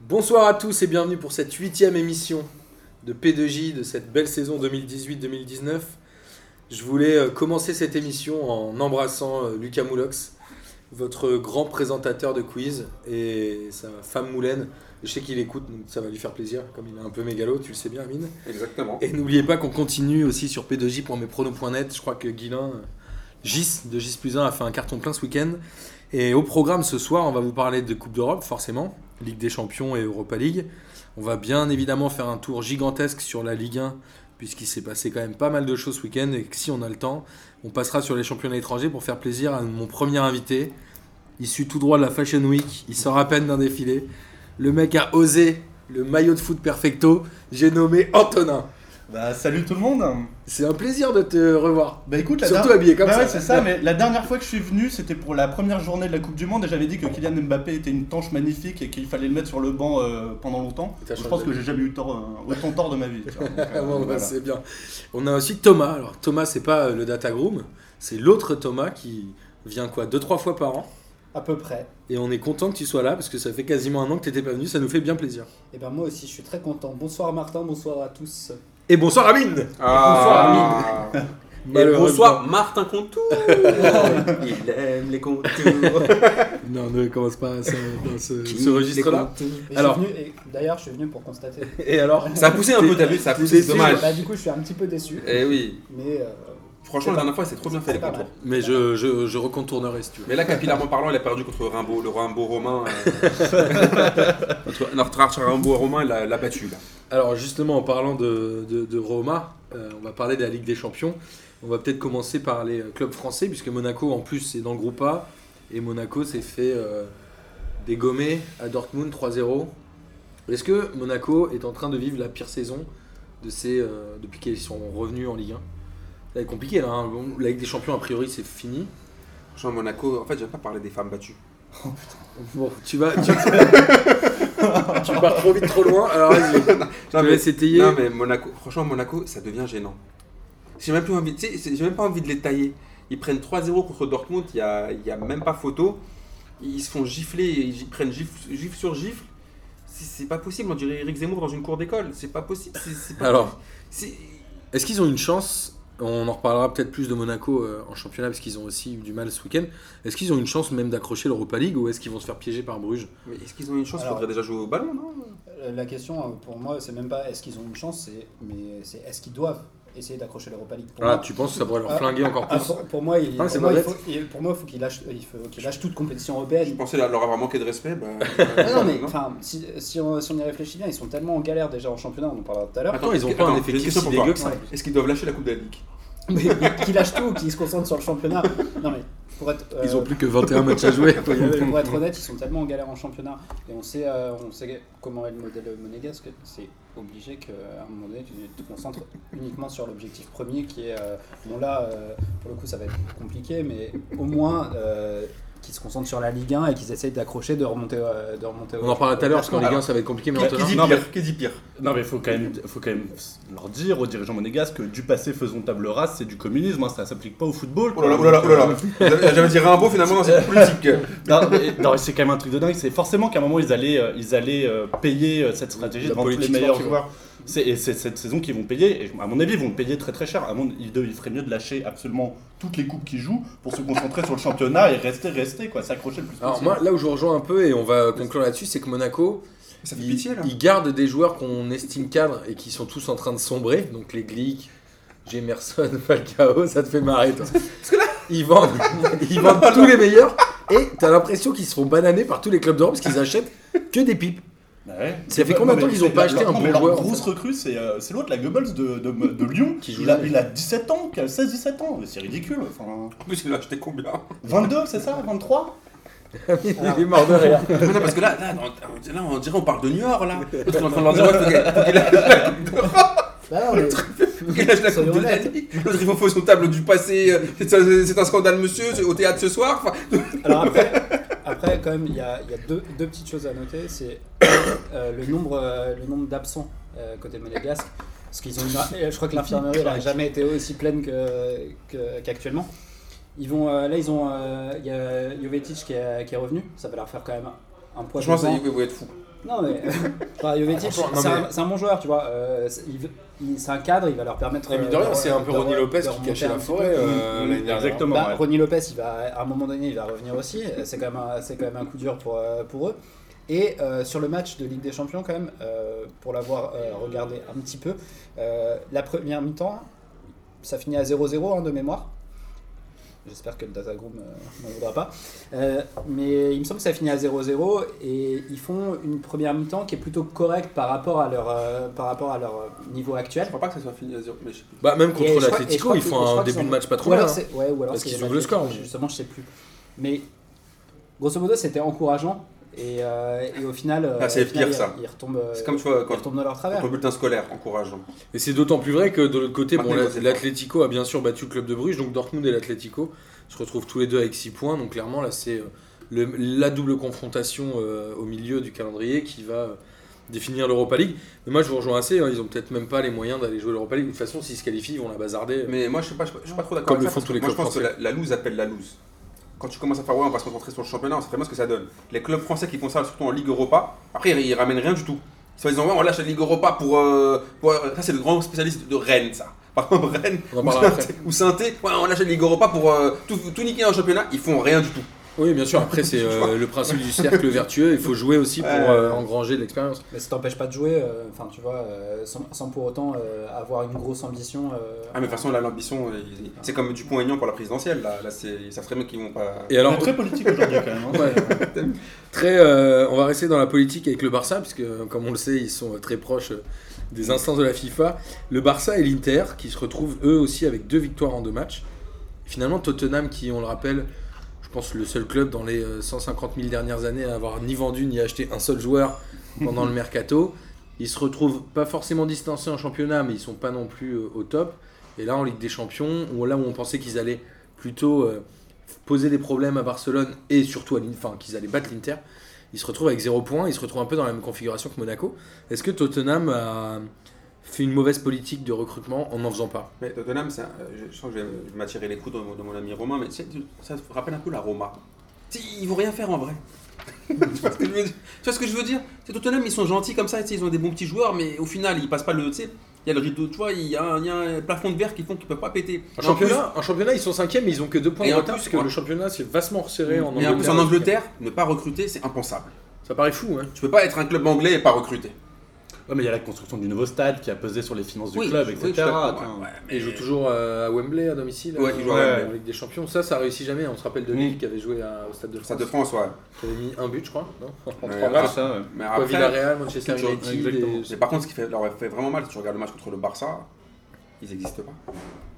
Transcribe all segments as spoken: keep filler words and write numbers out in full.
Bonsoir à tous et bienvenue pour cette huitième émission de P deux J de cette belle saison deux mille dix-huit deux mille dix-neuf. Je voulais euh, commencer cette émission en embrassant euh, Lucas Moulox, votre grand présentateur de quiz, et sa femme Moulène. Je sais qu'il écoute, donc ça va lui faire plaisir, comme il est un peu mégalo, tu le sais bien Amine. Exactement. Et n'oubliez pas qu'on continue aussi sur p deux j point mespronos point net. Je crois que Guilain, euh, Gis de Gis plus un a fait un carton plein ce week-end. Et au programme ce soir, on va vous parler de Coupe d'Europe, forcément, Ligue des Champions et Europa League. On va bien évidemment faire un tour gigantesque sur la Ligue un, puisqu'il s'est passé quand même pas mal de choses ce week-end, et que si on a le temps, on passera sur les championnats étrangers pour faire plaisir à mon premier invité, issu tout droit de la Fashion Week. Il sort à peine d'un défilé. Le mec a osé le maillot de foot perfecto. J'ai nommé Antonin. Bah salut tout le monde. C'est un plaisir de te revoir. Bah écoute, la surtout der... habillé comme bah ça. Ouais, c'est ça, mais la dernière fois que je suis venu, c'était pour la première journée de la Coupe du Monde et j'avais dit que Kylian Mbappé était une tanche magnifique et qu'il fallait le mettre sur le banc euh, pendant longtemps. Je pense que j'ai jamais eu tort, euh, autant tort de ma vie. Tu vois, donc, euh, bon, voilà. bah, c'est bien. On a aussi Thomas. Alors Thomas, c'est pas le data groom, c'est l'autre Thomas qui vient quoi, deux trois fois par an. À peu près. Et on est content que tu sois là parce que ça fait quasiment un an que tu n'étais pas venu, ça nous fait bien plaisir. Et ben moi aussi, je suis très content. Bonsoir Martin, bonsoir à tous. Et bonsoir Amine. Ah. Bonsoir Amine. Et bonsoir Martin Contour. Il aime les contours. Non, ne commence pas à ce, dans ce, Qui ce registre-là. Et Alors, je suis venu, et d'ailleurs, je suis venu pour constater. Et alors, Ça a poussé un peu, t'as vu, ça a poussé, c'est dommage. Bah, du coup, je suis un petit peu déçu. Eh oui. Mais euh, Franchement, la dernière fois, c'est trop bien fait les pas contours. mal. mais je, je, je recontournerai si tu veux. Mais là, capillairement parlant, il a perdu contre Rimbaud, le Rimbaud romain. Euh... notre, notre archer Rimbaud romain, il l'a, l'a battu là. Alors justement, en parlant de, de, de Roma, euh, on va parler de la Ligue des Champions. On va peut-être commencer par les clubs français, puisque Monaco en plus c'est dans le groupe A, et Monaco s'est fait euh, dégommer à Dortmund trois zéro. Est-ce que Monaco est en train de vivre la pire saison de ces, euh, depuis qu'ils sont revenus en Ligue un? Ça va être compliqué là, hein. Bon, la Ligue des Champions a priori c'est fini. Franchement, Monaco, en fait, j'aime pas parler des femmes battues. Bon, tu vas... Tu, tu pars trop vite, trop loin, alors vas-y. Je te Non, mais, laisse étayer. non, mais Monaco, franchement, Monaco, ça devient gênant. J'ai même, plus envie, tu sais, j'ai même pas envie de les tailler. Ils prennent trois zéro contre Dortmund, il n'y a, y a même pas photo. Ils se font gifler, ils prennent gifle, gifle sur gifle. C'est, c'est pas possible, on dirait Eric Zemmour dans une cour d'école. C'est pas possible. C'est, c'est pas Alors, c'est... est-ce qu'ils ont une chance? On en reparlera peut-être plus de Monaco euh, en championnat parce qu'ils ont aussi eu du mal ce week-end. Est-ce qu'ils ont une chance même d'accrocher l'Europa League ou est-ce qu'ils vont se faire piéger par Bruges? Mais est-ce qu'ils ont une chance? Il Alors, faudrait déjà jouer au ballon, non? la question pour moi, c'est même pas est-ce qu'ils ont une chance, c'est, mais c'est est-ce qu'ils doivent essayer d'accrocher l'Europa League. Pour Ah, moi, tu penses que ça pourrait leur ah, flinguer encore ah, plus? pour, pour moi, il, Ah, c'est pour, moi il malhonnête. faut, il, pour moi, il faut qu'ils lâchent, il faut qu'ils lâchent toute compétition Je européenne. pensais leur avoir manqué de respect. Bah, Ah non, mais enfin, si, si, on, si on y réfléchit bien, ils sont tellement en galère déjà en championnat, on en parlera tout à l'heure. Attends, ils ont est-ce pas que- un attends, effectif j'ai une question si pour toi. dégueu que ça. Ouais. Est-ce qu'ils doivent lâcher la Coupe de la Ligue? Mais, mais qu'ils lâchent tout, qu'ils se concentrent sur le championnat. Non mais pour être, euh, Ils ont plus que vingt et un matchs à jouer. Faut y aller. pour être honnête, ils sont tellement en galère en championnat et on sait, euh, on sait comment est le modèle monégasque. C'est obligé qu'à un moment donné, tu te concentres uniquement sur l'objectif premier qui est, euh, bon là, euh, pour le coup, ça va être compliqué, mais au moins euh, qu'ils se concentrent sur la Ligue un et qu'ils essayent d'accrocher, de remonter, euh, de remonter. On en parlera tout à l'heure parce qu'en Ligue un ça va être compliqué, mais Qui- Antonin. qui dit Non, pire mais- Qui dit pire Non mais il faut quand même, faut quand même leur dire aux dirigeants monégasques que du passé faisons table rase, c'est du communisme, hein, ça s'applique pas au football. Oh là là, oh là là, oh là là. J'avais j'avais dit Rimbaud finalement dans cette politique. Non, mais- non, mais c'est quand même un truc de dingue, c'est forcément qu'à un moment ils allaient, euh, ils allaient euh, payer euh, cette stratégie La devant tous les politique meilleurs sportive. joueurs. C'est, et c'est cette saison qu'ils vont payer, et à mon avis ils vont le payer très très cher. À mon, il, il ferait mieux de lâcher absolument toutes les coupes qu'ils jouent pour se concentrer sur le championnat et rester, rester quoi, s'accrocher le plus Alors possible. moi, là où je vous rejoins un peu et on va conclure là-dessus, c'est que Monaco, Ça fait ils, pitié là. ils gardent des joueurs qu'on estime cadres et qui sont tous en train de sombrer, donc les Glick, Gemerson, Falcao, ça te fait marrer toi. Parce que là, ils vendent, ils vendent tous les meilleurs et t'as l'impression qu'ils se font bananer par tous les clubs d'Europe parce qu'ils achètent que des pipes. Bah ouais. Ça fait combien de temps qu'ils ont c'est- pas leur- acheté un non, bon mais leur joueur, en grosse fait recrue, c'est, euh, c'est l'autre, la Goebbels de, de, de Lyon. Qui joue il, a, jamais. il a dix-sept ans, qui a seize dix-sept ans. Mais c'est ridicule. Enfin, En plus, il a acheté combien? vingt-deux, c'est ça vingt-trois. Il est mort de rire. Non, parce que là, là, on, là, on dirait on parle de Niort là. Parce qu'on est en train de leur dire ouais, faut qu'il faut qu'il lâche la Coupe d'Europe. Bah non, mais Faut qu'il lâche la Soyons Coupe de la honnêtes. Ligue. L'autre, il faut faut son table du passé. euh, C'est un, c'est un scandale, monsieur, c'est au théâtre ce soir. Enfin, alors après, après quand même, il y a, il y a deux, deux petites choses à noter. C'est euh, le nombre, euh, le nombre d'absents euh, côté monégasque. Parce qu'ils ont une, je crois que l'infirmerie n'a jamais été aussi pleine que, que- qu'actuellement. Ils vont, euh, là, ils ont, euh, il y a Jovetic qui est, qui est revenu. Ça va leur faire quand même un poids franchement, ça devant. y est, vous êtes fou. Non mais enfin, Jovetic, Ah, franchement, c'est, non, un, mais- c'est un bon joueur, tu vois. Euh, c'est, il, il- c'est un cadre, il va leur permettre. Et mine de euh, rien, de- c'est un peu de- Ronny de Lopez qui remonter cachait un la petit forêt peu. euh, Mmh, l'année dernière. exactement. Bah, ouais. Ronny Lopez, il va, à un moment donné, il va revenir aussi. C'est quand même un, c'est quand même un coup dur pour, euh, pour eux. Et euh, sur le match de Ligue des Champions, quand même, euh, pour l'avoir euh, regardé un petit peu, euh, la première mi-temps, ça finit à zéro zéro hein, de mémoire. J'espère que le Datagroom euh, n'en voudra pas. Euh, mais il me semble que ça finit à zéro zéro et ils font une première mi-temps qui est plutôt correcte par rapport à leur, euh, par rapport à leur euh, niveau actuel. Je crois pas que ça soit fini à zéro. Mais je sais plus. Bah, même Et contre je crois- et je l'Atlético, crois ils que- font et je un crois qu'ils début de ont- match pas trop ou alors mal. hein. c'est- ouais, ou alors Parce c'est qu'ils les ouvrent le Atlético, score. Justement, je sais plus. Mais grosso modo, c'était encourageant. Et, euh, et au final, euh, Ah, c'est au final, pire, ils- ça. Ils retombent, euh, C'est comme tu vois, ils quand retombent dans leur travers. ton bulletin scolaire, encourageant. Et c'est d'autant plus vrai que de l'autre côté, bon, Maintenant, la- c'est l'Atlético a bien sûr battu le club de Bruges, donc Dortmund et l'Atlético se retrouvent tous les deux avec six points. Donc clairement, là, c'est euh, le- la double confrontation euh, au milieu du calendrier qui va euh, définir l'Europa League. Mais moi, je vous rejoins assez, hein, ils ont peut-être même pas les moyens d'aller jouer l'Europa League. De toute façon, s'ils se qualifient, ils vont la bazarder. Mais moi, je suis pas, je suis pas- je suis pas trop d'accord Comme avec le ça, font parce tous que les moi, je clubs pense que la, la loose appelle la loose. Quand tu commences à faire ouais, on va se concentrer sur le championnat, on sait très bien ce que ça donne. Les clubs français qui font ça, surtout en Ligue Europa, après ils, ils ramènent rien du tout. Soit ils disant ouais, on lâche la Ligue Europa pour, euh, pour euh, ça c'est le grand spécialiste de Rennes ça. Par contre Rennes On en ou parlera Saint- ou Saint-Étienne, ouais, on lâche la Ligue Europa pour euh, tout, tout niquer dans le championnat, ils font rien du tout. Oui, bien sûr, après, c'est euh, le principe du cercle vertueux. Il faut jouer aussi pour Ouais. euh, engranger de l'expérience. Mais ça t'empêche pas de jouer, euh, enfin tu vois, euh, sans, sans pour autant euh, avoir une grosse ambition. euh, Ah mais de toute façon là l'ambition, euh, ils- c'est comme Dupont-Aignan pour la présidentielle, là, là c'est, ils savent très bien qu'ils vont pas... Et On alors, est très politique aujourd'hui quand même. hein. Ouais. Très, euh, on va rester dans la politique avec le Barça, puisque comme on le sait, ils sont euh, très proches euh, des instances de la FIFA. Le Barça et l'Inter, qui se retrouvent eux aussi avec deux victoires en deux matchs. Finalement, Tottenham, qui, on le rappelle, je pense le seul club dans les euh, cent cinquante mille dernières années à avoir ni vendu ni acheté un seul joueur pendant le mercato, ils se retrouvent pas forcément distancés en championnat, mais ils sont pas non plus euh, au top. Et là, en Ligue des Champions, où, là où on pensait qu'ils allaient plutôt euh, poser des problèmes à Barcelone et surtout à l'Inter, enfin qu'ils allaient battre l'Inter, ils se retrouvent avec zéro point, ils se retrouvent un peu dans la même configuration que Monaco. Est-ce que Tottenham a fait une mauvaise politique de recrutement en n'en faisant pas? Mais Tottenham, c'est un- euh, je, je sens que je vais m'attirer les coups de, mon- de mon ami Romain, mais tu sais, ça te rappelle un peu la Roma. Tu sais, ils vont rien faire en vrai. tu, vois ce que je veux dire tu vois ce que je veux dire C'est Tottenham, ils sont gentils comme ça, tu sais, ils ont des bons petits joueurs, mais au final, ils passent pas le... Tu sais, il y a le rideau, tu vois, il y a un, il y a un plafond de verre qui font qu'ils peuvent pas péter. En Et en championnat, en championnat, ils sont cinquième, mais ils ont que deux points Et de en retard, plus, parce que ouais. le championnat c'est vastement resserré en plus, et Angleterre. en plus, en Angleterre, ne pas recruter, c'est impensable. Ça paraît fou, hein. Tu peux pas être un club anglais et pas recruter. Ouais, mais il y a la construction du nouveau stade qui a pesé sur les finances du Oui, club, oui, et je suis cetera. d'accord, Tiens. ouais, ouais, Et ils jouent toujours euh, à Wembley à domicile. Ouais, euh, ils jouent à en Wembley. Ligue des Champions. Ça, ça réussit jamais. On se rappelle de Mm. Lille qui avait joué à- au Stade de France. Stade de France, ouais. Qui avait mis un but, je crois, non En Ouais, trois ouais. matchs. C'est ça, ouais. Mais Quoi, après, Villarreal, Manchester Toujours, United. exactement. et- mais par contre, ce qui fait, leur fait vraiment mal, si tu regardes le match contre le Barça, ils n'existent pas.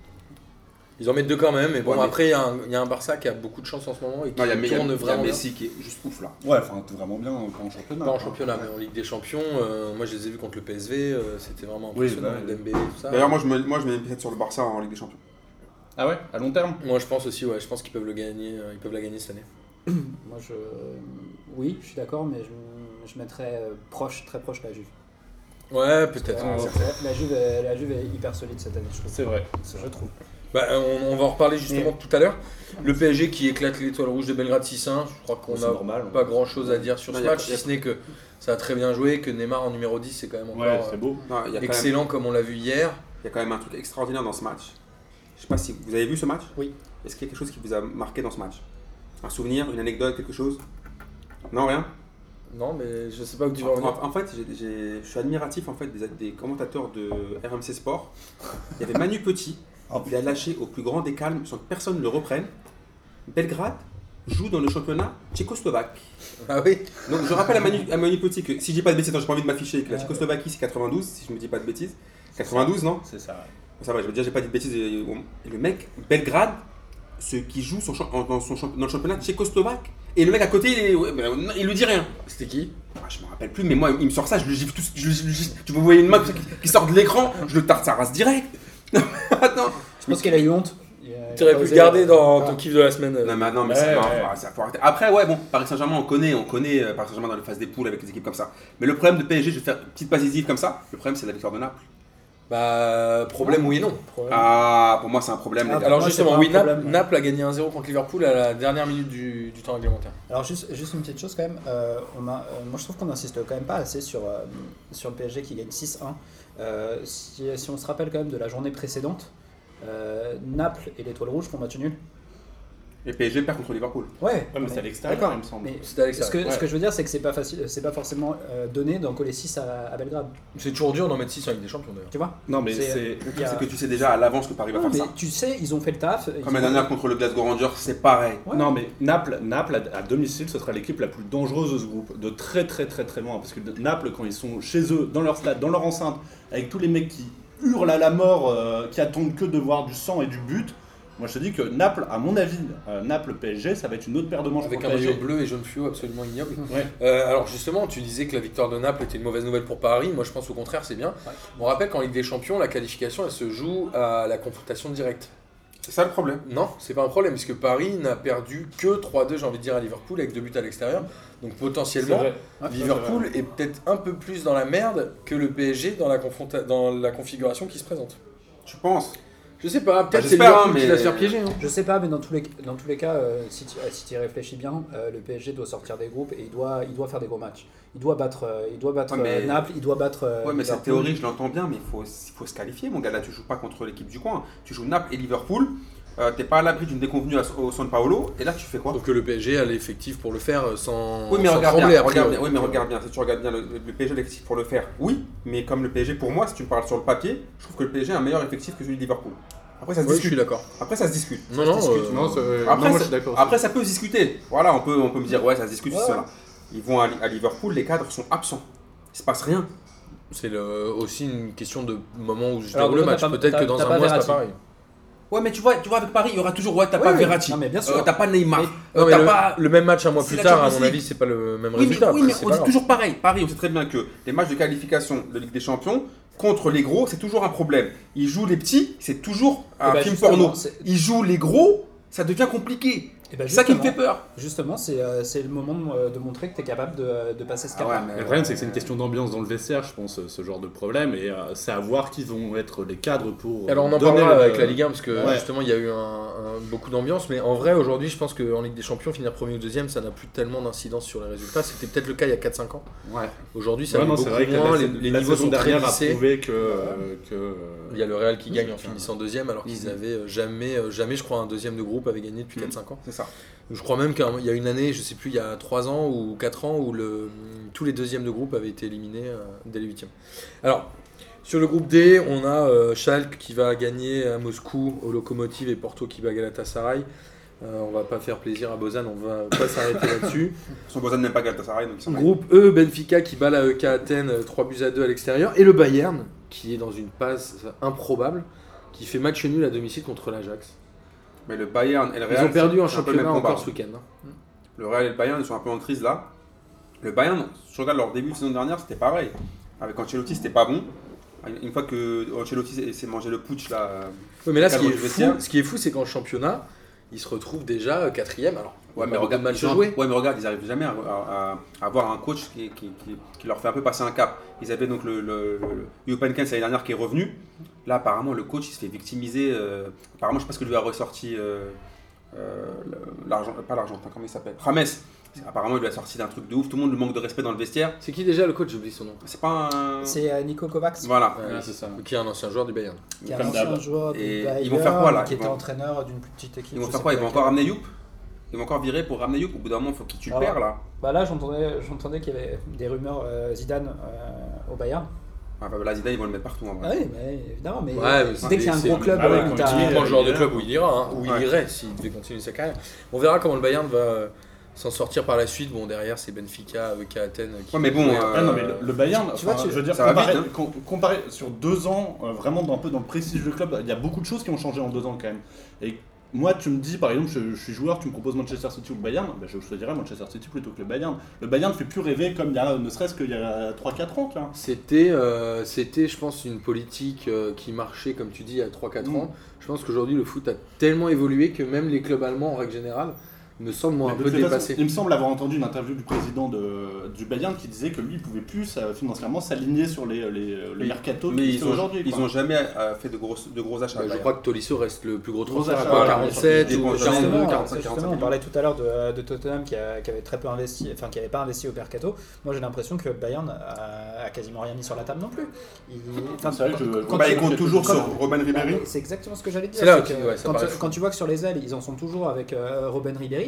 Ils en mettent deux quand même. Mais bon, Ouais, mais- après, il y, a un- il y a un Barça qui a beaucoup de chance en ce moment et qui Non, il y a, il y a- tourne il y a vraiment bien. Messi qui est juste ouf là. Ouais, enfin, t'es vraiment bien, pas en championnat. Pas en quoi. championnat, mais en Ligue des Champions. euh, moi, je les ai vus contre le P S V. euh, C'était vraiment Oui, impressionnant. bah, oui. Dembélé, tout ça. D'ailleurs, moi je, me, moi je mets peut-être sur le Barça en Ligue des Champions. Ah ouais, à long terme. Moi, je pense aussi, ouais. Je pense qu'ils peuvent le gagner. euh, Ils peuvent la gagner cette année. Moi, je, oui, je suis d'accord, mais je, je mettrais euh, proche, très proche la Juve. Ouais, peut-être. Euh, on va- la, Juve, est- la Juve est hyper solide cette année, je trouve. C'est vrai. Ça, je trouve. Bah, on, on va en reparler justement tout à l'heure. Le P S G qui éclate l'étoile rouge de Belgrade six un. Je crois qu'on C'est a normal. pas grand chose à dire sur Non, ce y a match, pas- y a si ce n'est que ça a très bien joué, que Neymar en numéro dix c'est quand même encore Ouais, euh, c'est beau. Non, il y a quand même- excellent comme on l'a vu hier. il y a quand même un truc extraordinaire dans ce match. Je sais pas si vous avez vu ce match. Oui. Est-ce qu'il y a quelque chose qui vous a marqué dans ce match? Un souvenir, une anecdote, quelque chose? Non, rien. Non, mais je sais pas où tu vas en En, venir. en fait, j'ai- j'ai- je suis admiratif en fait des, des commentateurs de R M C Sport. Il y avait Manu Petit. Oh, Il a lâché au plus grand des calmes sans que personne ne le reprenne. Belgrade joue dans le championnat tchécoslovaque. Ah oui. Donc je rappelle à Manu, à Manu Petit que si je dis pas de bêtises, attends, j'ai pas envie de m'afficher, que la Tchécoslovaquie c'est quatre-vingt-douze, si je me dis pas de bêtises. quatre-vingt-douze, non? C'est ça. Ça va, je veux dire, j'ai pas dit de bêtises. Et, et le mec, Belgrade, ce qui joue son, champ- dans, son, champ- dans le championnat tchécoslovaque, et le mec à côté, il, est, ouais, ben, il lui dit rien. C'était qui? Ah, je me rappelle plus, mais moi, il me sort ça, je le gifle tout. Je, le- je le gifle. Tu vous voyez une main qui, qui sort de l'écran, je le tarte sa race direct. Attends. Je pense qu'elle a eu honte. Il a- Tu aurais il a pu osé- le garder dans Ah. ton kiff de la semaine. euh. Non, mais, non, mais Ouais, ça, non, ouais. faut- ça faut arrêter. Après, ouais, bon, Paris Saint-Germain, on connaît, on connaît euh, Paris Saint-Germain dans les phases des poules avec les équipes comme ça. Mais le problème de P S G, je vais faire une petite passe décisive comme ça, le problème c'est la victoire de Naples. Bah, problème oui et non. Problème. Ah, pour moi, c'est un problème. Ah, les gars. Alors moi, justement, c'est pas oui, un Naples, problème. Naples a gagné un zéro contre Liverpool à la dernière minute du, du temps réglementaire. Alors juste, juste une petite chose quand même, euh, on a, euh, moi je trouve qu'on n'insiste quand même pas assez sur, euh, sur le P S G qui gagne six un. Euh, si, si on se rappelle quand même de la journée précédente, euh, Naples et l'Étoile Rouge font match nul. Et P S G perd contre Liverpool. Ouais, Ouais, mais mais- c'est à l'extérieur, d'accord. il me semble. Mais C'était avec ce ça. que, ouais. ce que je veux dire, c'est que c'est pas facile, c'est pas forcément euh, donné d'en coller six à, à Belgrade. C'est toujours dur d'en mettre six avec des champions d'ailleurs. Tu vois Non, mais C'est- c'est. Le Il truc, y a- c'est que tu sais déjà à l'avance que Paris va Non, faire mais ça. tu sais, ils ont fait le taf. ils Comme la ont- dernière contre le Glasgow Rangers, c'est pareil. Ouais. Non, mais Naples, Naples à, à domicile, ce sera l'équipe la plus dangereuse de ce groupe, de très très très très loin. Parce que Naples, quand ils sont chez eux, dans leur stade, dans leur enceinte, avec tous les mecs qui hurlent à la mort, euh, qui attendent que de voir du sang et du but, moi je te dis que Naples, à mon avis, euh, Naples-P S G, ça va être une autre paire de manches Avec pour un le P S G. maillot bleu et jaune fluo absolument ignoble. Ouais. Euh, alors justement, tu disais que la victoire de Naples était une mauvaise nouvelle pour Paris. Moi, je pense au contraire, c'est bien. Ouais. On rappelle qu'en Ligue des Champions, la qualification, elle se joue à la confrontation directe. C'est ça le problème. Non, c'est pas un problème, puisque Paris n'a perdu que trois deux, j'ai envie de dire, à Liverpool, avec deux buts à l'extérieur. Donc C'est potentiellement, vrai. Ouais, Liverpool est peut-être un peu plus dans la merde que le P S G dans la, confronta- dans la configuration qui se présente. Tu penses? Je sais pas, peut-être Bah, c'est j'espère, Liverpool hein, qui mais- va se faire piéger. Hein. Je sais pas, mais dans tous les, dans tous les cas, euh, si tu si y réfléchis bien, euh, le P S G doit sortir des groupes et il doit, il doit faire des gros matchs. Il doit battre, euh, il doit battre Ouais, mais- euh, Naples, il doit battre. euh, Ouais, mais cette Liverpool. théorie, je l'entends bien, mais il faut, il faut se qualifier, mon gars. Là, tu joues pas contre l'équipe du coin. Tu joues Naples et Liverpool. Euh, T'es pas à l'abri d'une déconvenue à- au San Paolo. Et là, tu fais quoi? Sauf que le P S G a l'effectif pour le faire euh, sans, Oui, mais sans regarde trembler. bien. a Regarde priori. bien. Oui, mais regarde bien. Si tu regardes bien, le, le P S G a l'effectif pour le faire. Oui, mais comme le P S G, pour moi, si tu me parles sur le papier, je trouve que le P S G a un meilleur effectif que celui de Liverpool. Après, ça se Oui, je suis discute. d'accord. Après, ça se discute. Non, non, discute. euh, Non, c'est- Après, non, moi ça- je suis d'accord. Après, ça peut se discuter. Voilà, on peut, on peut me dire, ouais, ça se discute, Ouais. c'est cela. Ils vont à, Li- à Liverpool, les cadres sont absents. Il se passe rien. c'est le- aussi une question de moment où je Alors, déroule le toi, match. t'as pas- Peut-être t'as- que dans t'as un pas mois, c'est pas Verratti. pareil. Ouais, mais tu vois, tu vois avec Paris, il y aura toujours, ouais, t'as Oui, pas oui. Verratti. Non, mais bien sûr. Euh, t'as pas Neymar. Mais- Euh, Non, mais t'as le, pas. le même match un mois C'est plus la tard, à Champions mon avis, League. c'est pas le même Oui, mais, résultat. oui, Après, mais c'est on pas dit grave. toujours pareil. Paris, on sait très bien que les matchs de qualification de Ligue des Champions contre les gros, c'est toujours un problème. Ils jouent les petits, c'est toujours un bah, film justement, porno. c'est- Ils jouent les gros, ça devient compliqué. Et ben C'est ça qui me justement- fait peur. Justement, c'est euh, c'est le moment de, euh, de montrer que tu es capable de, de passer ce cap. Ah ouais, mais- Le problème, c'est que c'est une question d'ambiance dans le vestiaire, je pense, ce genre de problème, et euh, c'est à voir qui vont être les cadres pour. Alors on en donner parlera le- avec la Ligue un parce que Ouais. justement il y a eu un, un- beaucoup d'ambiance, mais en vrai aujourd'hui je pense qu'en Ligue des Champions finir premier ou deuxième ça n'a plus tellement d'incidence sur les résultats. C'était peut-être le cas il y a quatre cinq ans. Ouais. Aujourd'hui ça Ouais, l'est non, beaucoup c'est vrai que moins, la, les, la les niveaux saison sont très dernière a lissés. prouvé que. euh, que Il y a le Real qui Oui, gagne c'est en ça. finissant deuxième alors qu'ils Mhm. avaient euh, jamais, euh, jamais je crois un deuxième de groupe avait gagné depuis Mhm. quatre cinq ans. C'est ça. Je crois même qu'il y a une année, je sais plus, il y a trois ans ou quatre ans où le, tous les deuxièmes de groupe avaient été éliminés euh, dès les huitièmes. Alors, sur le groupe D, on a euh, Schalke qui va gagner à Moscou au Lokomotiv et Porto qui bat à Galatasaray. Euh, on va pas faire plaisir à Bozan, on va pas s'arrêter là-dessus. Son Bozan n'aime pas Galatasaray, donc il s'en va. Groupe E, Benfica qui bat la E K Athènes euh, trois buts à deux à l'extérieur. Et le Bayern qui est dans une passe improbable, qui fait match nul à domicile contre l'Ajax. Mais le Bayern et le Ils Real. ont perdu en c'est un peu le championnat même combat. encore ce week-end. hein. Le Real et le Bayern, ils sont un peu en crise là. Le Bayern, si je regarde leur début de saison dernière, c'était pareil. Avec Ancelotti, c'était pas bon. Une fois que Ancelotti s'est- s'est mangé le putsch là. Oui, mais là, ce qui, est Cadre du fou, vestiaire. ce qui est fou, c'est qu'en championnat, ils se retrouvent déjà euh, quatrième. Alors, Ouais, il y mais a regarde, beaucoup de matchs ils ont- joués. ouais, mais regarde, ils n'arrivent jamais à, à- à avoir un coach qui, qui- qui- qui leur fait un peu passer un cap. Ils avaient donc le, le, le Jupp Heynckes l'année dernière qui est revenu. Là, apparemment, le coach il se fait victimiser. euh, apparemment, je ne sais pas ce que lui a ressorti euh, euh, le- l'argent, pas l'argentin, comment il s'appelle James. Apparemment, il lui a sorti d'un truc de ouf. Tout le monde lui manque de respect dans le vestiaire. C'est qui déjà le coach? J'oublie son nom. C'est pas un. C'est euh, Nico Kovacs, Voilà. Ouais, Ouais, c'est ça. Qui est un ancien joueur du Bayern. qui est un Comme ancien d'hab. joueur du Et Bayern, ils vont faire quoi, là qui Ils était vont- entraîneur d'une plus petite équipe. Ils vont je faire sais quoi pas Ils vont laquelle. encore ramener Youp Ils vont encore virer pour ramener Youp. Au bout d'un moment, il faut que tu le Ah ouais. perds là. Bah là, j'entendais, j'entendais qu'il y avait des rumeurs euh, Zidane euh, au Bayern. Ah, bah, là, Zidane, ils vont le mettre partout. En Ah vrai. oui, mais évidemment, mais, Ouais, mais dès qu'il y a un c'est- gros club, ah ouais, euh, quand t'as- il Typiquement le genre de il club ira. où il ira, hein, où il Ouais. irait s'il devait continuer sa carrière. On verra comment le Bayern va euh, s'en sortir par la suite. Bon, derrière, c'est Benfica, E K Athènes. qui Ouais, mais vont bon, jouer, euh, Ah non, mais le, le Bayern, tu vois, enfin, tu- je veux dire, ça va comparé, vite, hein. com- comparé sur deux ans, euh, vraiment dans, un peu dans le prestige du club, il y a beaucoup de choses qui ont changé en deux ans quand même. Et moi, tu me dis, par exemple, je, je suis joueur, tu me proposes Manchester City ou le Bayern, ben, je choisirais Manchester City plutôt que le Bayern. Le Bayern ne fait plus rêver comme il y a, ne serait-ce qu'il y a trois quatre ans, tu vois. C'était, euh, c'était, je pense, une politique euh, qui marchait, comme tu dis, il y a trois quatre Mm. ans. Je pense qu'aujourd'hui, le foot a tellement évolué que même les clubs allemands, en règle générale, me semble moi un Mais peu de toute façon, dépassé. il me semble avoir entendu une interview du président de, du Bayern qui disait que lui, il pouvait plus ça, financièrement s'aligner sur les, les, le Mais- mercato Mais qui ils fait ont, aujourd'hui. ils quoi. ont jamais euh, fait de gros, de gros achats. Bah, je Bayern. crois que Tolisso reste le plus gros Gros transfert, à achat, quoi, ouais, quarante-sept ouais, ou ouais, quarante-deux, Justement, quarante-cinq, justement, quarante-cinq on parlait tout à l'heure de, de Tottenham qui, a- qui avait très peu investi, enfin qui n'avait pas investi au mercato. Moi j'ai l'impression que Bayern a, a quasiment rien mis sur la table non plus. Il, enfin, C'est vrai que je- quand Bah, tu- ils comptent toujours quand- sur Robben Ribéry. C'est exactement ce que j'allais dire. C'est là c'est que- que ouais, ça quand, paraît fou. quand tu vois que sur les ailes, ils en sont toujours avec euh, Robben Ribéry.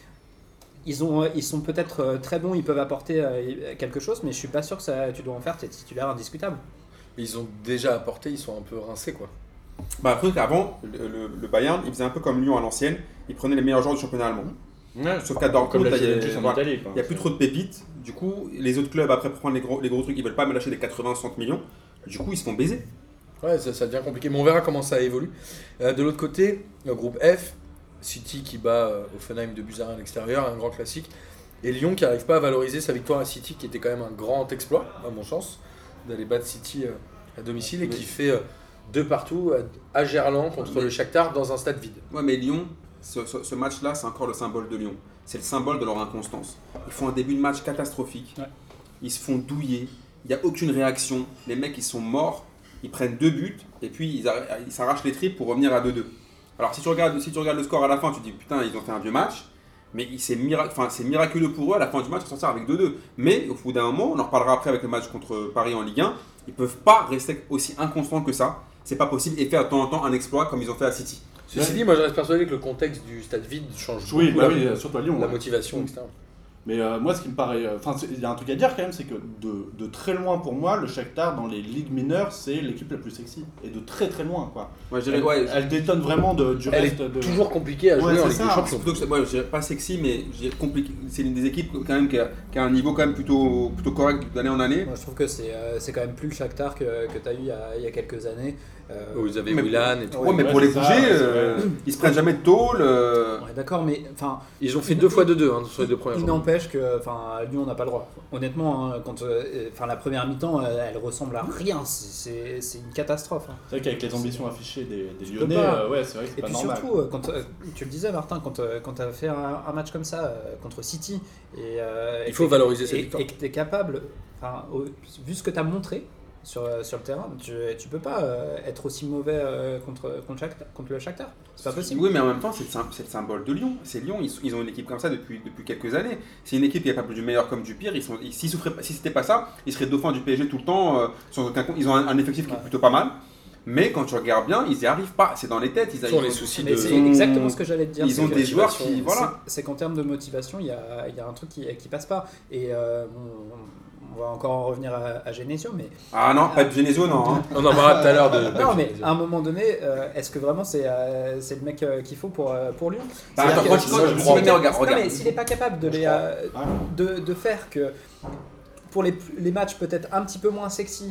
Ils, ont, ils sont peut-être euh, très bons, ils peuvent apporter euh, quelque chose, mais je suis pas sûr que ça, tu dois en faire tes titulaires indiscutables. Ils ont déjà apporté, ils sont un peu rincés quoi. Bah, après, avant, le, le- le Bayern, il faisait un peu comme Lyon à l'ancienne. Il prenait les meilleurs joueurs du championnat allemand. Sauf qu'à Comme Dortmund, la il y a- Juventus en voilà. Italie. quoi. Il n'y a plus trop de pépites. Du coup, les autres clubs, après, pour prendre les gros, les gros trucs, ils veulent pas me lâcher des quatre-vingts soixante millions. Du coup, ils se font baiser. Ouais, ça, ça devient compliqué, mais on verra comment ça évolue. Euh, de l'autre côté, le groupe F, City qui bat euh, Hoffenheim de buts à un à l'extérieur, un grand classique. Et Lyon qui n'arrive pas à valoriser sa victoire à City, qui était quand même un grand exploit, à mon sens, d'aller battre City euh, à domicile et Mais- qui fait euh, deux partout à, à Gerland contre Mais- le Shakhtar dans un stade vide. Ouais, mais Lyon, ce, ce- ce match-là, c'est encore le symbole de Lyon. C'est le symbole de leur inconstance. Ils font un début de match catastrophique. Ouais. Ils se font douiller. Il n'y a aucune réaction. Les mecs, ils sont morts. Ils prennent deux buts et puis ils, arr- ils s'arrachent les tripes pour revenir à deux deux. Alors, si tu, regardes, si tu regardes le score à la fin, tu te dis putain, ils ont fait un vieux match. Mais il- c'est mira- enfin, c'est miraculeux pour eux à la fin du match de sortir avec deux deux. Mais au bout d'un moment, on en reparlera après avec le match contre Paris en Ligue un, ils ne peuvent pas rester aussi inconstants que ça. C'est pas possible et faire de temps en temps un exploit comme ils ont fait à City. Ceci Ouais. dit, moi je reste persuadé que le contexte du stade vide change Oui, beaucoup bah la, oui, surtout à Lyon. la ouais. motivation, Mm. et cetera. Mais euh, moi, ce qui me paraît. Enfin, c'est- il y a un truc à dire quand même, c'est que de, de très loin pour moi, le Shakhtar dans les ligues mineures, c'est l'équipe la plus sexy. Et de très très loin, quoi. Moi, je dirais, Elle, ouais, elle détonne vraiment de, du Elle reste est de. toujours compliquée à jouer Ouais, en c'est Ligue ça. des Champions. plutôt que ça- ouais, je dirais pas sexy, mais je dirais compliqué. C'est une des équipes quand même qui a, qui a un niveau quand même plutôt, plutôt correct d'année en année. Moi je trouve que c'est euh, c'est quand même plus le Shakhtar que, que tu as eu il y a, il y a quelques années. Euh, Vous avez Mais- Willan et tout. Ouais, mais ouais, pour les c'est bouger, ça, ouais, euh, c'est vrai. ils se prennent jamais de tôle. euh, ouais, d'accord, mais enfin. Ils ont fait deux fois deux deux hein, sur les deux premières Il journées. n'empêche que, enfin, Lyon n'a pas le droit. Honnêtement, hein, quand, euh, enfin, la première mi-temps, euh, elle ressemble à rien. C'est- C'est c'est une catastrophe. hein. C'est vrai qu'avec les ambitions affichées des, des peux Lyonnais, pas. euh, ouais, c'est vrai que c'est Et pas puis normal. surtout, euh, quand euh, tu le disais, Martin, quand, euh, quand tu as fait un, un match comme ça euh, contre City, et, euh, Il et faut que- valoriser cette et, victoire. et que tu es capable, enfin, au- vu ce que tu as montré sur, euh, sur le terrain, tu, tu peux pas euh, être aussi mauvais euh, contre, contre, Shakhtar- contre le Shakhtar. C'est pas possible. Oui, mais en même temps, c'est le, sym- c'est le symbole de Lyon. C'est Lyon, ils, ils ont une équipe comme ça depuis, depuis quelques années. C'est une équipe qui est capable du meilleur comme du pire. Ils sont, ils- s'ils souffraient pas- si c'était pas ça, ils seraient dauphins du P S G tout le temps. euh, sans aucun compte. Ils ont un, un effectif qui est Ouais. plutôt pas mal. Mais quand tu regardes bien, ils n'y arrivent pas. C'est dans les têtes. Ils, Ils ont ils les soucis Mais de- c'est ils ont- exactement ce que j'allais te dire. Ils c'est ont que- des joueurs qui. motivation, Voilà. C'est c'est qu'en termes de motivation, il y a, il y a un truc qui, qui passe pas. Et euh, bon, on va encore en revenir à, à Genesio, mais Ah non, pas de Genesio, non. hein. On en parlera tout à l'heure de. non, mais à un moment donné, euh, est-ce que vraiment c'est euh, c'est le mec euh, qu'il faut pour, euh, pour Lyon? Bah, C'est-à-dire attends, que- quand tu- quand s'il tu- est si, mais capable- regarde, non, regarde. mais s'il n'est pas capable de, Je les, crois. euh, Ouais. de, de faire que pour les, les matchs peut-être un petit peu moins sexy,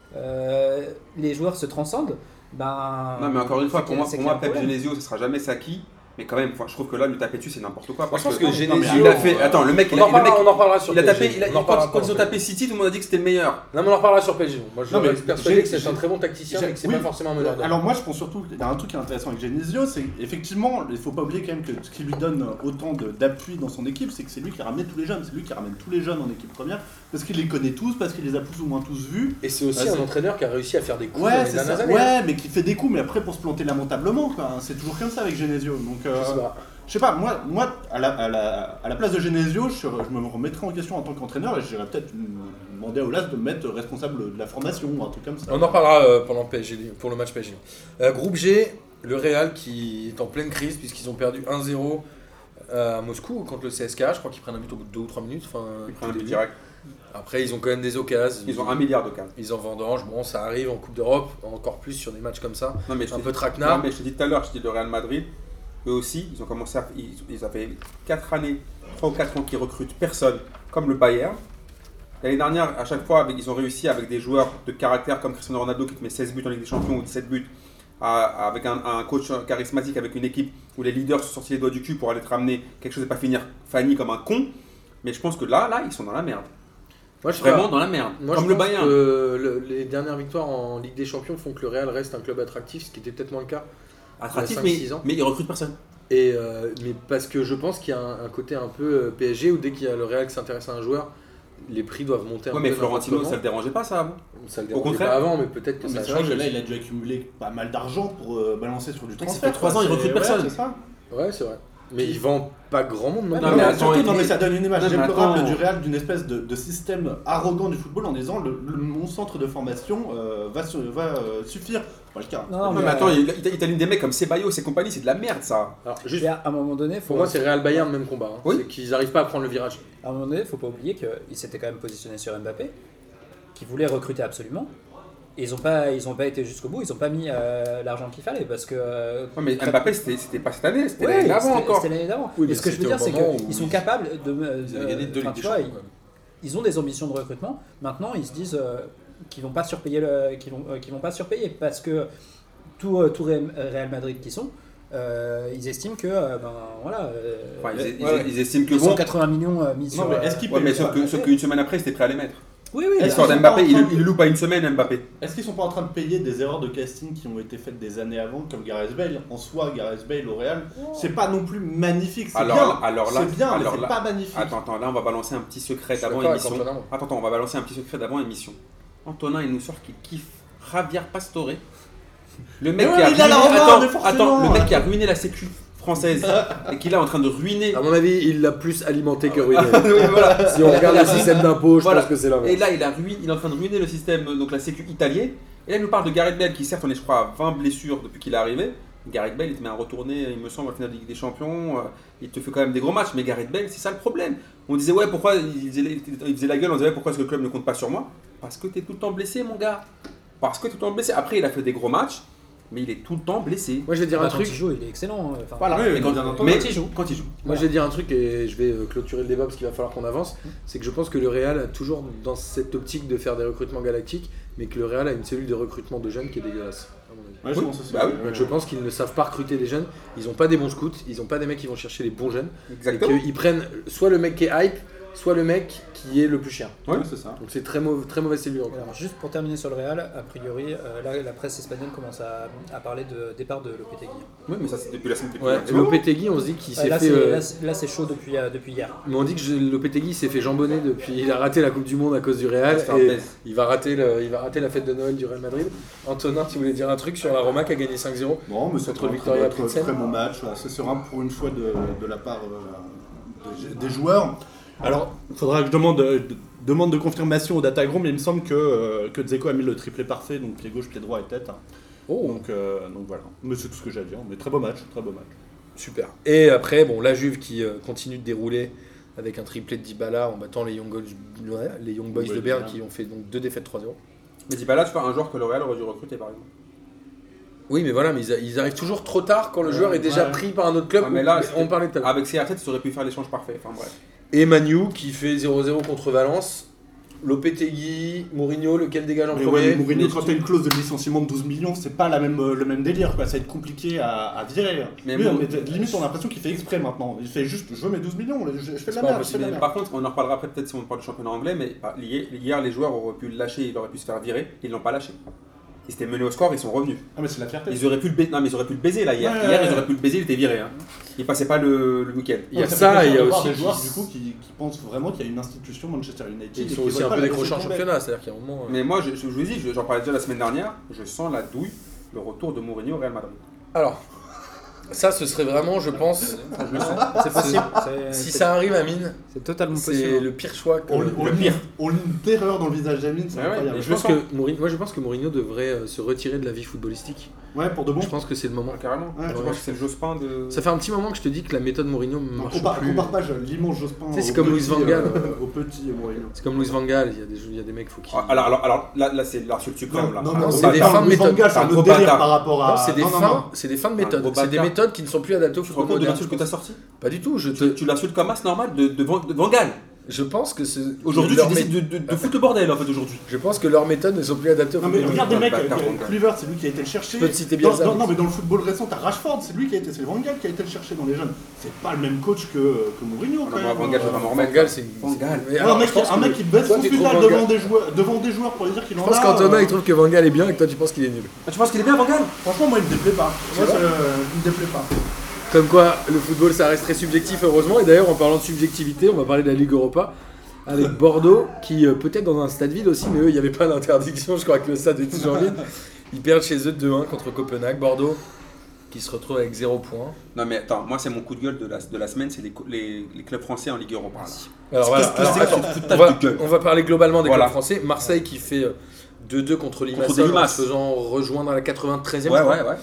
euh, les joueurs se transcendent, ben. Non, mais encore une fois, c'est pour qu'il- moi, c'est pour qu'il y a moi un Pep problème. Genesio, ce sera jamais Saki. Mais quand même, enfin, je trouve que là, lui taper dessus, c'est n'importe quoi. Moi, Parce je pense que, que Non, mais Genesio. il a fait. Attends, le mec, On il a, en le mec, reparlera, on en reparlera sur il a P S G. tapé. Il a, On en quand, reparlera quand ils ont après. tapé City, tout le monde a dit que c'était le meilleur. Non, mais on en reparlera sur P S G. Moi, je Non, mais reste persuadé j'ai- que c'est j'ai- un très bon tacticien, j'ai- mais que c'est oui. pas forcément un meneur d'hommes. Alors moi je pense surtout, il y a un truc qui est intéressant avec Genesio, c'est effectivement, il faut pas oublier quand même que ce qui lui donne autant de- d'appui dans son équipe, c'est que c'est lui qui ramène tous les jeunes, c'est lui qui ramène tous les jeunes en équipe première, parce qu'il les connaît tous, parce qu'il les a plus ou moins tous vus. Et c'est aussi Bah, un c'est- entraîneur qui a réussi à faire des coups dans Ouais, les c'est dernières ça. années. hein. Ouais, mais qui fait des coups, mais après pour se planter lamentablement, quoi. C'est toujours comme ça avec Genesio. Donc, euh, Je sais pas. je sais pas, moi, moi à, la, à, la, à la place de Genesio, je, serais- je me remettrais en question en tant qu'entraîneur et j'irais peut-être me demander à Aulas de me mettre responsable de la formation ou un truc comme ça. On en reparlera euh, pendant P S G, pour le match P S G. Euh, groupe G, le Real qui est en pleine crise puisqu'ils ont perdu un zéro à Moscou contre le C S K A. Je crois qu'ils prennent un but au bout de deux ou trois minutes. Enfin, Ils prennent un tout but début. direct. Après, ils ont quand même des occasions. Ils ont un milliard de cas. Ils en vendangent. Bon, ça arrive en Coupe d'Europe, encore plus sur des matchs comme ça. Non, mais je Un t'ai peu dit- traquenard. non, mais je t'ai dit tout à l'heure, je t'ai dit le Real Madrid. Eux aussi, ils ont commencé à. Ils, ils avaient quatre années, trois ou quatre ans qu'ils recrutent personne, comme le Bayern. L'année dernière, à chaque fois, avec- ils ont réussi avec des joueurs de caractère comme Cristiano Ronaldo qui te met seize buts en Ligue des Champions ou dix-sept buts, à- avec un, un coach charismatique, avec une équipe où les leaders sont sortis les doigts du cul pour aller te ramener quelque chose et pas finir Fanny comme un con. Mais je pense que là, là, ils sont dans la merde. Moi, je Vraiment dans la merde. Moi, comme je le pense Bayern. que le- les dernières victoires en Ligue des Champions font que le Real reste un club attractif, ce qui était peut-être moins le cas. Attractif, cinq, mais, six ans. mais ils recrutent personne. Et euh, mais parce que je pense qu'il y a un, un côté un peu euh, P S G où dès qu'il y a le Real qui s'intéresse à un joueur, les prix doivent monter un Ouais, peu. mais Florentino, n'importe ça le dérangeait pas ça avant. comment. Ça le Au dérangeait contraire. pas avant, mais peut-être que Mais ça c'est a vrai que changé. là, il a dû accumuler pas mal d'argent pour euh, balancer sur du Ça transfert. fait trois quoi. ans, il C'est- recrute ouais, personne. c'est ça. Ouais, c'est vrai. Mais il vend pas grand monde non Non, plus. mais mais attends, surtout, il- non, mais ça donne une image Non, mais déplorable attends. du Real d'une espèce de, de système arrogant du football en disant le, le- mon centre de formation euh, va, su- va euh, suffire. C'est pas le cas. Non, Non, mais mais, attends, euh, il, il, il t'aligne des mecs comme Ceballos et compagnie, c'est de la merde ça. Alors, je juste, veux dire, à un moment donné, faut, pour moi, c'est Real Bayern, même combat. hein. Oui. C'est qu'ils n'arrivent pas à prendre le virage. à un moment donné, faut pas oublier qu'ils s'étaient quand même positionnés sur Mbappé, qu'ils voulaient recruter absolument. Et ils n'ont pas, ils ont pas été jusqu'au bout, ils n'ont pas mis euh, l'argent qu'il fallait parce que. euh, Ouais, mais Mbappé, c'était c'était pas cette année, c'était Ouais, l'année d'avant c'était- encore. C'était l'année d'avant. Oui, mais et ce que je veux c'était dire, au c'est moment où qu'ils sont ils- capables de. me- Ils avaient gagné deux enfin, Ligues tu des vois, Champions. ils, ils ont des ambitions de recrutement. Maintenant, ils se disent euh, qu'ils vont pas surpayer le, qu'ils vont, euh, qu'ils vont pas surpayer parce que tout, euh, tout Real Real Madrid qui sont, euh, ils estiment que euh, ben voilà. euh, Enfin, ils, ils- Ouais, ouais. ils estiment que les bon. cent quatre-vingts millions euh, mis Non, sur. mais euh, est-ce qu'ils Ouais, mais payent sauf pas que- sauf qu'une semaine après, ils étaient prêts à les mettre. Oui, oui. Est-ce L'histoire qu'ils sont d'Mbappé, pas en il, train de- il loue pas une semaine, Mbappé. Est-ce qu'ils sont pas en train de payer des erreurs de casting qui ont été faites des années avant, comme Gareth Bale? En soi, Gareth Bale au Real, c'est pas non plus magnifique. C'est Alors bien, là- alors là- c'est bien, alors mais c'est là- pas magnifique. Attends, attends, là on va balancer un petit secret Je suis d'avant d'accord avec émission. Antonin, moi. Attends, attends, on va balancer un petit secret d'avant émission. Antonin, il nous sort qu'il kiffe Javier Pastore. Le mec Mais qui ouais, a mais il a la ruiné, Roma, attends, mais forcément. attends, le mec qui a ruiné la sécu française et qui est là en train de ruiner. À mon avis, il l'a plus alimenté que ruiné. Oui, voilà. Si on regarde Il a- le système d'impôt, je Voilà. pense que c'est la Et même. là, il, a ruiné, il est en train de ruiner le système, euh, donc la sécu italien. Et là, il nous parle de Gareth Bale qui, certes, on est, je crois, à vingt blessures depuis qu'il est arrivé. Gareth Bale, il te met un retourné, il me semble, à la finale de Ligue des Champions. euh, Il te fait quand même des gros matchs. Mais Gareth Bale, c'est ça le problème. On disait, ouais, pourquoi il faisait, il faisait la gueule, on disait, ouais, pourquoi est-ce que le club ne compte pas sur moi? Parce que t'es tout le temps blessé, mon gars. Parce que t'es tout le temps blessé. Après, il a fait des gros matchs, mais il est tout le temps blessé. Moi, je vais dire bah, un quand truc. il joue, il est excellent. hein. Enfin, Voilà, Oui, mais mais quand- bien entendu. mais- quand il joue. Quand il joue. Moi, je vais dire un truc et je vais euh, clôturer le débat parce qu'il va falloir qu'on avance. C'est que je pense que le Real a toujours dans cette optique de faire des recrutements galactiques, mais que le Real a une cellule de recrutement de jeunes qui est dégueulasse. à mon avis. Ouais, je Oui, pense aussi. bah oui. Donc, je pense qu'ils ne savent pas recruter des jeunes. Ils n'ont pas des bons scouts. Ils n'ont pas des mecs qui vont chercher les bons jeunes. Et Exactement. qu'ils prennent soit le mec qui est hype, soit le mec qui est le plus cher. Ouais, c'est ça. Donc c'est très mauvais, très mauvaise cellule de recrutement. Alors, juste pour terminer sur le Real, a priori, euh, là, la presse espagnole commence à, à parler de départ de Lopetegui. Oui, mais ça, c'est depuis la semaine depuis Ouais, un petit moment. Lopetegui, on se dit qu'il Euh, s'est là, fait. c'est, euh, là, c'est- là, c'est chaud depuis, euh, depuis hier. Mais on dit que je- Lopetegui s'est fait jambonner depuis. Il a raté la Coupe du Monde à cause du Real. C'est un Et baise. il va, rater le- il va rater la fête de Noël du Real Madrid. Antonin, tu voulais dire un truc sur la Roma qui a gagné cinq zéro? Bon, mais c'est Contre un Victoria très, Plzen. très bon match, voilà, c'est serein pour une fois de, de la part euh, des, des joueurs. Alors, il faudra que je demande, de, demande de confirmation au Datagron, mais il me semble que, euh, que Dzeko a mis le triplé parfait, donc pied gauche, pied droit et tête. Oh, Donc, euh, donc voilà, mais c'est tout ce que j'ai à dire. Mais très beau match, très beau match. super. Et après, bon, la Juve qui euh, continue de dérouler avec un triplé de Dybala en battant les Young, Boys- ouais, les Young Boys Ouais, de Berne bien. qui ont fait donc deux défaites trois zéro. Mais dis pas là, tu vois, un joueur que le Real aurait dû recruter par exemple. Oui, mais voilà, mais ils, a- ils arrivent toujours trop tard quand le Ouais, joueur est déjà ouais. pris par un autre club. Ouais, mais là, Mais c'était- on parlait tout à l'heure. Avec C R sept, ils auraient pu faire l'échange parfait. Enfin bref. Et Manu qui fait zéro zéro contre Valence. Lopetegui, Mourinho, lequel dégage en Mais premier? ouais, mais Mourinho, quand t'as une clause de licenciement de douze millions, c'est pas la même, euh, le même délire, quoi. Ça va être compliqué à, à virer. Mais Lui, bon- on est- limite, on a l'impression qu'il fait exprès maintenant. Il fait juste, je veux mes douze millions, je, je fais de la pas merde, je fais de la impossible. merde. Par contre, on en reparlera après peut-être si on parle du championnat anglais, mais bah, hier, hier, les joueurs auraient pu le lâcher, ils auraient pu se faire virer, ils l'ont pas lâché. Ils s'étaient menés au score, ils sont revenus. Ah, mais c'est la fierté. Ils auraient pu le baiser, non mais ils auraient pu le baiser là hier. Ouais, hier ouais, ils ouais. auraient pu le baiser, il était viré. Hein. Il passait pas le, le week-end. Il y a Ça fait ça, plaisir il y a de voir aussi des joueurs qui- du coup qui, qui pensent vraiment qu'il y a une institution Manchester United. Ils et sont qui aussi veulent un pas peu la décrochés en laisser tomber. championnat, c'est-à-dire qu'il y a un moment. euh, Mais moi, je, je vous dis, je- j'en parlais déjà la semaine dernière, je sens la douille, le retour de Mourinho au Real Madrid. Alors, ça, ce serait vraiment, je pense, Je le sens. C'est possible. C'est- si c'est- ça arrive à Mine, C'est totalement c'est possible. le pire choix que. On, Le on, pire. On lit une terreur dans le visage d'Amine, c'est Ouais, ouais, incroyable. Et je je pense le sens. que Mourinho, moi, je pense que Mourinho devrait euh, se retirer de la vie footballistique. Ouais, pour de bon. Je pense que c'est le moment. Ouais, carrément. Ouais, je ouais, pense que c'est le Jospin de. Ça fait un petit moment que je te dis que la méthode Mourinho ne On marche compare, plus. compare pas je- l'immense Jospin Tu sais, c'est au comme petit, Luis Van Gaal. euh, au petit Mourinho. C'est comme Luis Van Gaal, il y a des, il y a des mecs, faut qu'ils. Ah, Alors, alors, alors là, là c'est l'insulte suprême. Là. non, Un non, gros c'est des bâtard. fins de Luis Van méthode. Gaal, c'est Un un gros autre délire bâtard. par rapport à. Non, c'est des, non, non, fins, non. c'est des fins de Un méthode. gros C'est des bâtard. méthodes qui ne sont plus adaptées au Tu te rends football compte de moderne. l'insulte que t'as sorti Pas du tout. Je, te, Tu, tu l'insultes comme as normal de, de, Van, de Van Gaal. je pense que c'est. Aujourd'hui, leur tu mé- décides de, de, de foutre le bordel en fait aujourd'hui. Je pense que leurs méthodes ne sont plus adaptées au Non mais football regarde des moderne. mecs, bâtard, euh, Van Gaal. Kluivert c'est lui qui a été le chercher. Je peux te citer Dans- Bielsa, dans- mais- Non mais dans le football récent, t'as Rashford, c'est lui qui a été, c'est Van Gaal qui a été le chercher dans les jeunes. C'est pas le même coach que, que Mourinho quand non, même. Van Gaal, je vais pas m'en Van remettre. Gaal, c'est une. Van Gaal. Mais Ouais, alors, un mec, je pense un que- mec qui baisse toi, son tu trouves futal Van devant Gaal- des joueurs, devant des joueurs pour lui dire qu'il en Je pense a. qu'Antonin euh, il trouve que Van Gaal est bien et que toi tu penses qu'il est nul. Ah, tu penses qu'il est bien Van Gaal? Franchement moi il me déplaît pas. Moi C'est ça, euh, il me déplaît pas. Comme quoi, le football, ça reste très subjectif, heureusement. Et d'ailleurs, en parlant de subjectivité, on va parler de la Ligue Europa avec Bordeaux, qui euh, peut-être dans un stade vide aussi, mais eux, il n'y avait pas d'interdiction. Je crois que le stade est toujours vide. Ils perdent chez eux deux un contre Copenhague. Bordeaux, qui se retrouve avec zéro point. Non mais attends, moi c'est mon coup de gueule de la, de la semaine, c'est les, co- les, les clubs français en Ligue Europa. Là. Alors voilà, Qu'est-ce que alors, c'est attends, que ce on, foutage va, de gueule on va parler globalement des Voilà. clubs français. Marseille qui fait euh, deux deux contre Contre Limassol des en Limaces. se faisant rejoindre à la quatre-vingt-treizième. Ouais, je crois. ouais, ouais.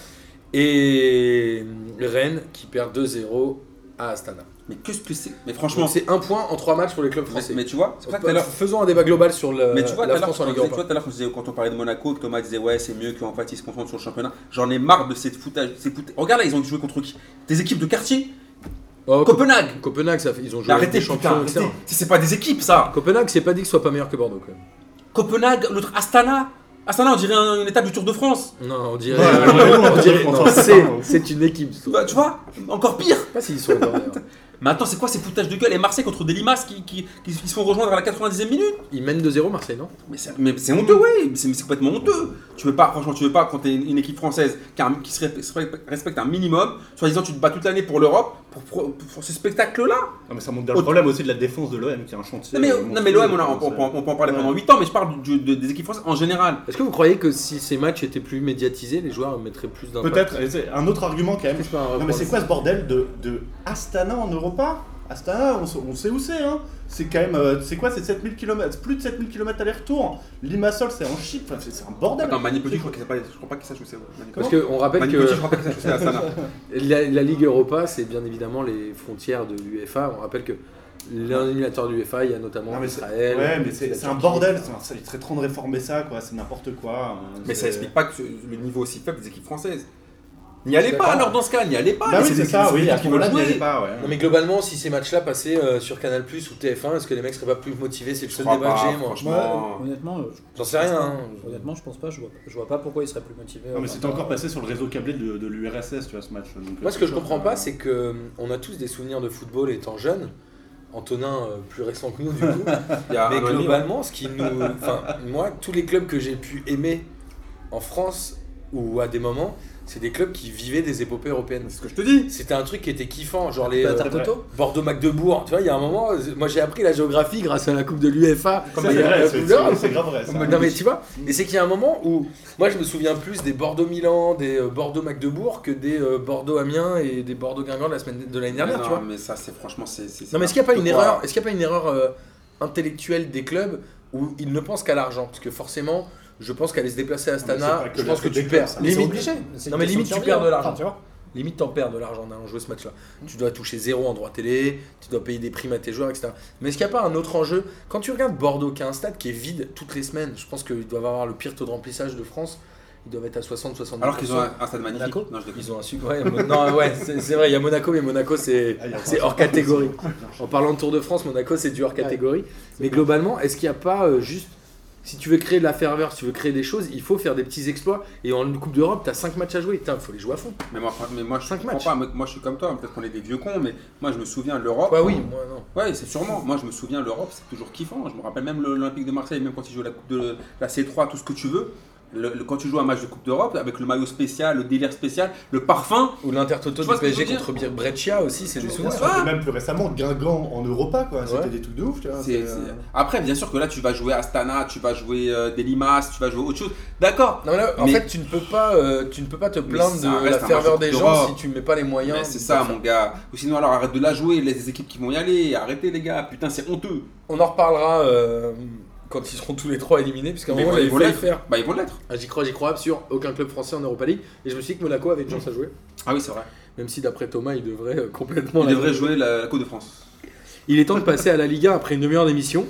Et Rennes qui perd deux zéro à Astana. Mais qu'est-ce que c'est Mais franchement, Donc c'est un point en trois matchs pour les clubs mais, français. mais tu vois, c'est pour ça que tout à l'heure, Faisons un débat global sur le, mais tu vois, tout la à l'heure, France en tu Ligue vois, Europa. tout à l'heure, quand, on disait- quand on parlait de Monaco, que Thomas disait ouais, c'est mieux qu'en fait ils se concentrent sur le championnat. J'en ai marre de cette foutage. Ces foutages. Regarde là, ils ont joué contre qui Des équipes de quartier. Oh, Copenhague. Copenhague, ça fait- ils ont joué Mais avec arrêtez, des putain, champions, arrêtez. et cetera. C'est c'est pas des équipes ça. Copenhague, c'est pas dit que ce soit pas meilleur que Bordeaux quand même. Copenhague, l'autre Astana. Astana, on dirait un- une étape du Tour de France. Non, on dirait. Ouais, euh, ouais, ouais, on dirait- ouais, non, ouais, c'est, ouais. c'est une équipe. Je Bah, tu vois, encore pire. sais pas s'ils sont encore d'ailleurs. Mais attends, c'est quoi ces foutages de gueule? Et Marseille contre des Limaces qui, qui, qui, qui se font rejoindre à la quatre-vingt-dixième minute? Ils mènent deux zéro Marseille, non? Mais c'est, mais c'est honteux, ouais, c'est, c'est complètement honteux. Tu veux pas, franchement, tu veux pas, quand t'es une, une équipe française qui, a un- qui se ré- se ré- respecte un minimum, soi-disant tu te bats toute l'année pour l'Europe, pour, pour, pour ce spectacle-là. Non, mais ça montre bien le problème aussi de la défense de l'O M qui est un chantier. Non mais, euh, non, mais l'O M, on, a- on, monstrueux. on, on- on peut en parler Ouais. pendant huit ans, mais je parle du- de- des équipes françaises en général. Est-ce que vous croyez que si ces matchs étaient plus médiatisés, les joueurs mettraient plus d'impact? Peut-être, et c'est un autre argument quand même. C'est pas un Non mais c'est reproche. quoi ce bordel de, de Astana en Europa? Astana, on, sait- on sait où c'est, hein. C'est quand même, euh, c'est quoi, c'est sept mille kilomètres, plus de sept mille kilomètres aller-retour. Limassol, c'est en Chypre, enfin, c'est, c'est un bordel. Attends, Mani Petit, je crois, qu'il sait pas- je crois pas qu'il sache où c'est. Mani Parce Petit. qu'on rappelle Mani que Petit, je crois pas qu'il sache où c'est Astana. la, la Ligue Europa, c'est bien évidemment les frontières de l'UEFA. On rappelle que l'animateur de l'UEFA, il y a notamment Non, mais c'est, Israël. ouais, mais c'est, la c'est un Turquie. bordel. C'est un- ça, il serait trop de réformer ça, quoi. C'est n'importe quoi. hein. Mais ça C'est- explique pas que ce- le niveau aussi faible des équipes françaises. N'y allez D'accord. pas alors dans ce cas, n'y allez pas. Bah mais oui, c'est des- ça. des Oui, équipes à qui ce veulent moment-là, n'y jouer. allez pas, ouais. Non mais globalement, si ces matchs-là passaient euh, sur Canal plus ou T F un, est-ce que les mecs seraient pas plus motivés? C'est le Je seul crois débat que pas, j'ai, moi. franchement. Moi, honnêtement, euh, je- J'en sais rien. hein. honnêtement, je pense pas. Je vois, je vois pas pourquoi il serait plus motivé. Non mais euh, c'était encore passé sur le réseau câblé de, de l'U R S S, tu vois, ce match. Donc, Moi, ce que je comprends euh, pas, c'est que on a tous des souvenirs de football étant jeunes. Antonin, euh, plus récent que nous, du coup. Il y a Mais un an et demi, globalement, ce qui nous. Enfin, moi, tous les clubs que j'ai pu aimer en France ou à des moments, c'est des clubs qui vivaient des épopées européennes. c'est ce que je te dis. C'était un truc qui était kiffant, genre les Pas euh, Tarkoto. Bordeaux-Magdebourg. Tu vois, il y a un moment, euh, moi j'ai appris la géographie grâce à la Coupe de l'UEFA. Ça, Comme c'est il y a vrai, la c'est, Coupe d'Europe. c'est- c'est grave vrai. ça. Non mais tu vois, et c'est qu'il y a un moment où moi je me souviens plus des Bordeaux-Milan, des euh, Bordeaux-Magdebourg que des euh, Bordeaux-Amiens et des Bordeaux-Guingamp de la semaine de l'année dernière, non, tu vois. mais ça, c'est franchement, c'est. c'est- Non mais est-ce qu'il n'y a pas une n'importe quoi. erreur, est-ce qu'il y a pas une erreur euh, intellectuelle des clubs où ils ne pensent qu'à l'argent? Parce que forcément, je pense qu'aller se déplacer à Non, mais c'est Astana, pas que je la pense que faute tu des clubs, perds. ça. Mais c'est Limite, obligé. C'est Non, une mais question limite, de tu survie, perds de hein. l'argent. Enfin, tu vois. limite t'en perds de l'argent en allant jouer ce match-là. Tu dois toucher zéro en droit télé, tu dois payer des primes à tes joueurs, et cetera. Mais est-ce qu'il n'y a pas un autre enjeu? Quand tu regardes Bordeaux, qui a un stade qui est vide toutes les semaines, je pense qu'ils doivent avoir le pire taux de remplissage de France. Ils doivent être à soixante à soixante-dix pour cent. Alors qu'ils ont un, un stade magnifique. Monaco Non, je déconne. Ils ont un super. Ouais, Mo- non, ouais, c'est c'est vrai, il y a Monaco, mais Monaco c'est Ah, il y a c'est pas- hors catégorie. En parlant de Tour de France, Monaco c'est du hors catégorie. Mais globalement, est-ce qu'il n'y a pas euh, juste. Si tu veux créer de la ferveur, si tu veux créer des choses, il faut faire des petits exploits. Et en Coupe d'Europe, tu as cinq matchs à jouer. Putain, il faut les jouer à fond. Mais moi, mais moi je Cinq comprends matchs. pas. Moi, moi, je suis comme toi. Peut-être qu'on est des vieux cons, mais moi, je me souviens l'Europe. Ouais, oui, moi non. Ouais, c'est sûrement. Moi, je me souviens l'Europe, c'est toujours kiffant. Je me rappelle même l'Olympique de Marseille, même quand ils jouent la Coupe de la C trois, tout ce que tu veux. Le- le- quand tu joues un match de Coupe d'Europe avec le maillot spécial, le délire spécial, le parfum. Ou l'Intertoto Tu du vois ce que P S G je veux dire contre Brescia aussi, c'est des Tu souvenirs. vois, Et même plus récemment, Guingamp en Europa, quoi. C'était Ouais. des trucs de ouf, tu vois. C'est- c'est, c'est- euh, Après, bien sûr que là, tu vas jouer Astana, tu vas jouer euh, des Limaces, tu vas jouer autre chose. D'accord. Non, mais là, en Mais- fait, tu ne peux pas, euh, tu ne peux pas te Mais plaindre ça de reste la un ferveur match des gens d'Europe. si tu ne mets pas les moyens. Mais c'est de ça, faire. mon gars. Ou sinon, alors arrête de la jouer, les équipes qui vont y aller. Arrêtez, les gars. Putain, c'est honteux. On en reparlera euh, quand ils seront tous les trois éliminés, puisqu'à un Mais moment, ils j'avais vont failli l'être. faire. Bah, ils vont l'être. Ah, j'y crois, j'y crois sur aucun club français en Europa League. Et je me suis dit que Monaco avait une chance à jouer. Ah oui, c'est vrai. Même si d'après Thomas, il devrait euh, complètement. Ils la devraient jouer la, la Coupe de France. Il est temps de passer à la Ligue un après une demi-heure d'émission.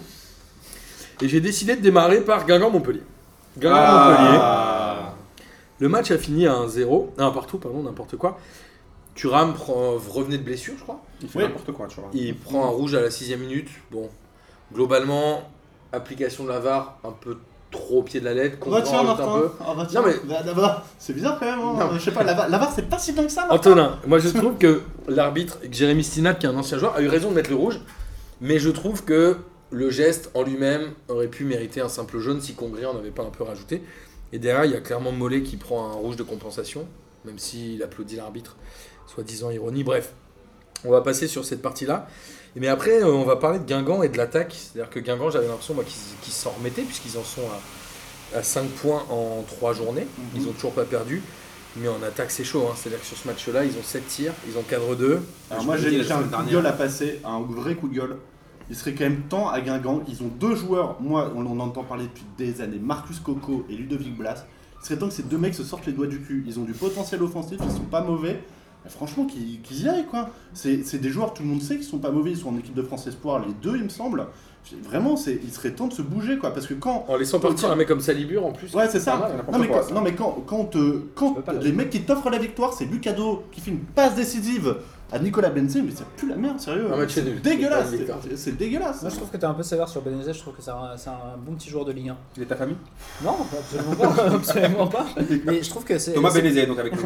Et j'ai décidé de démarrer par Guingamp-Montpellier. Guingamp-Montpellier. Ah. Le match a fini à un zéro. Un partout, pardon, n'importe quoi. Thuram prend, revenait de blessure, je crois. Il fait Oui. n'importe quoi, tu vois. Il prend un rouge à la sixième minute. Bon, globalement, application de la V A R un peu trop au pied de la lettre. Oh bah tiens, rajoute un Martin. peu. Oh bah tiens. Non, mais- Bah, d'abord, c'est bizarre quand même. Hein. Non. Je sais pas, la V A R, la V A R, c'est pas si bien que ça, Martin. Antonin, moi je trouve que l'arbitre, Jérémy Stinat, qui est un ancien joueur, a eu raison de mettre le rouge. Mais je trouve que le geste en lui-même aurait pu mériter un simple jaune si Congré en avait pas un peu rajouté. Et derrière, il y a clairement Mollet qui prend un rouge de compensation, même s'il applaudit l'arbitre soi-disant ironie. Bref, on va passer sur cette partie-là. Mais après, euh, on va parler de Guingamp et de l'attaque. C'est-à-dire que Guingamp, j'avais l'impression moi, qu'ils, qu'ils s'en remettaient, puisqu'ils en sont à, à cinq points en trois journées. Mhm. Ils n'ont toujours pas perdu. Mais en attaque, c'est chaud. Hein. C'est-à-dire que sur ce match-là, ils ont sept tirs, ils ont cadre deux. Alors Je moi me j'ai dis, la j'ai un semaine coup de dernière. gueule à passer, un vrai coup de gueule. Il serait quand même temps à Guingamp. Ils ont deux joueurs, moi on en entend parler depuis des années, Marcus Coco et Ludovic Blas. Il serait temps que ces deux mecs se sortent les doigts du cul. Ils ont du potentiel offensif, ils sont pas mauvais. Mais franchement, qu'ils qu'ils y aillent quoi. C'est c'est des joueurs, tout le monde sait qu'ils sont pas mauvais. Ils sont en équipe de France Espoir, les deux il me semble. Vraiment, c'est- il serait temps de se bouger quoi. Parce que quand. En laissant partir un mec comme Salibur en plus. Ouais, c'est ça. Pas mal, n'importe Non mais, quoi, quand, ça. non, mais quand, quand, te- quand peux pas les lâcher. mecs qui t'offrent la victoire, c'est Lucado qui fait une passe décisive à Nicolas Benzé, mais c'est plus la merde, sérieux. Un match C'est nul. dégueulasse. C'est pas une victoire. C'est- C'est dégueulasse. Moi je trouve que t'es un peu sévère sur Benezet, je trouve que c'est un, c'est un bon petit joueur de Ligue un. Il est ta famille Non, absolument pas, absolument pas. Mais je trouve que c'est. Thomas c'est- Benezet, donc avec nous.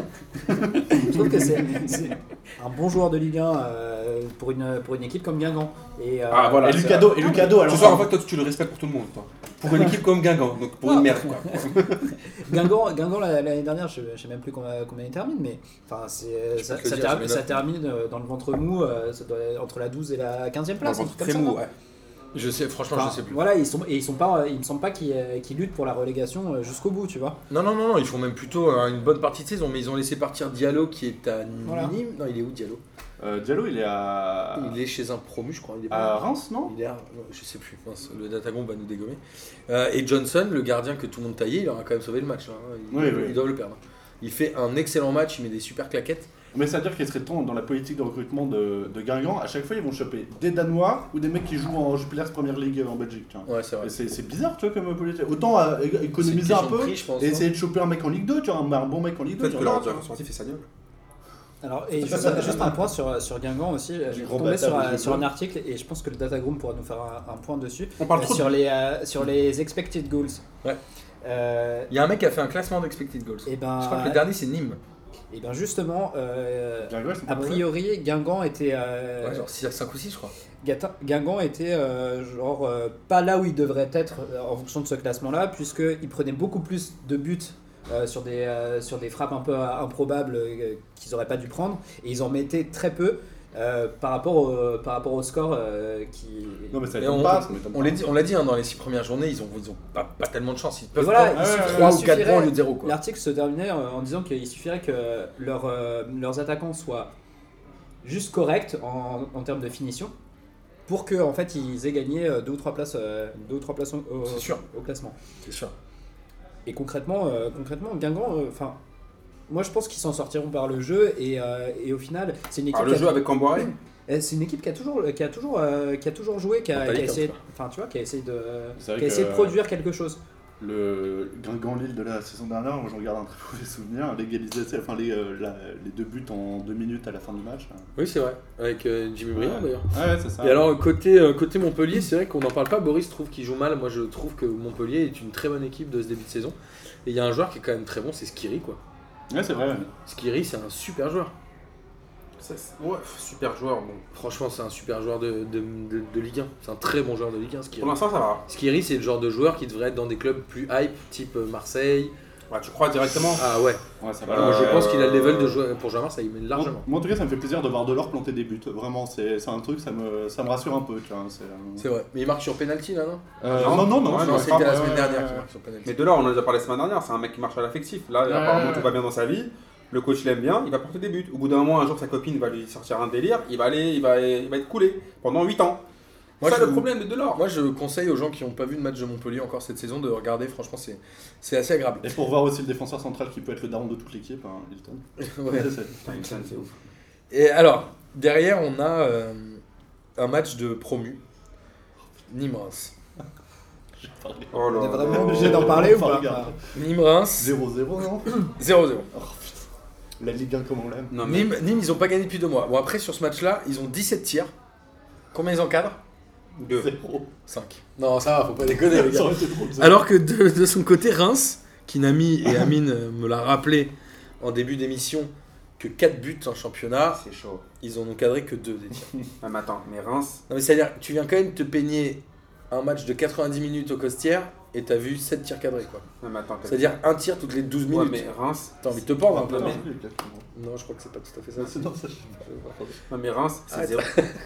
Je trouve que c'est c'est un bon joueur de Ligue un euh, pour, une, pour une équipe comme Guingamp. Et, euh, Ah, voilà. Et c'est- Lucado, et Lucado, alors. Ce soir, en fait, toi, tu le respectes pour tout le monde, toi. Pour une équipe comme Guingamp, donc pour une merde, quoi. Guingamp, Guingamp la- l'année dernière, je ne sais même plus combien, combien il termine, mais enfin, c'est, ça, peux te le ça dire, ter- je vais ça noter. termine euh, dans le ventre mou, euh, ça doit être entre la douze et la quinzième place. un truc comme Très ça, mou, non ouais. Je sais, franchement, Enfin, je sais plus. Voilà, ils sont, et ils sont pas, il me semble pas qu'ils, euh, qu'ils luttent pour la relégation euh, jusqu'au bout, tu vois. Non, non, non, non, ils font même plutôt euh, une bonne partie de saison, mais ils ont laissé partir Diallo qui est à Voilà. Nîmes. Non, il est où Diallo Euh, Diallo, il est à. Il est chez un promu, je crois. Il est À pas- Reims, non Il est à... non, je sais plus, mince, le Datagon va nous dégommer. Euh, et Johnson, le gardien que tout le monde taillait, il aura quand même sauvé le match. Là, hein. Ils, Oui, doivent, oui. ils doivent le perdre. Il fait un excellent match, il met des super claquettes. Mais ça veut dire qu'il serait temps, dans la politique de recrutement de, de Guingamp, à chaque fois ils vont choper des Danois ou des mecs qui jouent en Jupiler Premier League en Belgique. tu vois. Ouais, c'est vrai. Et C'est c'est bizarre, tu vois, comme politique. Autant euh, é- C'est une économiser un question de peu prix, je pense, et hein. essayer de choper un mec en Ligue deux, tu vois, un, un bon mec en Ligue deux. Peut-être tu que vois, leur tu vois. directeur sportif est Sagnol. Alors, et juste, juste un point sur, sur Guingamp aussi, euh, j'ai gros tombé bâtard sur, de un- jeu sur un bleu. article et je pense que le Datagroom pourra nous faire un, un point dessus. On parle Euh, trop sur, les, euh, sur les expected goals. Ouais. Euh, Il y a un mec qui a fait un classement d'expected goals. et ben, Je crois que le dernier, c'est Nîmes. et ben justement, euh, Guingamp, ils sont pas a mauvais. priori, Guingamp était, euh, Ouais, genre cinq ou six, je crois. Gata- Guingamp était euh, genre euh, pas là où il devrait être euh, en fonction de ce classement-là, puisqu'il prenait beaucoup plus de buts euh, sur, des, euh, sur des frappes un peu euh, improbables euh, qu'ils n'auraient pas dû prendre, et ils en mettaient très peu euh, par, rapport au, par rapport au score euh, qui... Non, mais ça Et m'étonne on, pas. ça m'étonne on pas. l'a dit, on l'a dit hein, dans les six premières journées, ils ont, ils ont pas, pas tellement de chance. Ils peuvent voilà, prendre il suffit- trois il ou quatre suffirait- points au lieu de zéro. Quoi. L'article se terminait euh, en disant qu'il suffirait que leur, euh, leurs attaquants soient juste corrects en, en termes de finition pour que en fait ils aient gagné euh, deux ou trois places, euh, deux ou trois places au, au- C'est sûr. au classement. C'est sûr. Et concrètement, euh, concrètement Guingamp, enfin, moi je pense qu'ils s'en sortiront par le jeu et, euh, et au final, c'est une équipe. Alors, le qui a- jeu avec Camboiré, Eh, c'est une équipe qui a toujours, qui a toujours, euh, qui a toujours joué, qui a, Mentalité, qui a essayé, en tout enfin tu vois, qui a essayé de, C'est vrai qui a essayé que- de produire quelque chose. Le Guingamp-Lille de la saison dernière, moi j'en garde un très mauvais souvenir. L'égalisation, enfin les, euh, la- les deux buts en deux minutes à la fin du match. Oui, c'est vrai. Avec euh, Jimmy Briand d'ailleurs. Ouais, c'est ça. Et alors, côté, euh, côté Montpellier, c'est vrai qu'on n'en parle pas. Boris trouve qu'il joue mal. Moi, je trouve que Montpellier est une très bonne équipe de ce début de saison. Et il y a un joueur qui est quand même très bon, c'est Skiri, quoi. Ouais, c'est vrai. ouais. Skiri, c'est un super joueur. ça, c'est- ouais, super joueur. Bon. Franchement, c'est un super joueur de, de, de, de Ligue un. C'est un très bon joueur de Ligue un, Skiri. Pour l'instant, ça va. Skiri, c'est le genre de joueur qui devrait être dans des clubs plus hype, type euh, Marseille. Ouais, tu crois directement Ah ouais. Ouais, ça va. Moi, je Euh, pense qu'il a le level de jouer pour jouer à Marseille, mais Moi, largement. moi, en tout cas, ça me fait plaisir de voir Delors planter des buts. Vraiment, c'est c'est un truc, ça me, ça me rassure un peu. Tu vois, c'est, euh, C'est vrai. Mais il marque sur penalty là, non Euh, Non, non, non, non, ouais, c'est Non, pas c'était grave, la ouais, semaine ouais, dernière ouais, qu'il ouais. marque sur penalty. Mais Delors, on en a déjà parlé la semaine dernière, c'est un mec qui marche à l'affectif. Là, Ouais. apparemment, tout va bien dans sa vie. Le coach l'aime bien, il va porter des buts. Au bout d'un moment, un jour, sa copine va lui sortir un délire, il va aller, il va, il va être coulé pendant huit ans. Moi, C'est ça je- le problème de Delors. Moi, je conseille aux gens qui n'ont pas vu de match de Montpellier encore cette saison de regarder. Franchement, c'est c'est assez agréable. Et pour voir aussi le défenseur central qui peut être le daron de toute l'équipe, hein, Hilton. Ouais. C'est- c'est- Putain, Hilton, c'est ouf. Et alors, derrière, on a euh, un match de promu. Nîmes-Reims. Oh là On est là. vraiment obligé d'en parler ou Enfin, pas regarde. Nîmes-Reims, zéro zéro, non zéro zéro. Oh, putain. La Ligue un, comme on l'aime. Non, mais Nîmes, Nîmes, ils n'ont pas gagné depuis deux mois. Bon, après, sur ce match-là, ils ont dix-sept tirs. Combien ils encadrent deux. Zéro. cinq. Non, ça va, faut pas déconner, les Ça gars. aurait été drôle, ça. Alors que de, de son côté, Reims, qui Nami et Amine euh, me l'a rappelé en début d'émission, que quatre buts en championnat, C'est chaud. ils en ont cadré que deux des tirs. Ah, mais attends, mais Reims, Non mais c'est-à-dire, tu viens quand même te peigner un match de quatre-vingt-dix minutes au Costières et t'as vu sept tirs cadrés, quoi. Non, mais attends, C'est-à-dire un tir toutes les douze Ouais, minutes. mais Reims. T'as envie de te pendre un peu. Non, Non, mais- Non, je crois que c'est pas tout à fait ça. C'est dans ça. Non, mais Reims, c'est Arrête. zéro.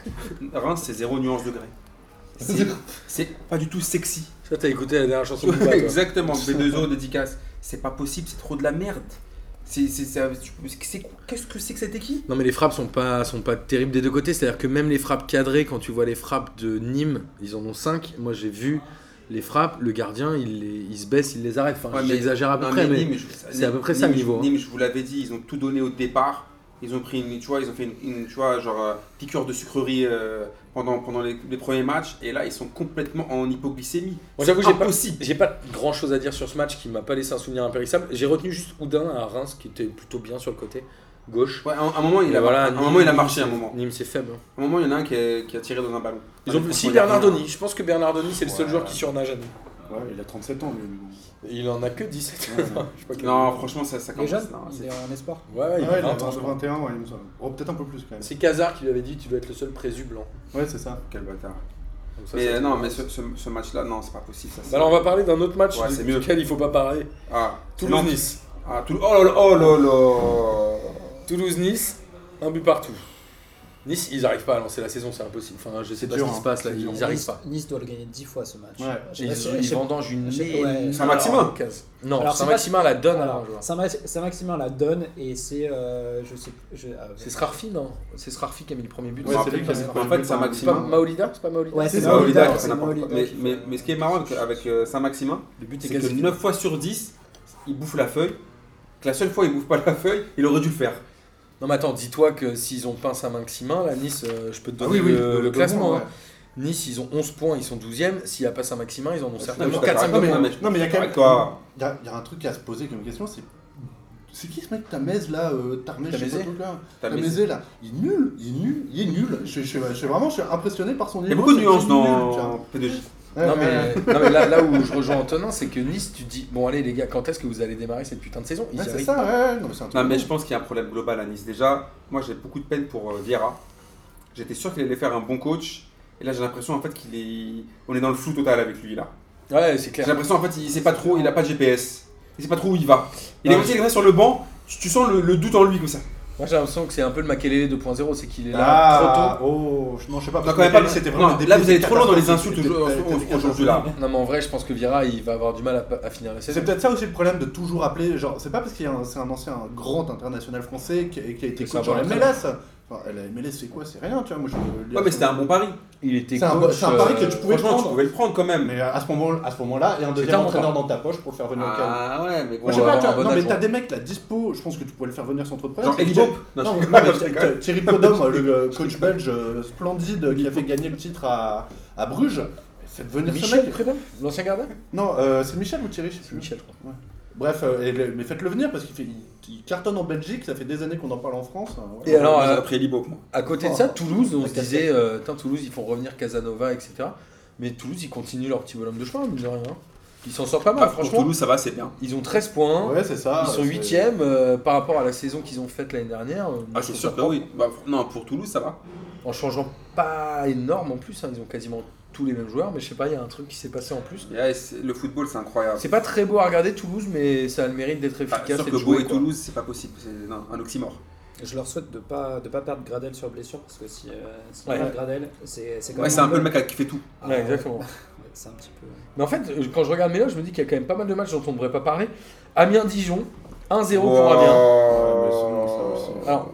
Reims, c'est zéro nuance de gré. C'est- C'est pas du tout sexy. Ça, t'as écouté la dernière chanson de Booba, toi. Exactement, B deux O, dédicace. C'est pas possible, c'est trop de la merde. C'est, c'est, c'est, tu- c'est- qu'est-ce que c'est que cette équipe? Non mais les frappes sont pas, sont pas terribles des deux côtés, c'est-à-dire que même les frappes cadrées, quand tu vois les frappes de Nîmes, ils en ont cinq, moi j'ai vu les frappes, le gardien il, les, il se baisse, il les arrête, enfin Ouais, mais- j'exagère à peu Non, près, mais, Nîmes, je- c'est à peu près ça le Nîmes, niveau, hein. Nîmes, je vous l'avais dit, ils ont tout donné au départ. Ils ont pris une, tu vois, ils ont fait une, une, tu vois, genre euh, piqûre de sucrerie euh, pendant, pendant les, les premiers matchs, et là ils sont complètement en hypoglycémie. Moi j'avoue j'ai pas, Impossible. j'ai pas grand chose à dire sur ce match qui m'a pas laissé un souvenir impérissable, j'ai retenu juste Oudin à Reims qui était plutôt bien sur le côté gauche. Ouais, à un, un moment il Mais a, voilà, à un Nîmes- moment il a Nîmes, marché, c'est- un moment. Nîmes c'est faible. hein. À un moment il y en a un qui a, qui a tiré dans un ballon. Ils Ah, ont mais aussi franchement, il y a rien. Bernardoni, je pense que Bernardoni c'est le seul Ouais. joueur qui surnage à Nîmes. Ouais, il a trente-sept ans, lui. Il en a que dix-sept. Ouais. Je sais pas quel- Non, franchement ça, ça Les commence. jeunes, non, il c'est- est en espoir. Ouais, ouais, Ouais, il il a a vingt ans, je crois. vingt et un, ouais, il me semble. Oh, peut-être un peu plus quand même. C'est Kazar qui lui avait dit tu dois être le seul présu blanc. Ouais, c'est ça. Quel bâtard. Donc ça, Mais ça, euh, c'est non, pas mais grave. ce, ce, ce match-là, non, c'est pas possible. Ça, c'est- Bah alors on va parler d'un autre match Ouais, du- c'est mieux. duquel il faut pas parler. Ah, Toulouse-Nice. Ah, Toulouse. Oh là là, oh là là. Toulouse-Nice, un but partout. Nice, ils arrivent pas à lancer la saison, c'est impossible. Enfin, je sais C'est pas dur, ce qui se hein. passe là, C'est dur. ils arrivent Nice, pas. Nice doit le gagner dix fois ce match. Ouais. Je- Ils, je- ils je- vendangent une je- ouais. Saint-Maximin. occasion. Non, Alors, Saint-Maximin la donne à Voilà. un joueur. Saint-Max- Saint-Maximin la donne et c'est. euh, je sais. Je, ah, C'est Srarfi, non C'est Srarfi qui a mis le premier but. Ouais, En c'est fait, lui qui a mis le en premier fait, but. C'est Saint-Maximin. pas Maolida C'est pas Maolida Ouais, C'est c'est Maolida Maolida, qui fait c'est n'importe quoi. Maolida Mais, qui mais, fait- mais ce qui est marrant avec, avec euh, Saint-Maximin, Le but c'est est que quasi. neuf fois sur dix, il bouffe la feuille. Que la seule fois il bouffe pas la feuille, il aurait dû le faire. Non, mais attends, dis-toi que s'ils ont peint Saint-Maximin, la Nice, euh, je peux te Ah donner oui, oui, le, le- le le classement. bon, hein. Nice, ils ont onze points, ils sont douzième. S'il n'y a pas Saint-Maximin, ils en ont Non, certainement je suis quatre cinq d'accord Non, mais, avec points. toi, non, mais il y a quand même. Avec toi. Il y a, il y a un truc à se poser comme question, c'est. C'est qui ce mec Tamez là euh, Tarmez, je sais Tamézé pas tout là. Tamézé. Tamézé là. Il est nul, il est nul, il est nul. Je, je, je, je suis vraiment je suis impressionné par son Il niveau. y a beaucoup de c'est nuances qu'il est nul, dans tiens. P deux J. Ouais, Non ouais, mais, non, mais là, là où je rejoins Antonin, c'est que Nice, tu te dis, bon allez les gars, quand est-ce que vous allez démarrer cette putain de saison Ils ouais, y c'est arrivent ça, pas. ouais, ouais, non, mais c'est un truc Non, de mais ouf. je pense qu'il y a un problème global à Nice. Déjà, moi j'ai beaucoup de peine pour euh, Vieira. J'étais sûr qu'il allait faire un bon coach. Et là j'ai l'impression en fait qu'il est. On est dans le flou total avec lui là. Ouais, c'est J'ai clair. l'impression en fait il sait pas trop, il a pas de G P S. Il sait pas trop où il va. Il Non, est resté comme ça sur le banc, tu, tu sens le, le doute en lui comme ça. Moi j'ai l'impression que c'est un peu le Makelele deux point zéro, c'est qu'il est là Ah, trop tôt. oh, je- non, je sais pas. Non, parce quand même que pas. c'était vraiment Non, des là vous allez des trop loin dans les catastrophes. insultes C'était- aujourd'hui c'était aujourd'hui, là. Non mais en vrai, je pense que Vieira, il va avoir du mal à, à finir la saison. C'est peut-être ça aussi le problème de toujours appeler. Genre, c'est pas parce qu'il y a un- c'est un ancien un grand international français qui, qui a été Que ça coach va en être M L S. Enfin, la M L S, c'est quoi? C'est rien, tu vois. Moi, je Ouais, mais c'était un bon pari. Il était C'est un- coach. c'est un pari que tu pouvais Franchement, tu prendre. pouvais le prendre quand même. Mais à ce moment, à ce moment-là, il y a un C'était deuxième un bon entraîneur dans ta poche pour le faire venir au calme. Ah ouais, mais bon. Moi, je sais on va pas, tu avoir vois, un bon non, mais adjoint. t'as des mecs là dispo, je pense que tu pourrais le faire venir sans trop de problème. Genre C'est Eli Thierry- Bob. Non, Non, je mais- rigole, non, je mais rigole. Thi- Thierry Prudhomme, le euh, coach belge euh, splendide qui a fait gagner le titre à, à Bruges. Faites venir ce Michel mec. Prudhomme, l'ancien gardien Non, euh, c'est Michel ou Thierry, je sais C'est plus. Michel, je crois. Bref, euh, et le- mais faites-le venir parce qu'il fait, il, il cartonne en Belgique, ça fait des années qu'on en parle en France. hein, ouais. Et alors, Moi, j'ai euh, pris Eli Bob, moi. À côté de ça, Toulouse, on La se casquette. disait, euh, Tain, Toulouse, ils font revenir Casanova, et cetera. Mais Toulouse, ils continuent leur petit bonhomme de chemin, mine de rien. Ils s'en sortent pas mal, Bah, pour franchement. Toulouse, ça va, c'est bien. Ils ont treize points. Ouais, c'est ça. Ils sont c'est- huitièmes par rapport à la saison qu'ils ont faite l'année dernière. euh, Ah, je c'est trouve sûr ça que propre. oui. Bah, non, pour Toulouse, ça va. En changeant pas énorme en plus, hein, ils ont quasiment tous les mêmes joueurs, mais je sais pas, il y a un truc qui s'est passé en plus. Ouais, c'est- le football, c'est incroyable. C'est pas très beau à regarder Toulouse, mais ça a le mérite d'être Enfin, efficace. sûr et que de Beau jouer, et quoi. Toulouse, c'est pas possible. C'est non, un oxymore. Je leur souhaite de pas de pas perdre Gradel sur blessure parce que si, euh, si Ouais. on perd Gradel, c'est c'est quand Ouais, même c'est un peu le mec qui fait tout. Ah, Ouais, exactement. ouais, c'est un petit peu. Mais en fait, euh, quand je regarde Mélo, je me dis qu'il y a quand même pas mal de matchs dont on ne devrait pas parler. Amiens-Dijon, un zéro pour Amiens. Ouais, mais sinon, ça aussi. Alors,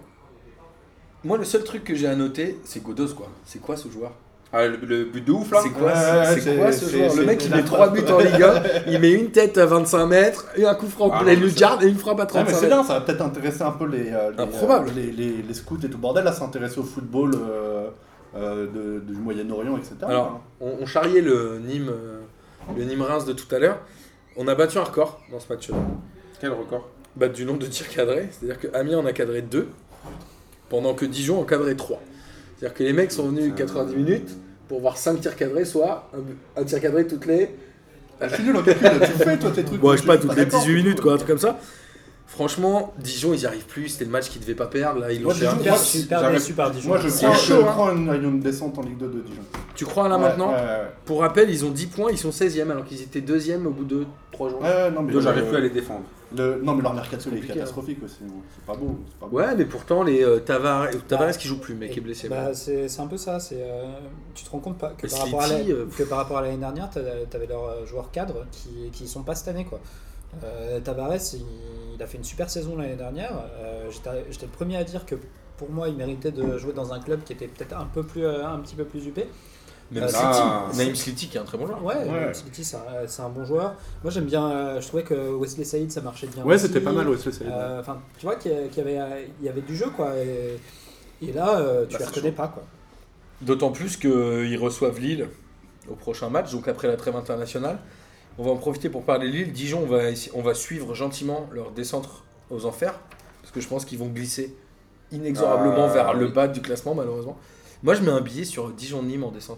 moi, le seul truc que j'ai à noter, c'est Godos, quoi. C'est quoi ce joueur? Ah, le, le but de ouf là. C'est quoi, Ouais, c'est- ouais, c'est quoi ce c'est- joueur? c'est- Le mec, c'est il la met trois frappe. buts en Ligue un, il met une tête à vingt-cinq mètres, et un coup franc Ah, plein non, mais lucarne et une frappe à Ouais, mais trente-cinq c'est mètres. bien, ça va peut-être intéresser un peu les, euh, les, Improbable. euh, les, les, les scouts et tout bordel à s'intéresser au football euh, euh, de, du Moyen-Orient, et cetera. Alors, on, on charriait le Nîmes, euh, le Nîmes-Reims de tout à l'heure. On a battu un record dans ce match-là. Quel record. Battre du nombre de tirs cadrés. C'est-à-dire que Amiens en a cadré deux, pendant que Dijon en cadré trois. C'est-à-dire que les mecs sont venus quatre-vingt-dix minutes pour voir cinq tirs cadrés, soit un, un tir cadré toutes les. je suis nul en calcul, tu le fais toi tes trucs. Bon, je sais pas, suis toutes les d'accord, dix-huit minutes, tout. quoi, un truc comme ça. Franchement, Dijon, ils y arrivent plus. C'était le match qu'ils devaient pas perdre. Là, ils l'ont Moi, fait un Dijon, Super, moi, super j'arrive- déçu par Dijon. Moi je C'est prends, chaud, je hein. prends une, une descente en Ligue deux de Dijon. Tu crois là Ouais, maintenant ouais, ouais. Pour rappel, ils ont dix points, ils sont seizième alors qu'ils étaient deuxième au bout de trois jours. Ouais, ouais, non, mais Donc le- j'arrive plus à les défendre. le- non, mais leur mercato il est Compliqué, catastrophique aussi. hein. C'est pas beau. C'est pas beau. Ouais, mais pourtant, les euh, Tavares, Tavares qui joue plus, mais qui est blessé. Bah, c'est c'est un peu ça. C'est euh, tu te rends compte pas que, Et par rapport, à Slity, la- euh, que par rapport à l'année dernière, t'a- t'avais leurs euh, joueurs cadres qui qui sont pas cette année quoi. Euh, Tavares, il, il a fait une super saison l'année dernière. Euh, J'étais j'étais le premier à dire que pour moi, il méritait de jouer dans un club qui était peut-être un peu plus, euh, un petit peu plus huppé. Même Euh, Slity, ah, Naïm Slity qui est un très bon joueur. Ouais, Ouais. Slity, c'est un, c'est un bon joueur. Moi, j'aime bien. euh, je trouvais que Wesley Saïd, ça marchait bien. Ouais, aussi. c'était pas mal, Wesley Saïd. Euh, Enfin, tu vois qu'il y, a- qu'il y avait, euh, il y avait du jeu, quoi. Et, et là, euh, tu Bah, les c'est reconnais chaud. pas, quoi. D'autant plus qu'ils reçoivent Lille au prochain match, donc après la trêve internationale. On va en profiter pour parler de Lille. Dijon, on va, essa- on va suivre gentiment leur descente aux enfers, parce que je pense qu'ils vont glisser inexorablement Ah, vers le oui. bas du classement, malheureusement. Moi, je mets un billet sur Dijon-Nîmes en descente.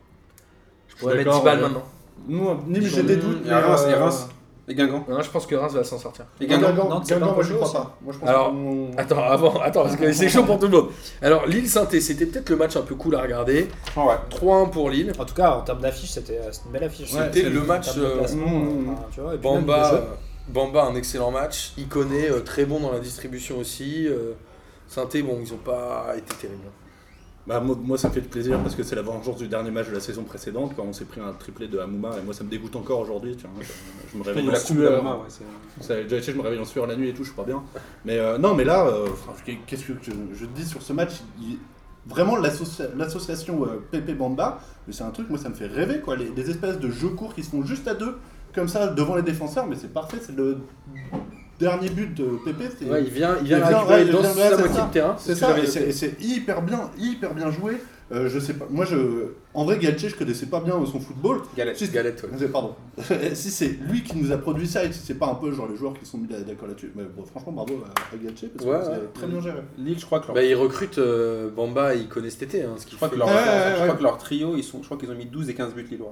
Je pourrais suis mettre d'accord, dix balles ouais. maintenant. Nous, Nîmes, Ils j'ai ont- des doutes. Et Reims, mais, et euh, Reims, et Guingamp. Non, je pense que Reims va s'en sortir. Et Guingamp, Guingamp. Non, c'est Guingamp, pas moi un je peu crois chaud, pas. Moi, je pense Alors, qu'on- Attends, avant, attends, parce que c'est chaud pour tout le monde. Alors, Lille-Saint-Étienne, c'était peut-être le match un peu cool à regarder. Ah ouais. trois un pour Lille. En tout cas, en termes d'affiche, c'était euh, c'était une belle affiche. Ouais, En c'était termes le de match, euh, classement, mmh. enfin, tu vois, et puis même de Bamba, jeu. euh, Bamba, un excellent match. Iconé, euh, très bon dans la distribution aussi. Euh, Saint-Étienne, bon, ils n'ont pas été terribles. Bah, moi, moi, ça me fait plaisir parce que c'est la vengeance du dernier match de la saison précédente quand on s'est pris un triplé de Hamouma et moi ça me dégoûte encore aujourd'hui. Tiens, je, je me réveille en La coupe de sueur. Roma, ouais, c'est- Ça, déjà été, je me réveille en sueur la nuit et tout, je suis pas bien. Mais euh, non, mais là, euh, Enfin, qu'est-ce que je, je dis sur ce match il- Vraiment, l'associa- l'association euh, Pepe Bamba, c'est un truc, moi ça me fait rêver quoi. Les, les espèces de jeux courts qui se font juste à deux, comme ça, devant les défenseurs, mais c'est parfait. C'est le dernier but de Pepe. c'est- Ouais, il vient, il vient Il la vient, récupérer ouais, il dans vient, ouais, sa c'est moitié ça. de terrain. C'est ce que ça, j'avais et c'est, noté. et c'est hyper bien, hyper bien joué. Euh, je sais pas, moi je. En vrai, Galtier, je connaissais pas bien son football. Galette. Si- Galette, ouais. Pardon. Si c'est lui qui nous a produit ça et si c'est pas un peu genre les joueurs qui sont mis d'accord là-dessus. Mais bon, franchement, bravo à, à Galtier parce que Ouais, c'est ouais. très bien géré. Lille, je crois que leur, Bah, ils recrutent euh, Bamba, ils connaissent cet été. Hein, ce qu'il je crois fait. que leur, Ouais, ouais, je ouais. crois que leur trio, ils sont, je crois qu'ils ont mis douze et quinze buts lillois.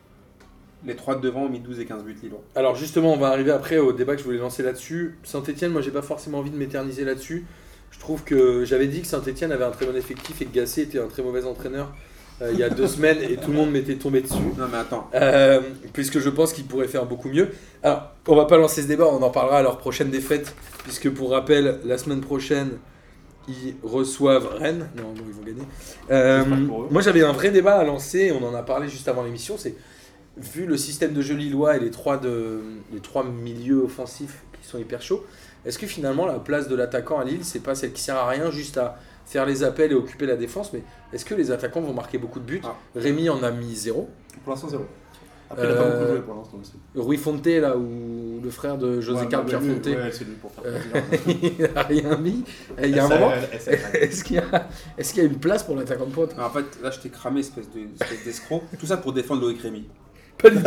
Les trois de devant ont mis douze et quinze buts lillois. Alors justement, on va arriver après au débat que je voulais lancer là-dessus. Saint-Etienne, moi j'ai pas forcément envie de m'éterniser là-dessus. Je trouve que j'avais dit que Saint-Etienne avait un très bon effectif et que Gasset était un très mauvais entraîneur euh, il y a deux semaines et tout le monde m'était tombé dessus. Non mais attends. Euh, puisque je pense qu'il pourrait faire beaucoup mieux. Alors, on va pas lancer ce débat, on en parlera à leur prochaine défaite, puisque pour rappel, la semaine prochaine, ils reçoivent Rennes. Non, bon, ils vont gagner. Euh, J'espère pour eux. moi, j'avais un vrai débat à lancer, on en a parlé juste avant l'émission, c'est vu le système de jeu lillois et les trois, de, les trois milieux offensifs qui sont hyper chauds, est-ce que finalement la place de l'attaquant à Lille, c'est pas celle qui sert à rien, juste à faire les appels et occuper la défense, mais est-ce que les attaquants vont marquer beaucoup de buts? Ah. Rémi en a mis zéro. Pour l'instant, zéro. Après, il a pas Euh, beaucoup joué pour l'instant aussi. Rui Fonte, là, ou le frère de José Ouais, Carl bah, Pierre lui, Fonte, Ouais, c'est lui pour faire Euh, plaisir. il a rien mis. Et il y a un S A L, moment, S A L. est-ce qu'il y a, est-ce qu'il y a une place pour l'attaquant de pointe? En fait, là je t'ai cramé, espèce de- espèce d'escroc. Tout ça pour défendre Loïc Rémy. Pas du tout. Tout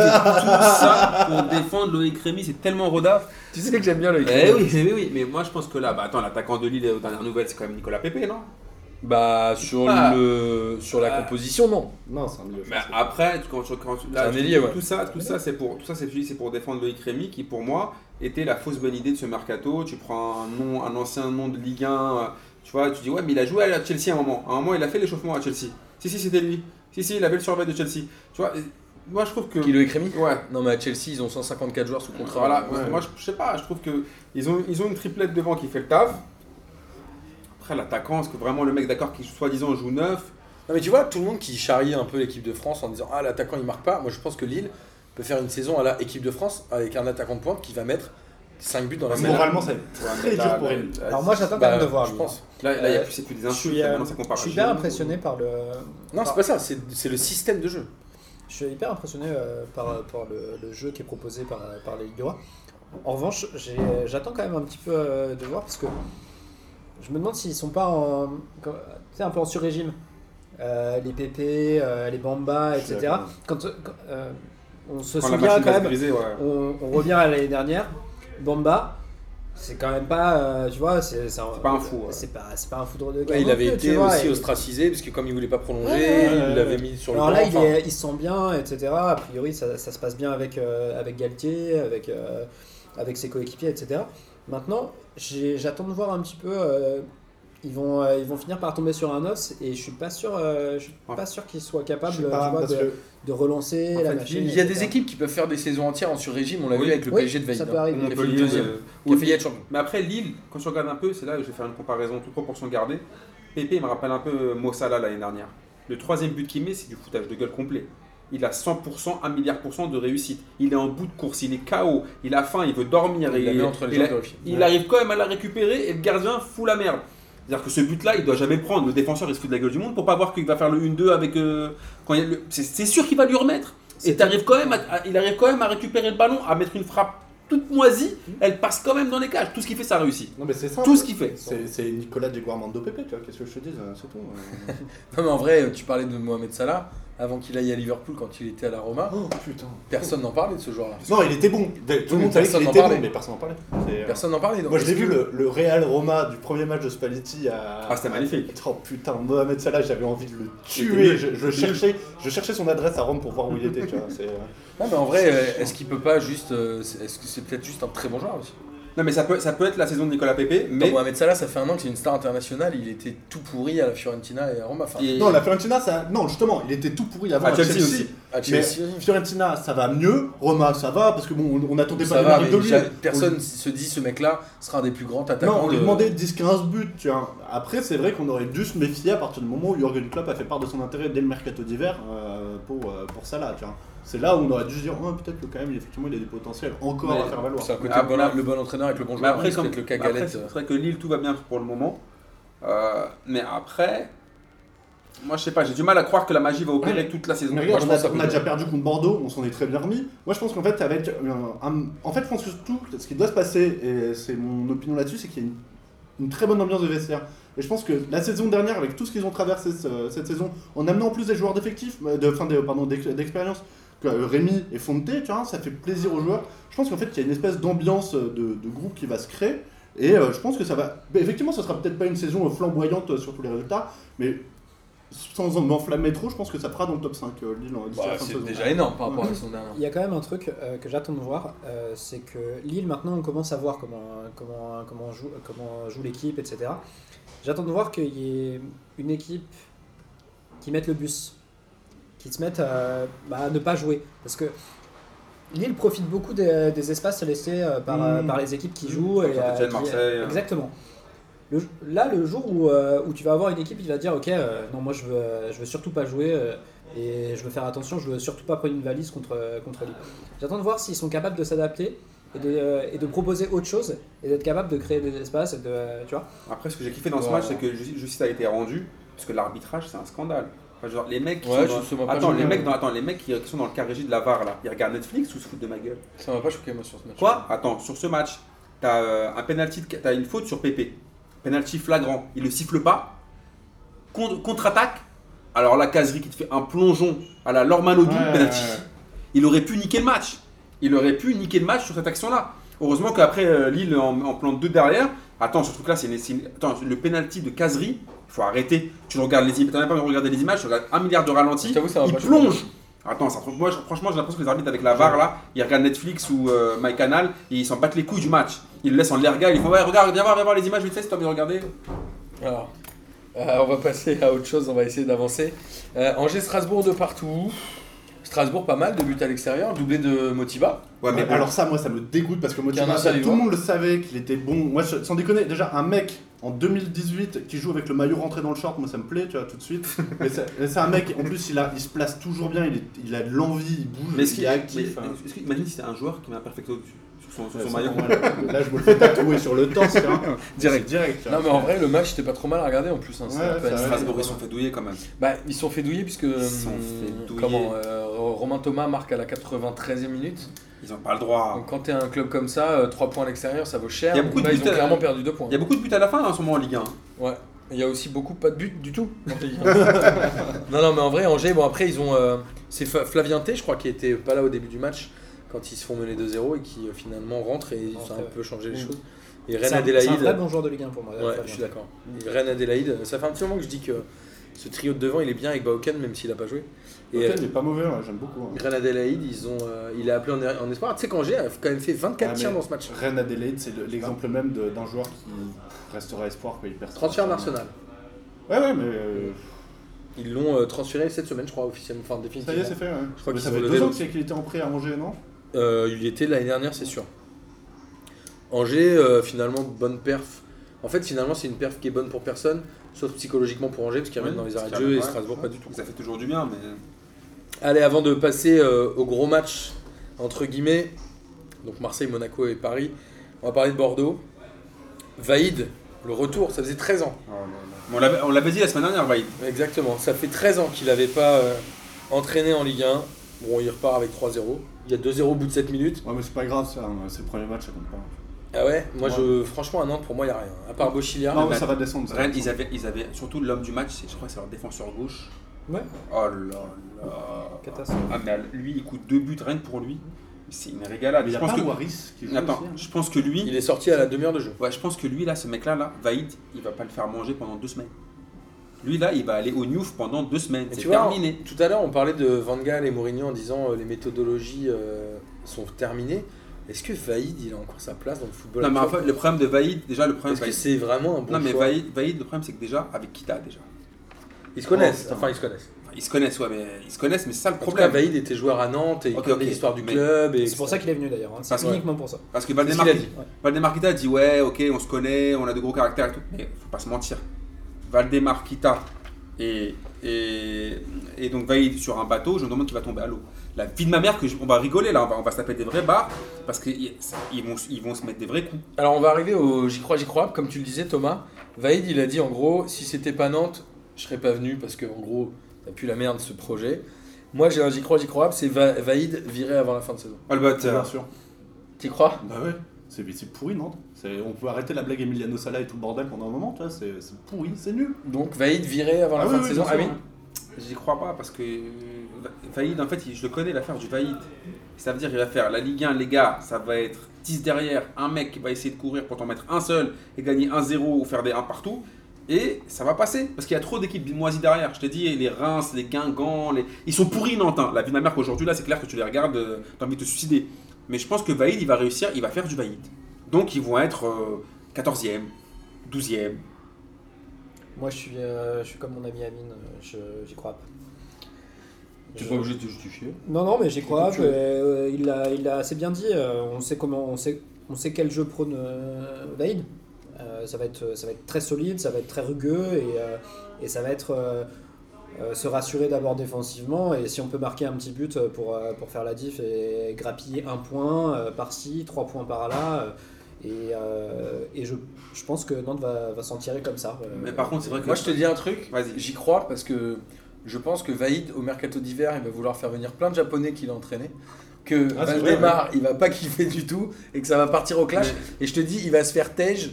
ça pour défendre Loïc Rémy, c'est tellement rodaf. Tu sais que j'aime bien le Eh oui, oui, oui, mais moi je pense que là, bah attends, l'attaquant de Lille aux dernières nouvelles, c'est quand même Nicolas Pepe, non? Bah, sur, Ah. le, sur la Ah. composition, non. Non, c'est un milieu. Mais après, quand, tu- quand, tu- là, C'est un tu- ailier, ouais. tout ça, tout ça, c'est pour, tout ça, c'est c'est pour défendre Loïc Rémy, qui pour moi était la fausse bonne idée de ce mercato. Tu prends un nom, un ancien nom de Ligue un, euh, tu vois, tu dis ouais, mais il a joué à Chelsea à un moment. À un moment, il a fait l'échauffement à Chelsea. Si, si, c'était lui. Si, si, il avait le survêt de Chelsea. Tu vois, et moi je trouve que. Qui le écrit Ouais. Non, mais à Chelsea, ils ont cent cinquante-quatre joueurs sous contrat. Voilà, Ouais. moi je, je sais pas, je trouve que ils ont, ils ont une triplette devant qui fait le taf. Après l'attaquant, est-ce que vraiment le mec d'accord qui soi-disant joue neuf? Non, mais tu vois, tout le monde qui charrie un peu l'équipe de France en disant ah, l'attaquant il marque pas. Moi, je pense que Lille peut faire une saison à la équipe de France avec un attaquant de pointe qui va mettre cinq buts dans la saison. Moralement, ça va être très Ouais, mais dur là, pour là, elle. là, Alors moi, j'attends quand Bah, même de voir. je lui, pense. hein. Là, là, il y a Euh, plus, c'est plus des Je insultes, suis, euh, maintenant ça compare je à suis chez hyper nous. impressionné par le. Non, c'est par- pas ça, c'est c'est le système de jeu. Je suis hyper impressionné euh, par, par le, le jeu qui est proposé par, par les Lillois. En revanche, j'ai- j'attends quand même un petit peu euh, de voir parce que je me demande s'ils sont pas en, tu sais, un peu en sur-régime. Euh, les Pépé, euh, les Bamba, et cetera. Quand, quand, euh, on se Quand la souvient machine quand va se même, briser, ouais. on, on revient à l'année dernière, Bamba, c'est quand même pas, euh, tu vois, c'est c'est un- C'est pas un fou, ouais. C'est pas, c'est pas un foudre de guerre. Ouais, il non avait plus, tu été vois, aussi et- ostracisé parce que comme il voulait pas prolonger, Ouais, ouais, il ouais, l'avait ouais. mis sur le Alors banc. là, il, enfin, est, il se sent bien, et cetera. A priori, ça, ça se passe bien avec, euh, avec Galtier, avec, euh, avec ses coéquipiers, et cetera. Maintenant, j'ai- j'attends de voir un petit peu euh, ils vont, euh, ils vont finir par tomber sur un os et je suis pas sûr, euh, je suis pas sûr qu'ils soient capables Je sais pas, tu vois, parce de, que- de relancer En la fait, machine. Il y a et des cetera. équipes qui peuvent faire des saisons entières en sur-régime, on l'a Oui. vu avec le Oui, P S G de Vaïd. ça peut arriver. Qui a fait Montpellier, le deuxième. euh, Qui a oui. failli être champion. Mais après, Lille, quand tu regardes un peu, c'est là que je vais faire une comparaison toute proportion gardée. Pépé, il me rappelle un peu Mo Salah l'année dernière. Le troisième but qu'il met, c'est du foutage de gueule complet. Il a cent pour cent, un milliard pour cent de réussite. Il est en bout de course, il est K O, il a faim, il veut dormir. Il et la met entre les il, jambes a- de Rufi. il arrive quand même à la récupérer et le gardien fout la merde. C'est-à-dire que ce but-là, il doit jamais le prendre. Le défenseur, il se fout de la gueule du monde pour pas voir qu'il va faire le un deux avec. euh, quand il y a le- c'est, c'est sûr qu'il va lui remettre. Et t'arrives quand même à- à- il arrive quand même à récupérer le ballon, à mettre une frappe toute moisie. Elle passe quand même dans les cages. Tout ce qu'il fait, ça réussit. Non, mais c'est simple. Tout ce qu'il fait. C'est c'est Nicolas Diego Armando Pepe, tu vois, qu'est-ce que je te dis, euh, c'est tout. euh. Non mais en vrai, tu parlais de Mohamed Salah, avant qu'il aille à Liverpool quand il était à la Roma, Oh putain. personne n'en parlait de ce joueur-là. Non, il était bon. Tout le monde savait Personne qu'il n'en était parlait. bon, mais personne n'en parlait. C'est, euh, Personne n'en parlait. donc Moi, je l'ai est-ce vu que- le, le Real Roma du premier match de Spalletti à. Ah, c'était magnifique. Oh putain, Mohamed Salah, j'avais envie de le Il était tuer. nul. Je, je cherchais, je cherchais son adresse à Rome pour voir où il était, tu vois. C'est, euh, Non mais en vrai, euh, est-ce qu'il peut pas juste... euh, c'est- Est-ce que c'est peut-être juste un très bon joueur aussi? Non, mais ça peut, ça peut être la saison de Nicolas Pepe, Mais mais. Mohamed Salah, ça fait un an que c'est une star internationale, il était tout pourri à la Fiorentina et à Roma. Enfin, Et- Non, la Fiorentina, ça. Non, justement, il était tout pourri avant À à Chelsea Chelsea. aussi. à Mais Chelsea, Fiorentina, ça va mieux. Roma, ça va, parce que bon, on, on attendait pas ça des va, mérites mais de lui. ja- personne se dit ce mec-là sera un des plus grands attaquants. Non, on lui de- demandait dix quinze buts, tu vois. Après, c'est vrai qu'on aurait dû se méfier à partir du moment où Jürgen Klopp a fait part de son intérêt dès le mercato d'hiver euh, pour, euh, pour Salah, tu vois. C'est là où on aurait dû se dire, oh, peut-être que quand même, effectivement, il a du potentiel encore Mais à faire valoir. C'est un côté Ah, le bon, mais- le bon entraîneur avec le bon Mais joueur, après, c'est comme- peut-être le cas après, Galette. c'est vrai que Lille, tout va bien pour le moment. Euh, mais après, moi, je sais pas, j'ai du mal à croire que la magie va opérer Ouais. toute la saison. Mais Moi, regarde, je on, pense que a, ça on peut a déjà être- perdu contre Bordeaux, on s'en est très bien remis. Moi, je pense qu'en fait, avec un, un- en fait, je pense que tout ce qui doit se passer, et c'est mon opinion là-dessus, c'est qu'il y a une, une très bonne ambiance de vestiaire. Et je pense que la saison dernière, avec tout ce qu'ils ont traversé ce- cette saison, en amenant en plus des joueurs d'effectifs, euh, de, fin de, pardon, d'ex- d'expérience, que euh, Rémi et Fonte, tu vois, ça fait plaisir aux joueurs. Je pense qu'en fait, il y a une espèce d'ambiance de, de groupe qui va se créer. Et euh, je pense que ça va. bah, effectivement, ça sera peut-être pas une saison flamboyante sur tous les résultats, mais sans m'enflammer trop, je pense que ça fera dans le top cinq euh, Lille en d'ici Bah, la fin de c'est saison. déjà énorme par rapport à son dernier. Il y a quand même un truc euh, que j'attends de voir, euh, c'est que Lille maintenant on commence à voir comment, comment, comment, joue, comment joue l'équipe, et cetera. J'attends de voir qu'il y ait une équipe qui mette le bus, qui se mette euh, bah, à ne pas jouer. Parce que Lille profite beaucoup des, des espaces laissés euh, par, euh, Mmh. par les équipes qui Mmh. jouent. Comme et, Saint-Étienne, qui- Marseille, euh. Exactement. Le- là, le jour où, euh, où tu vas avoir une équipe qui va dire ok, euh, non, moi je veux, je veux surtout pas jouer euh, et je veux faire attention, je veux surtout pas prendre une valise contre, contre Lille. J'attends de voir s'ils sont capables de s'adapter et de, euh, et de proposer autre chose et d'être capables de créer des espaces et de, euh, tu vois. Après, ce que j'ai kiffé dans ce Ouais. match, c'est que ju- justice a été rendue, parce que l'arbitrage, c'est un scandale. Enfin, genre, les mecs qui Ouais, sont dans- justement, pas Attends, joué, les mecs ouais. dans... Attends, les mecs qui qui sont dans le cas régie de la V A R, là, ils regardent Netflix ou se foutent de ma gueule? Ça m'a pas choqué moi sur ce match. Quoi? Attends, sur ce match, t'as euh, un penalty, de- t'as une faute sur Pépé. Penalty flagrant, il le siffle pas. Contre- Contre-attaque, alors la caserie qui te fait un plongeon à la Lormanodou, Ouais, penalty. ouais, ouais. Il aurait pu niquer le match. Il aurait pu niquer le match sur cette action-là. Heureusement qu'après euh, Lille en, en plante deux derrière. Attends, ce truc-là, c'est une- c'est une- attends, le penalty de caserie. Il faut arrêter. Tu regardes les images, t'as même pas regardé les images, tu regardes un milliard de ralentis. Je t'avoue, ça m'a Il pas choqué. plonge. Attends, ça, moi, je- franchement, j'ai l'impression que les arbitres avec la V A R là, ils regardent Netflix ou euh, MyCanal et ils s'en battent les couilles du match. Ils le laissent en l'erga, ils font ouais, regarde, viens voir, viens voir les images vite fait si t'as envie de regarder. Alors, euh, on va passer à autre chose, on va essayer d'avancer. Euh, Angers-Strasbourg de partout. Strasbourg pas mal de buts à l'extérieur, doublé de Motiva. Ouais, mais Ouais, bon. alors ça, moi, ça me dégoûte parce que moi, Qui en a un seul, tout le monde le savait qu'il était bon. Moi, je- sans déconner, déjà un mec en deux mille dix-huit qui joue avec le maillot rentré dans le short, moi, ça me plaît, tu vois, tout de suite. Mais c'est mais c'est un mec, en plus, il, a, il se place toujours bien, il, est- il a de l'envie, il bouge, Mais est-ce il qu'il est mais- actif. hein. est-ce que- imagine si c'était un joueur qui met un perfecto dessus, sur son, sur Ouais, son ça, maillot. bon, voilà. Là, je me le fais tatouer sur le torse, tu vois. Direct. Direct. tu vois. Non mais en vrai, le match était pas trop mal à regarder en plus. Hein, c'était Ouais, un peu ça animé. va. Strasbourg, ils sont fait douiller quand même. Bah, ils se sont fait douiller puisque Ils sont hum, fait douiller. comment euh, Romain Thomas marque à la quatre-vingt-treizième minute. Ils ont pas le droit. Donc quand t'es un club comme ça, trois points à l'extérieur, ça vaut cher. Il y a Donc beaucoup de là, ils buts ont à- clairement perdu deux points. Il y a beaucoup de buts à la fin hein, en ce moment en Ligue un. Ouais. Il y a aussi beaucoup pas de buts du tout. dans le pays. non non mais en vrai Angers, bon après ils ont euh, c'est Fa- Flavien T je crois qui était pas là au début du match quand ils se font mener deux zéro et qui euh, finalement rentrent et ils ont Rentrent, un peu changé les Mm. choses. Et C'est Rennes un, c'est un Adélaïde. vrai bon joueur de Ligue un pour moi. Ouais, Fabien. je suis d'accord. Et Rennes Adélaïde, ça fait un petit moment que je dis que Ce trio de devant, il est bien avec Bauken, même s'il n'a pas joué. Et Et il est pas mauvais, ouais, j'aime beaucoup. Hein. Rennes Adélaïde, ils ont, euh, il est appelé en, en espoir. Tu sais qu'Angers a quand même fait vingt-quatre Ah, tirs mais dans ce match. Rennes Adélaïde, c'est le- l'exemple même de- d'un joueur qui restera espoir quand il perd. Transfert d'Arsenal. Ouais, ouais, mais euh, Ils l'ont euh, transféré cette semaine, je crois, officiellement. Enfin, ça définitivement. y est, c'est fait. Ouais. Je crois Mais qu'ils ça ont fait levé deux ans le- qu'il était en prêt à Angers, non? Euh, il y était l'année dernière, c'est sûr. Angers, euh, finalement, bonne perf. En fait, finalement, c'est une perf qui est bonne pour personne, sauf psychologiquement pour Angers, parce qu'ils Oui, reviennent dans les arrêts de parce jeu, et qu'il y a- Strasbourg, ouais. pas du tout. Ça fait toujours du bien, mais. Allez, avant de passer euh, au gros match, entre guillemets, donc Marseille, Monaco et Paris, on va parler de Bordeaux. Vaïd, le retour, ça faisait treize ans. Mais on l'avait- on l'avait dit la semaine dernière, Vaïd. Exactement, ça fait treize ans qu'il n'avait pas euh, entraîné en Ligue un. Bon, il repart avec trois zéro. Il y a deux zéro au bout de sept minutes. Ouais, mais c'est pas grave, ça. hein, C'est le premier match, ça compte pas. Ah ouais, moi Ouais. je, franchement à Nantes pour moi il n'y a rien. À part Bochilia. Non, mais mais ça va descendre. Ça va Rennes, descendre. ils avaient, ils avaient surtout l'homme du match, c'est- je crois que c'est leur défenseur gauche. Ouais, Oh là là. catastrophe. Ah, mais lui, il coûte deux buts rien que pour lui. C'est une régalade. Mais il y Je a pense pas que. Waris qui joue Attends, aussi, hein. je pense que lui. Il est sorti à la demi-heure de jeu. Ouais, je pense que lui, là, ce mec-là, là, Vaïd, il va pas le faire manger pendant deux semaines. Lui, là, il va aller au Newf pendant deux semaines. Mais C'est tu vois, terminé. tout à l'heure on parlait de Van Gaal et Mourinho en disant euh, les méthodologies euh, sont terminées. Est-ce que Vaïd il a encore sa place dans le football Non, mais en actuel fait, le problème de Vaïd, déjà, le problème Est-ce que Vaïd- c'est vraiment un bon Non, mais choix Vaïd, Vaïd, le problème, c'est que déjà, avec Kita, déjà. Ils se connaissent, Oh, putain. enfin ils se connaissent. Enfin, ils se connaissent, ouais, mais ils se connaissent, mais c'est ça le En tout cas, problème. Vaïd était joueur à Nantes et il Ok, connaît ok, l'histoire du mais- club. Et C'est pour ça qu'il est venu d'ailleurs. hein. C'est Parce que- uniquement pour ça. Parce que C'est ce Valdemar, qu'il a dit. Valdemar Kita dit ouais, ok, on se connaît, on a de gros caractères et tout. Mais faut pas se mentir. Valdemar Kita et, et, et donc Vaïd sur un bateau, je me demande qui va tomber à l'eau. La vie de ma mère, que je- on va rigoler là, on va, on va se taper des vrais barres parce qu'ils vont, ils vont se mettre des vrais coups. Alors on va arriver au j'y crois, j'y crois. Comme tu le disais Thomas, Vaïd il a dit en gros si c'était pas Nantes, je serais pas venu parce que en gros ça pue la merde ce projet. Moi j'ai un j'y crois, j'y crois, c'est Va- Vaïd viré avant la fin de saison. Oh le Bien bâtard. sûr. T'y crois? Bah ouais. C'est c'est pourri, non? C'est- On peut arrêter la blague Emiliano Sala et tout le bordel pendant un moment, tu vois. C'est c'est pourri, c'est nul. Donc Vaïd viré avant la Ah fin oui, de oui, saison. bien Ah sûr, oui. ouais. J'y crois pas parce que Vaïd, en fait, je le connais l'affaire du Vaïd. Ça veut dire qu'il va faire la Ligue un, les gars, ça va être dix derrière, un mec qui va essayer de courir pour t'en mettre un seul et gagner un zéro ou faire des un partout. Et ça va passer parce qu'il y a trop d'équipes moisies derrière. Je t'ai dit, les Reims, les Guingamp, les... ils sont pourris Nantes. hein. La vie de ma mère qu'aujourd'hui, là, c'est clair que tu les regardes, euh, t'as envie de te suicider. Mais je pense que Vaïd, il va réussir, il va faire du Vaïd. Donc ils vont être euh, quatorzième, douzième. Moi je suis, euh, je suis comme mon ami Amine, euh, je- j'y crois pas. Tu Je- n'es pas obligé de te justifier. Non, non, mais j'y crois. comme tu veux. euh, il l'a il l'a assez bien dit. euh, on sait comment, on sait, on sait quel jeu prône euh, Vaïd. Euh, ça va être, ça va être très solide, ça va être très rugueux et, euh, et ça va être euh, euh, se rassurer d'abord défensivement. Et si on peut marquer un petit but pour, euh, pour faire la diff et grappiller un point euh, par-ci, trois points par-là. euh, et euh, et je, je pense que Nantes va, va s'en tirer comme ça. euh, Mais par contre, c'est vrai que. Moi je te dis un truc, Vas-y. j'y crois parce que je pense que Vaïd au mercato d'hiver il va vouloir faire venir plein de japonais qu'il a entraînés. Que Ah, c'est Valdemar il va pas kiffer du tout et que ça va partir au clash. Et je te dis, il va se faire tège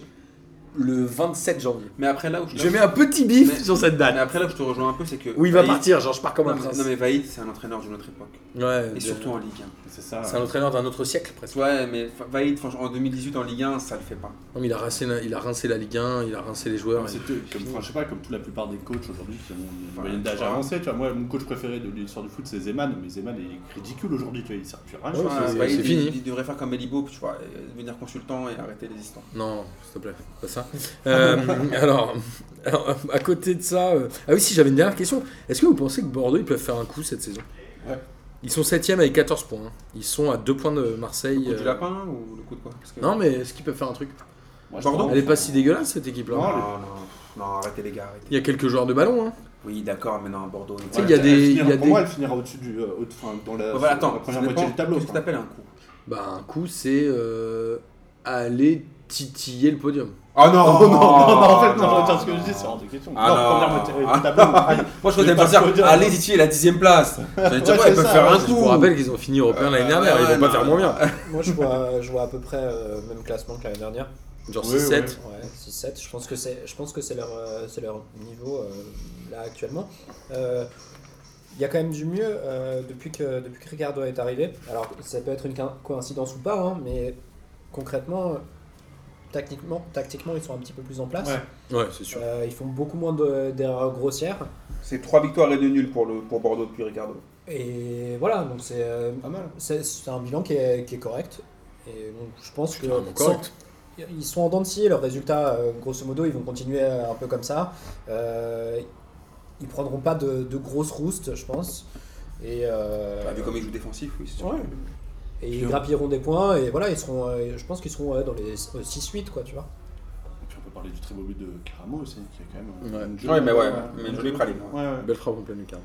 le vingt-sept janvier. Mais après, là où je, Je mets un petit bif Mais- sur cette Mais date. après, là où je te rejoins un peu, c'est que. Où il va Vaïd- partir, genre je pars comme Non, un mais, prince. non, mais Vaïd, c'est un entraîneur d'une autre époque. Ouais, Et de- surtout en Ligue un. C'est ça. c'est un entraîneur d'un autre siècle presque. Ouais, mais fa- Vaïd, franchement, en deux mille dix-huit en Ligue un, ça le fait pas. Non, mais il a rincé la, il a rincé la Ligue un, il a rincé les joueurs. C'est et- comme, enfin, je sais pas, comme toute la plupart des coachs aujourd'hui qui ont une Enfin, moyenne d'âge tu vois. avancée. Tu vois, moi, mon coach préféré de l'histoire du foot, c'est Zeman, mais Zeman est ridicule aujourd'hui. Tu vois, il sert plus à rien. Ouais, je c'est- sais. Vaïd, c'est il- fini. Il, devrait faire comme Elibo, tu vois, euh, devenir consultant et arrêter les histoires. Non, s'il te plaît, pas ça. Euh, alors, alors, à côté de ça, euh, ah oui, si j'avais une dernière question. Est-ce que vous pensez que Bordeaux ils peuvent faire un coup cette saison? Ouais. Ils sont septième avec quatorze points. hein. Ils sont à deux points de Marseille. Le coup du euh, lapin ou le coup de quoi Parce que- Non, mais est-ce qu'ils peuvent faire un truc? Moi, je Bordeaux pense- Elle est pas si dégueulasse cette équipe-là. Non, Non, non, non, arrêtez les gars, arrêtez. Il y a quelques joueurs de ballon. Hein. Oui, d'accord, mais non, Bordeaux. sais, Ouais, il y a elle des- finira- il y a pour des- moi, elle finira au-dessus du. euh, au- enfin, dans la, Ouais, voilà, attends, la première ça moitié dépend. du tableau. Qu'est-ce que quoi. t'appelles un coup Bah, un coup, c'est euh, aller titiller le podium. Ah non, Oh non, non, non, en fait, non, je retire ce que je dis, c'est hors de question. Ah non, non. première moitié Ah du tableau. allez. Moi je crois que Mais t'allais pas me dire, le podium. allez titiller la dixième place. J'allais dire, Ouais, ouais, c'est ils peuvent ça, faire ouais, un je Je vous coup. rappelle qu'ils ont fini européen l'année dernière, ils ouais, vont pas non. faire moins bien. Moi je vois, je vois à peu près euh, même classement que l'année dernière. Genre Oui, six sept. Ouais, six sept, je pense que c'est je pense que c'est leur euh, c'est leur niveau euh, là actuellement. Euh, Il y a quand même du mieux euh, depuis que depuis que Ricardo est arrivé. Alors ça peut être une co- coïncidence ou pas, hein, mais concrètement, euh, tactiquement, tactiquement ils sont un petit peu plus en place. Ouais. Ouais, c'est sûr. Euh, ils font beaucoup moins de- d'erreurs grossières, C'est trois victoires et deux nuls pour, le, pour Bordeaux depuis Ricardo. Et voilà, donc c'est euh, Pas mal. c'est c'est un bilan qui est, qui est correct. Et donc, je pense que Carrément correct. sans- ils sont en dents de scie, leurs résultats, euh, grosso modo, ils vont continuer euh, un peu comme ça. Euh, ils prendront pas de, de grosses roustes, je pense. Et, euh, Bah, vu comme ils jouent défensif, oui, c'est sûr. ouais. Et ils grappilleront des points et voilà, ils seront, euh, je pense qu'ils seront ouais, dans les six huit, quoi, tu vois. Et puis on peut parler du très beau but de Caramo aussi, qui est quand même. euh, Ouais. une jolie- Ouais, mais ouais, mais une jolie praline. Ouais, ouais. Belle frappe en pleine lucarne.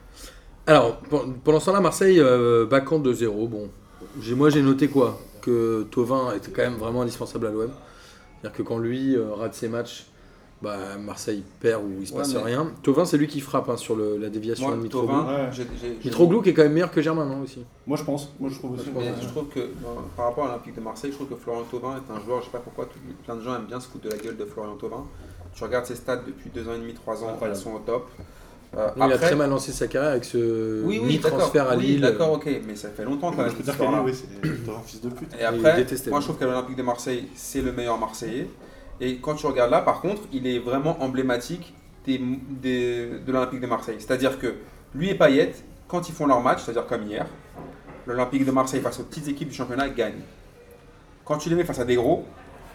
Alors, pe- pendant ce temps-là, Marseille, euh, backhand deux zéro. Bon, j'ai- moi j'ai noté quoi? Que Thauvin était quand même vraiment indispensable à l'O M. C'est-à-dire que quand lui euh, rate ses matchs, bah, Marseille perd ou il se Ouais, passe mais- Rien. Thauvin, c'est lui qui frappe hein, sur le- la déviation Moi, de Mitroglou. Thauvin, Ouais. j'ai- j'ai- j'ai- Mitroglou qui est quand même meilleur que Germain, non aussi. Moi je pense, moi je trouve aussi. Mais ouais. je trouve que dans- par rapport à l'Olympique de Marseille, je trouve que Florian Thauvin est un joueur, je sais pas pourquoi, tout- plein de gens aiment bien se foutre de la gueule de Florian Thauvin. Tu regardes ses stats depuis deux ans et demi, trois ans, Incroyable. elles sont au top. Euh, Il a après- très mal lancé sa carrière avec ce Oui, oui, mi-transfert d'accord. à Oui, Lille. d'accord, ok, mais ça fait longtemps quand Je même. peux cette dire histoire-là. qu'Ali, oui, c'est un fils de pute. Et Il après, détestait moi lui. je trouve qu'à l'Olympique de Marseille, c'est le meilleur Marseillais. Et quand tu regardes là, par contre, il est vraiment emblématique des, des- de l'Olympique de Marseille. C'est-à-dire que lui et Payet, quand ils font leur match, c'est-à-dire comme hier, l'Olympique de Marseille face aux petites équipes du championnat gagne. Quand tu les mets face à des gros,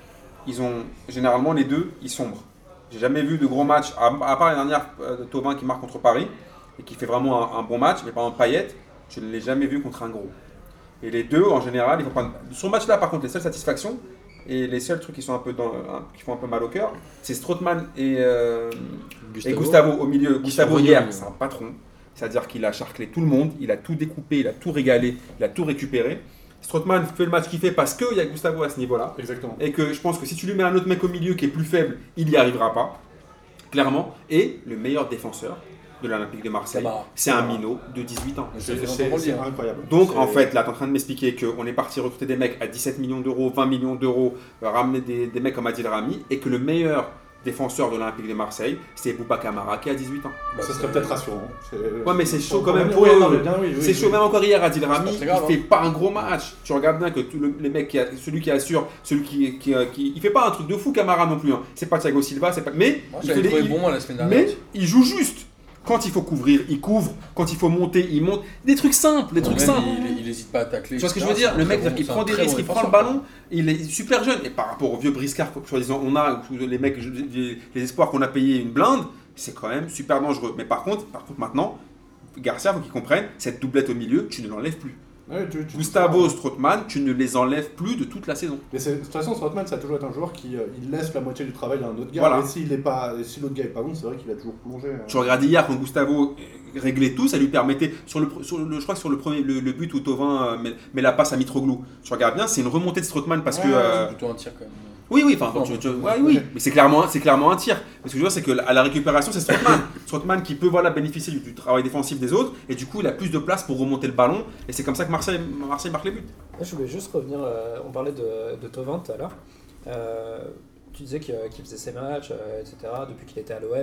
ils ont généralement les deux, ils sombrent. J'ai jamais vu de gros matchs, à, à part la dernière euh, de Thauvin qui marque contre Paris et qui fait vraiment un, un bon match, mais par exemple Payet, je ne l'ai jamais vu contre un gros. Et les deux, en général, ils font pas. Sur ce match-là, par contre, les seules satisfactions et les seuls trucs qui sont un peu dans, un- qui font un peu mal au cœur, c'est Strootman et, euh, et Gustavo au milieu. Gustavo sont hier, revenus. c'est un patron, c'est-à-dire qu'il a charclé tout le monde, il a tout découpé, il a tout régalé, il a tout récupéré. Strootman fait le match qu'il fait parce qu'il y a Gustavo à ce niveau-là. Exactement. Et que je pense que si tu lui mets un autre mec au milieu qui est plus faible, il n'y arrivera pas, clairement. Et le meilleur défenseur de l'Olympique de Marseille, Camara. c'est un minot de dix-huit ans. C'est C'est- c'est- c'est- c'est incroyable. Donc C'est- en fait, là, tu es en train de m'expliquer qu'on est parti recruter des mecs à dix-sept millions d'euros, vingt millions d'euros, euh, ramener des, des mecs comme Adil Rami, et que le meilleur défenseur de l'Olympique de Marseille, c'est Bouba Camara qui a dix-huit ans. Bah, ça serait peut-être rassurant. Ouais, mais c'est chaud quand même Ouais, pour ouais, eux. non, mais bien, oui, oui, C'est oui. chaud même encore hier, Adil Rami, pas il très grave, fait pas un gros match. Tu regardes bien que tous le- les mecs, qui a- celui qui assure, celui qui, qui, qui- il fait pas un truc de fou Camara non plus. Hein. C'est pas Thiago Silva, c'est pas. Mais Moi, il j'avais fait des- trouvé il- bon moi, la semaine dernière. mais il joue juste. Quand il faut couvrir, il couvre. Quand il faut monter, il monte. Des trucs simples, des trucs Même, simples. il, il hésite pas à tacler. Tu vois ce que je et veux dire? cetera. Le C'est mec, un très il bon- prend c'est des un très risques, bon il prend le défenseur, ballon, il est super jeune. Et par rapport au vieux briscard que soi-disant on a, ou les mecs, les, les espoirs qu'on a payé une blinde, c'est quand même super dangereux. Mais par contre, par contre maintenant, Garcia, faut qu'il comprenne, cette doublette au milieu, tu ne l'enlèves plus. Ouais, tu- tu- Gustavo, Strootman, tu ne les enlèves plus de toute la saison. Mais c'est- de toute façon, Strootman, ça a toujours été un joueur qui euh, il laisse la moitié du travail à un autre gars. Voilà. Et s'il est pas, et si l'autre gars est pas bon, c'est vrai qu'il va toujours plonger. euh. Tu regardes hier quand Gustavo euh, réglait tout, ça lui permettait sur le, sur le je crois que sur le premier le, le but où Thauvin euh, met, met la passe à Mitroglou. Tu regardes bien, c'est une remontée de Strootman parce Ouais, que euh, C'est plutôt un tir quand même. oui oui enfin tu- tu- ouais, oui mais c'est clairement c'est clairement un tir. Mais ce que je veux dire c'est que à la récupération c'est Strootman, Strootman qui peut voilà bénéficier du, du travail défensif des autres et du coup il a plus de place pour remonter le ballon et c'est comme ça que Marseille Marseille marque les buts. Moi, je voulais juste revenir, euh, on parlait de, de Thauvin tout à l'heure. Euh, tu disais qu'il qu'il faisait ses matchs, euh, et cetera, depuis qu'il était à l'O M.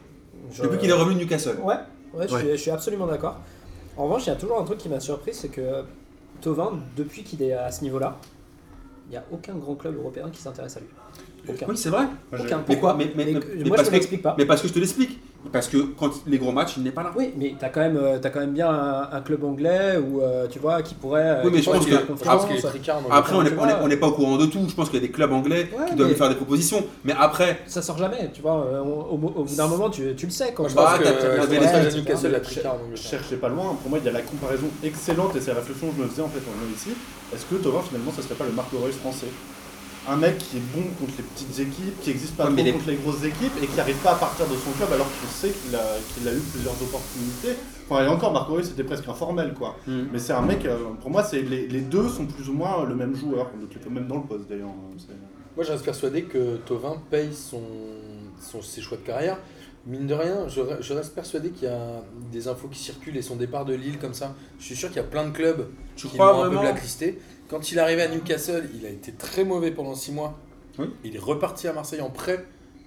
et je- Depuis qu'il est revenu de Newcastle. Ouais, ouais, je, Ouais. Suis, je suis absolument d'accord. En revanche, il y a toujours un truc qui m'a surpris, c'est que Thauvin, depuis qu'il est à ce niveau-là, il n'y a aucun grand club européen qui s'intéresse à lui. Aucun. Oui c'est vrai. Moi, j'ai- Aucun. Mais- Pourquoi mais- mais- Mais mais- que- mais Moi, parce je que- ne l'explique pas. Mais parce que je te l'explique. Parce que quand les gros matchs il n'est pas là. Oui, mais t'as quand même, euh, t'as quand même bien un, un club anglais où euh, tu vois qui pourrait. euh, Oui, mais qui je pourrait pense te que- faire Je pense confiance. qu'il est tricard. dans le Après, on n'est tu on est- vois. on n'est pas au courant de tout. Je pense qu'il y a des clubs anglais Ouais, qui doivent mais- lui faire des propositions. Mais après, Ça sort jamais, tu vois. euh, Au, au- au bout d'un moment, tu, tu le sais quand Moi, je tu pense Bah, que t'as- t'as- euh, t'as- Venezuela, t'as- à t'as- Newcastle, la Je tricard en je Angleterre. cherchais pas loin, pour moi il y a la comparaison excellente et c'est la réflexion que je me faisais en fait en venant ici. Est-ce que Thauvin finalement ça serait pas le Marco Reus français? Un mec qui est bon contre les petites équipes, qui n'existe pas Ouais, trop mais les- contre les grosses équipes et qui n'arrive pas à partir de son club alors qu'on sait qu'il a, qu'il a eu plusieurs opportunités. Enfin, et encore, Marco Reus c'était presque informel quoi. Mais c'est un mec, euh, pour moi c'est les, les deux sont plus ou moins le même joueur, donc il peut même dans le poste d'ailleurs. c'est- Moi, je reste persuadé que Thauvin paye son, son- ses choix de carrière. Mine de rien, je, re- je reste persuadé qu'il y a des infos qui circulent et son départ de Lille comme ça. Je suis sûr qu'il y a plein de clubs tu qui crois l'ont un peu vraiment blacklisté. Quand il est arrivé à Newcastle, il a été très mauvais pendant six mois. Oui. Il est reparti à Marseille en prêt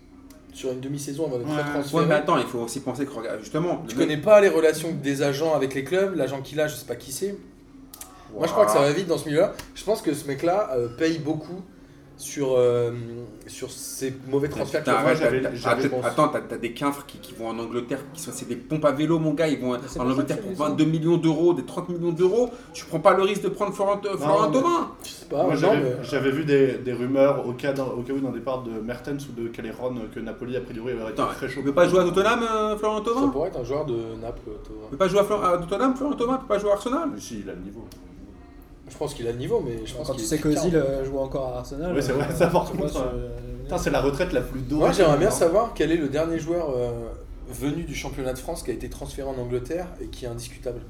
sur une demi-saison avant d'être Ouais. transféré. Ouais, mais attends, il faut aussi penser que regarde, justement. Tu le mec- connais pas les relations des agents avec les clubs, l'agent qu'il a, je sais pas qui c'est. Moi, je crois que ça va vite dans ce milieu-là. Je pense que ce mec-là euh, paye beaucoup sur, euh, sur ces mauvais transferts qu'il y a. T'as- j'avais- t'as- j'avais- t'as- Attends, t'as t'as des quinfres qui, qui vont en Angleterre, qui sont c'est des pompes à vélo, mon gars, ils vont c'est en pour Angleterre ça que pour je fais vingt-deux millions d'euros, des trente millions d'euros. Tu prends pas le risque de prendre Florent, Florent mais- Thauvin. Je sais pas, Moi, non, j'avais, mais- j'avais vu des, des rumeurs au cas, dans- au cas où d'un départ de Mertens ou de Caleron que Napoli a priori aurait été Attends, très chaud. il peut pas jouer à Tottenham, euh, Florent Ça Thauvin. pourrait être un joueur de Naples. toi. Il peut pas jouer à, Flor- à Tottenham, Florent Thauvin. Il peut pas jouer à Arsenal. Mais si, il a le niveau. Je pense qu'il a le niveau, mais je pense Quand qu'il tu sais est que plus Ozil quarante. euh, joue encore à Arsenal. Oui, c'est vrai, euh, ça, par tu vois, contre, je- euh, Putain, c'est la retraite la plus dorée. Moi, j'aimerais bien hein. savoir quel est le dernier joueur euh, venu du championnat de France qui a été transféré en Angleterre et qui est indiscutable.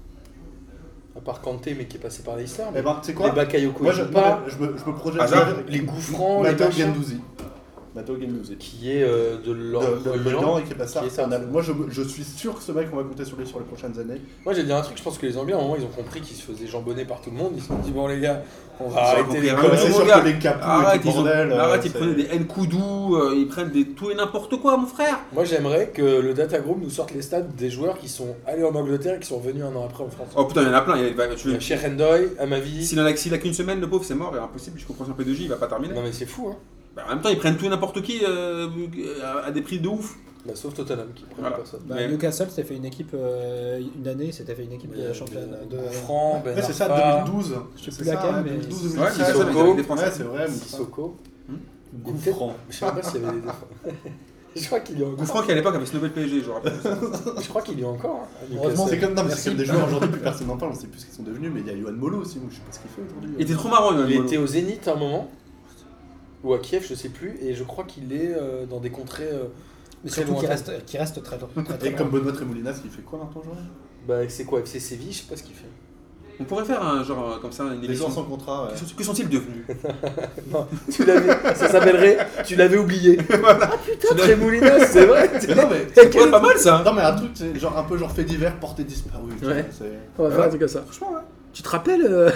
À part Kanté, mais qui est passé par l'Islam. Eh ben, tu sais quoi Les Bakayoko, Moi, ils je, jouent pas. je, me, je me projette. Hazard, vers- Les coups francs, les Matteo machins. Guendouzi. Matteo Guendouzi. Qui est euh, de De, l'or- de Lorient. Lorient et qui est passé à qui est Arsenal. ça. Moi, je, je suis sûr que ce mec, on va compter sur lui sur les prochaines années. Moi, j'ai dit un truc, je pense que les Anglais, à un moment, ils ont compris qu'ils se faisaient jambonner par tout le monde. Ils se sont dit, bon, les gars, on va Ils ont arrêter compris les rien. Ouais, mais mais c'est mon sûr gars, que les capous Arrête, et tout ils, ont- bordel. euh, arrête, ils c'est- prenaient des Nkoudou, euh, ils prennent des tout et n'importe quoi, mon frère. Moi, j'aimerais que le Data Group nous sorte les stats des joueurs qui sont allés en Angleterre et qui sont revenus un an après en France. Oh putain, il y en a plein. Il y a- tu Il y veux- a Cheikh Ndoye, Amavi. S'il en a, s'il a qu'une semaine, le pauvre, c'est mort, il est impossible. Je comprends sur P deux J, il va pas terminer. Non, mais c'est fou, hein. Bah, en même temps, ils prennent tout et n'importe qui euh, à, à des prix de ouf. Bah, sauf Tottenham qui prend Voilà. personne. Bah, Mais- Newcastle s'était fait une équipe euh, une année, c'était fait une équipe Mais, de championnat euh, de Franc, Ben Ouais, c'est ça, Arfa, deux mille douze. Je sais C'est plus ça, laquelle, ouais, mais- deux mille douze, Ouais, deux mille c'est treize. ça, Sissoko. avec des Français. Ouais, c'est vrai. mais ça. Sissoko. Hmm Ou Coup peut-être- franc. Je sais même pas s'il y avait des défenses. Je crois qu'il y a Coup encore. franc qui à l'époque avait ce Nobel P S G, je vous rappelle. Je crois qu'il y a encore. hein, à Heureusement, Newcastle. C'est comme, non, mais Merci. c'est comme des joueurs aujourd'hui, plus personne n'en parle, on sait plus ce qu'ils sont devenus, mais il y a Yohan Molo aussi, moi je sais pas ce qu'il fait aujourd'hui. Il était trop marrant, Yohan Il Molo. était au Zénith à un moment, ou à Kiev, je sais plus, et je crois qu'il est euh, dans des contrées. euh, Mais très surtout qui lointaines. reste, qui reste très, très, très Et loin. comme Benoît Tremoulinas, il fait quoi maintenant aujourd'hui Bah, c'est quoi, F C Séville, je sais pas ce qu'il fait. On pourrait faire un genre euh, comme ça, une Les émission. joueurs sans contrat. ouais. Que sont- Que sont-ils devenus Non, tu l'avais, ça s'appellerait, tu l'avais oublié. Ah putain, Tremoulinas, c'est vrai. Mais non, mais C'est pas mal ça. Non, mais un truc, c'est genre un peu genre fait divers, porté disparu. tu Ouais. vois, c'est- On va faire un truc comme ça. Franchement, ouais. Tu te rappelles euh,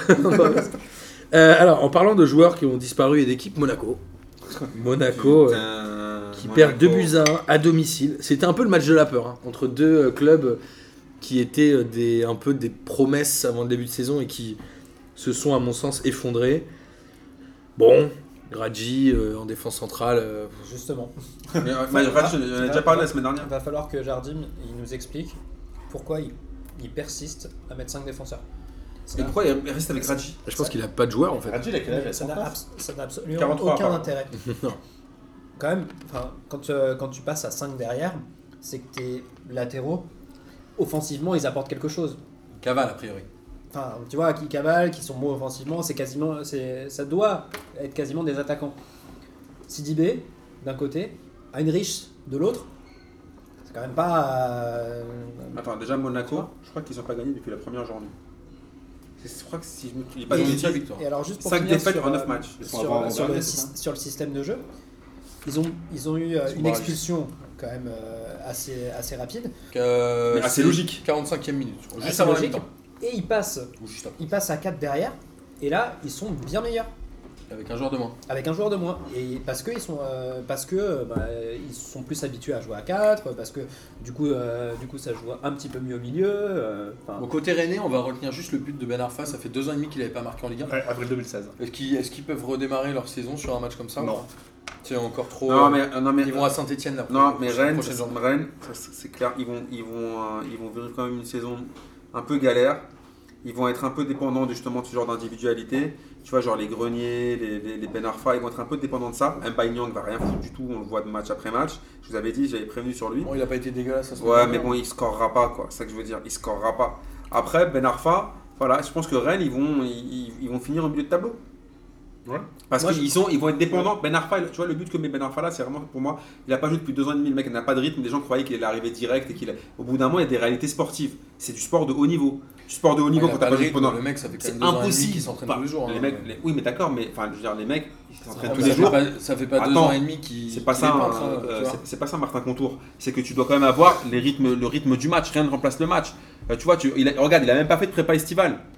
euh, Alors, en parlant de joueurs qui ont disparu et d'équipes, Monaco. Monaco euh, Putain, qui Monaco. perd deux buts à un à domicile. C'était un peu le match de la peur hein, entre deux euh, clubs qui étaient euh, des, un peu des promesses avant le début de saison et qui se sont, à mon sens, effondrés. Bon, Gradji euh, en défense centrale. euh, Justement, Mais, euh, mais, Raj, on en a déjà parlé la semaine il dernière. va falloir que Jardim il nous explique pourquoi il, il persiste à mettre cinq défenseurs. Ça Et n'a- pourquoi il reste avec Radji je pense qu'il a pas de joueur en fait. Radji, il a quel âge ça n'a abs- ça n'a absolument quarante-trois, aucun pardon. intérêt. Non. Quand même, enfin, quand, euh, quand tu passes à cinq derrière, c'est que tes latéraux, offensivement, ils apportent quelque chose. Cavale a priori. Enfin, tu vois, qui cavalent, qui sont bons offensivement, c'est quasiment, c'est, ça doit être quasiment des attaquants. Sidibé, d'un côté, Heinrich, de l'autre, c'est quand même pas... euh, Attends, déjà Monaco, je crois qu'ils n'ont pas gagné depuis la première journée. C'est- Je crois que si je me trompe, il n'y a pas Et- de bêtises. bêtises. Et alors juste pour cinq finir défaites sur, en neuf euh, matchs. Ils sont sur, avant- sur le, avant-dernier, syst- c'est ça sur le système de jeu, ils ont, ils ont eu euh, Ils sont une pas expulsion quand même euh, assez, assez rapide. Euh, Mais assez c'est logique. quarante-cinquième minute. je crois, Juste Assez avant la logique. mi-temps. Et ils passent, Ou juste après. ils passent à quatre derrière, et là, ils sont bien meilleurs. Avec un joueur de moins. Avec un joueur de moins. Et parce que ils sont, euh, parce que euh, bah, ils sont plus habitués à jouer à quatre, parce que du coup, euh, du coup, ça joue un petit peu mieux au milieu. euh, enfin, Bon, côté Rennais, on va retenir juste le but de Ben Arfa. Ça fait deux ans et demi qu'il n'avait pas marqué en Ligue un. Ouais, avril deux mille seize. Est-ce qu'ils, est-ce qu'ils peuvent redémarrer leur saison sur un match comme ça ou Non. pas C'est encore trop. Non, euh, mais, euh, non, mais, Ils vont à Saint-Etienne là. non, mais Rennes, ça, Rennes, ça, c'est c'est clair, ils vont, ils, vont, euh, ils vont vivre quand même une saison un peu galère. Ils vont être un peu dépendants de, justement de ce genre d'individualité. Tu vois, genre les Grenier, les, les, les Ben Arfa, ils vont être un peu dépendants de ça. Mbaye Niang va rien foutre du tout, on le voit de match après match. Je vous avais dit, j'avais prévenu sur lui. Bon, il a pas été dégueulasse. à ce Ouais, moment-là. mais bon, il scorera pas, quoi. C'est ça que je veux dire, il scorera pas. Après, Ben Arfa, voilà, je pense que Rennes, ils vont, ils, ils vont finir au milieu de tableau. Ouais. Parce Moi, qu'ils sont, ils vont être dépendants. Ben Arfa, tu vois, le but que met Ben Arfa là, c'est vraiment pour moi, il a pas joué depuis deux ans et demi. Le mec n'a pas de rythme. Les gens croyaient qu'il allait arriver direct et qu'il. a- Au bout d'un moment, il y a des réalités sportives. C'est du sport de haut niveau. Du sport de haut niveau Ouais, il quand a t'as pas pas le joué rythme, pendant. Le mec, ça fait quand C'est même deux ans et demi impossible. qu'il s'entraîne Enfin, tous les jours. les hein. mecs, les- oui, mais d'accord, mais enfin, je veux dire, les mecs, ils s'entraînent Ça tous fait les jours. pas- Ça fait pas deux Attends, ans et demi qu'il. C'est pas qu'il ça, est pas en hein, train, tu euh, vois. c'est- c'est pas ça Martin Contour. C'est que tu dois quand même avoir les rythmes, le rythme du match. Rien ne remplace le match. Euh, tu vois, tu, il a- regarde, il a même pas fait de prépa estivale.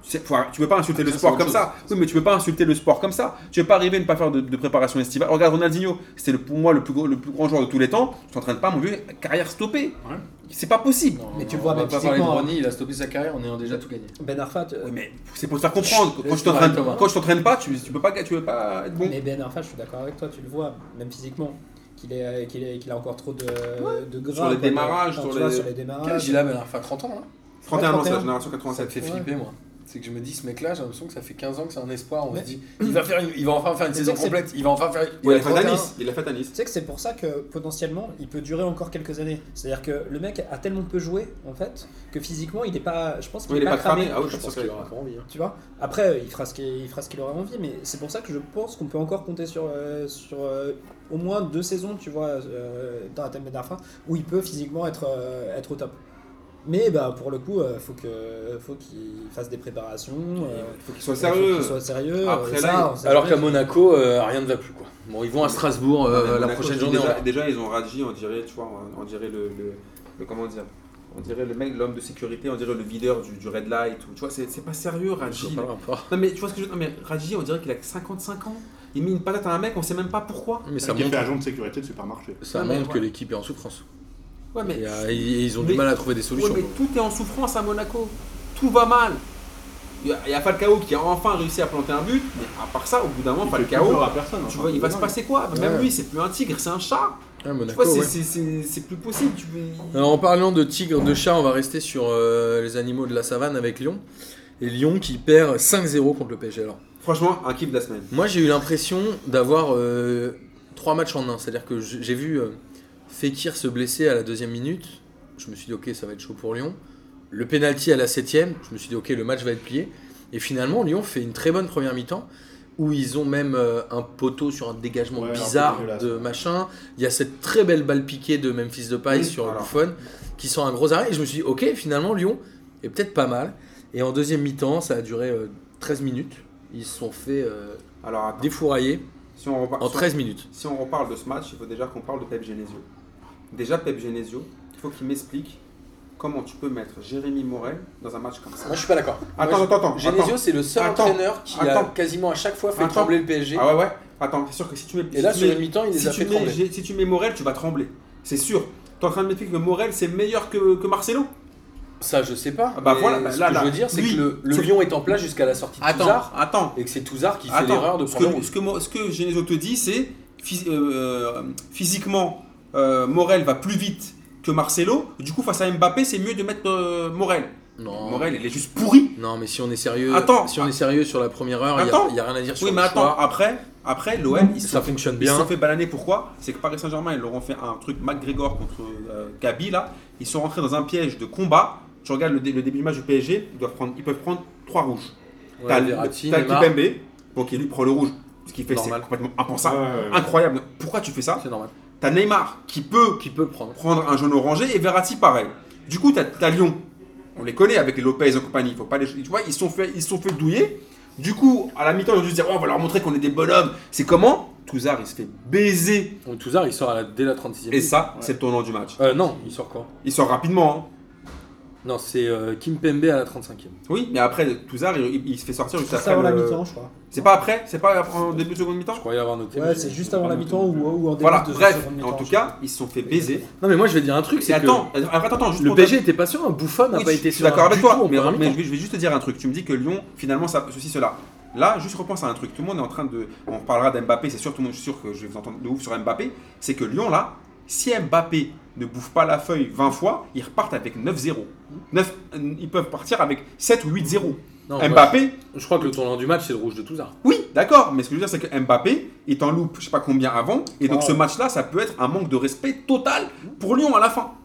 C'est- faut- tu peux pas insulter le Ça, sport c'est comme autre ça. Oui, mais tu peux pas insulter le sport comme ça. Tu peux pas arriver à ne pas faire de, de préparation estivale. Regarde Ronaldinho, c'était le- pour moi le plus, gros- le plus grand joueur de tous les temps. Tu t'entraînes pas, mon vieux, carrière stoppée. Ouais. C'est pas possible. Non, Mais tu non, vois, on va même pas parler de physiquement, Ronny, il a stoppé sa carrière en ayant déjà tout gagné. Ben Arfa, euh, Oui, mais c'est pour te faire comprendre. Quand Laisse je t'entraîne, Thomas. quand je t'entraîne pas, tu, tu peux pas, tu peux pas être bon. mais Ben Arfa, je suis d'accord avec toi, tu le vois, même physiquement, qu'il est, qu'il est, qu'il a encore trop de, de gras. Sur les quoi, démarrages, de- sur tu vois, les- sur les Quel démarrages. âge il a, Ben Arfa, trente ans là trente et un ans, c'est la trente et un. génération Ça me quatre-vingt-sept. fait flipper moi. C'est que je me dis, ce mec-là, j'ai l'impression que ça fait quinze ans que c'est un espoir. On Mais- se dit, il va, faire une- il va enfin faire une Mais saison tu sais que complète, il va enfin faire. Il l'a a fait à trente et un. Nice. Il l'a fait à Nice. Tu sais que c'est pour ça que potentiellement il peut durer encore quelques années. C'est-à-dire que le mec a tellement peu joué en fait que physiquement il est pas. Je pense qu'il Oui, est, il est pas pas cramé. cramé. Ah oui, Je je pense pense qu'il aura pas envie. hein. Tu vois. Après il fera ce qu'il il fera ce qu'il aura envie, mais c'est pour ça que je pense qu'on peut encore compter sur euh, sur euh, au moins deux saisons, tu vois, euh, dans la thème Ben Arfa où il peut physiquement être euh, être au top. Mais bah pour le coup, euh, faut que faut qu'il fasse des préparations. euh, Il faut qu'il soit faut sérieux. qu'il soit sérieux. Après, euh, là, ça, il- on sait Alors jamais. qu'à Monaco, euh, rien ne va plus quoi. Bon, ils vont à Strasbourg euh, Non, mais la Monaco, prochaine c'est journée. Déjà, on- déjà, ils ont Radji, on dirait, tu vois, on, on dirait le, le, le- comment dire, on dirait le mec, l'homme de sécurité, on dirait le videur du, du Red Light. Ou, tu vois, c'est, c'est pas sérieux, Je Radji. vois pas le rapport. Non mais tu vois ce que je veux dire. Non mais Radji, on dirait qu'il a cinquante-cinq ans. Il met une patate à un mec, on sait même pas pourquoi. Mais Ça ça qui fait montre, agent de sécurité de supermarché. ça Non, mais montre que voilà. l'équipe est en souffrance. Ouais mais, Et, euh, ils ils ont Mais- du mal à trouver des ouais, solutions. mais tout est en souffrance à Monaco. Tout va mal. Il y a- il y a Falcao qui a enfin réussi à planter un but, mais à part ça, au bout d'un moment, Il fait plus Falcao, peur à personne. tu enfin, vois, il va se non, passer quoi Même Ouais. lui, c'est plus un tigre, c'est un chat. Ah, Tu Monaco, vois, c'est, ouais. c'est, c'est, c'est plus possible. Tu veux... Alors, en parlant de tigres, de chats, on va rester sur euh, les animaux de la savane avec Lyon. Et Lyon qui perd cinq zéro contre le P S G. Alors, Franchement, un kiff de la semaine. moi j'ai eu l'impression d'avoir euh, trois matchs en un. C'est-à-dire que j- j'ai vu euh, Fekir se blesser à la deuxième minute. Je me suis dit, ok, ça va être chaud pour Lyon. Le penalty à la septième. Je me suis dit, ok, le match va être plié. Et finalement, Lyon fait une très bonne première mi-temps. Où ils ont même euh, un poteau sur un dégagement Ouais, un peu bizarre dégueulasse, de ouais. machin. Il y a cette très belle balle piquée de Memphis Depay Oui, sur voilà. Buffon qui sort un gros arrêt. Et je me suis dit, ok, finalement, Lyon est peut-être pas mal. Et en deuxième mi-temps, ça a duré euh, treize minutes. Ils se sont fait euh, Alors attends, défourailler si on repart, en si on- treize minutes. Si on reparle de ce match, il faut déjà qu'on parle de Pep Genesio. Déjà, Pep Genesio, il faut qu'il m'explique comment tu peux mettre Jérémy Morel dans un match comme ça. Moi, je suis pas d'accord. Attends, attends, attends. Genesio, c'est le seul Attends. entraîneur qui a Attends. quasiment à chaque fois fait Attends. trembler le P S G. Ah ouais, ouais. Attends, c'est sûr que si tu mets. Et si là, tu sur mets- une mi-temps, il les si a tu fait mets, trembler. Gé- si tu mets Morel, tu vas trembler. C'est sûr. Tu es en train de m'expliquer que Morel, c'est meilleur que, que Marcelo Ça, je sais pas. Ah bah Mais voilà, bah ce là, que là, je veux dire, c'est lui, que le, le ce- Lyon est en place jusqu'à la sortie de Attends, Touzard. attends. Et que c'est Touzard qui fait Attends, l'erreur de ce prendre le que, rouge. ce, que, Mo- ce que Genesio te dit, c'est phys- euh, physiquement, euh, Morel va plus vite que Marcelo. Du coup, face à Mbappé, c'est mieux de mettre euh, Morel. Non. Morel, il est juste pourri. Non, mais si on est sérieux, Attends. si on est sérieux sur la première heure, il Attends. n'y a, rien à dire sur Oui, le mais attends, choix. après, après l'O M, ils se Ça sont- fonctionne Ils se bien. sont fait bananer, pourquoi? C'est que Paris Saint-Germain, ils leur ont fait un truc McGregor contre euh, Gabi, là. Ils sont rentrés dans un piège de combat. Tu regardes le, dé- le début du match du P S G, ils, doivent prendre, ils peuvent prendre trois rouges. Ouais, t'as Verratti, t'as Neymar, Kipembe, bon, qui lui prend le rouge. Ce qu'il fait, c'est Normal. complètement impensable. Ouais, ouais, ouais. Incroyable. Pourquoi tu fais ça? c'est normal. T'as Neymar qui peut Qui peut le prendre. prendre un jaune orangé et Verratti pareil. Du coup, t'as as Lyon. On les connaît avec les Lopez et compagnie. Faut pas les, tu vois, ils se sont fait, ils se sont fait douiller. Du coup, à la mi-temps, ils ont dû se dire, oh, on va leur montrer qu'on est des bonhommes. C'est comment? Touzard, il se fait baiser. Donc Touzard, il sort à la- dès la trente-sixième. Et ça, c'est le tournant du match. Euh, non, il sort quoi? Il sort rapidement. Non, c'est euh, Kimpembe à la trente-cinquième. Hein. Oui, mais après, Touzard, il, il- il se fait sortir juste C'est après. avant la le- mi-temps, je crois. C'est pas après? C'est pas après- en début de seconde mi-temps? Je croyais l'avoir noté. Ouais, mais c'est je- juste je avant l'ai la pas mi-temps noté. ou, ou en début Voilà, de bref, seconde en mi-temps, tout je cas, ils se sont fait baiser. Non, mais moi, je vais dire un truc, Et c'est que attends, attends, attends, juste le pour P S te- G était pas sûr. Buffon n'a Oui, pas je été suis sûr. d'accord avec du toi, tout en mais, première mais je, mi-temps. vais, je vais juste te dire un truc. Tu me dis que Lyon, finalement, ça, ceci, cela. Là, juste repense à un truc. Tout le monde est en train de. On parlera d'Mbappé, c'est sûr, tout le monde, je suis sûr que je vais vous entendre de ouf sur Mbappé. C'est que Lyon, là, si Mbappé ne bouffe pas la feuille vingt fois, ils repartent avec neuf zéro. neuf, ils peuvent partir avec sept ou huit zéro. Non, moi, Mbappé, je crois que le tournant du match, c'est le rouge de Touzard. oui, d'accord, mais ce que je veux dire, c'est que Mbappé est en loupe, je sais pas combien avant, et donc Ah. ce match-là, ça peut être un manque de respect total pour Lyon à la fin.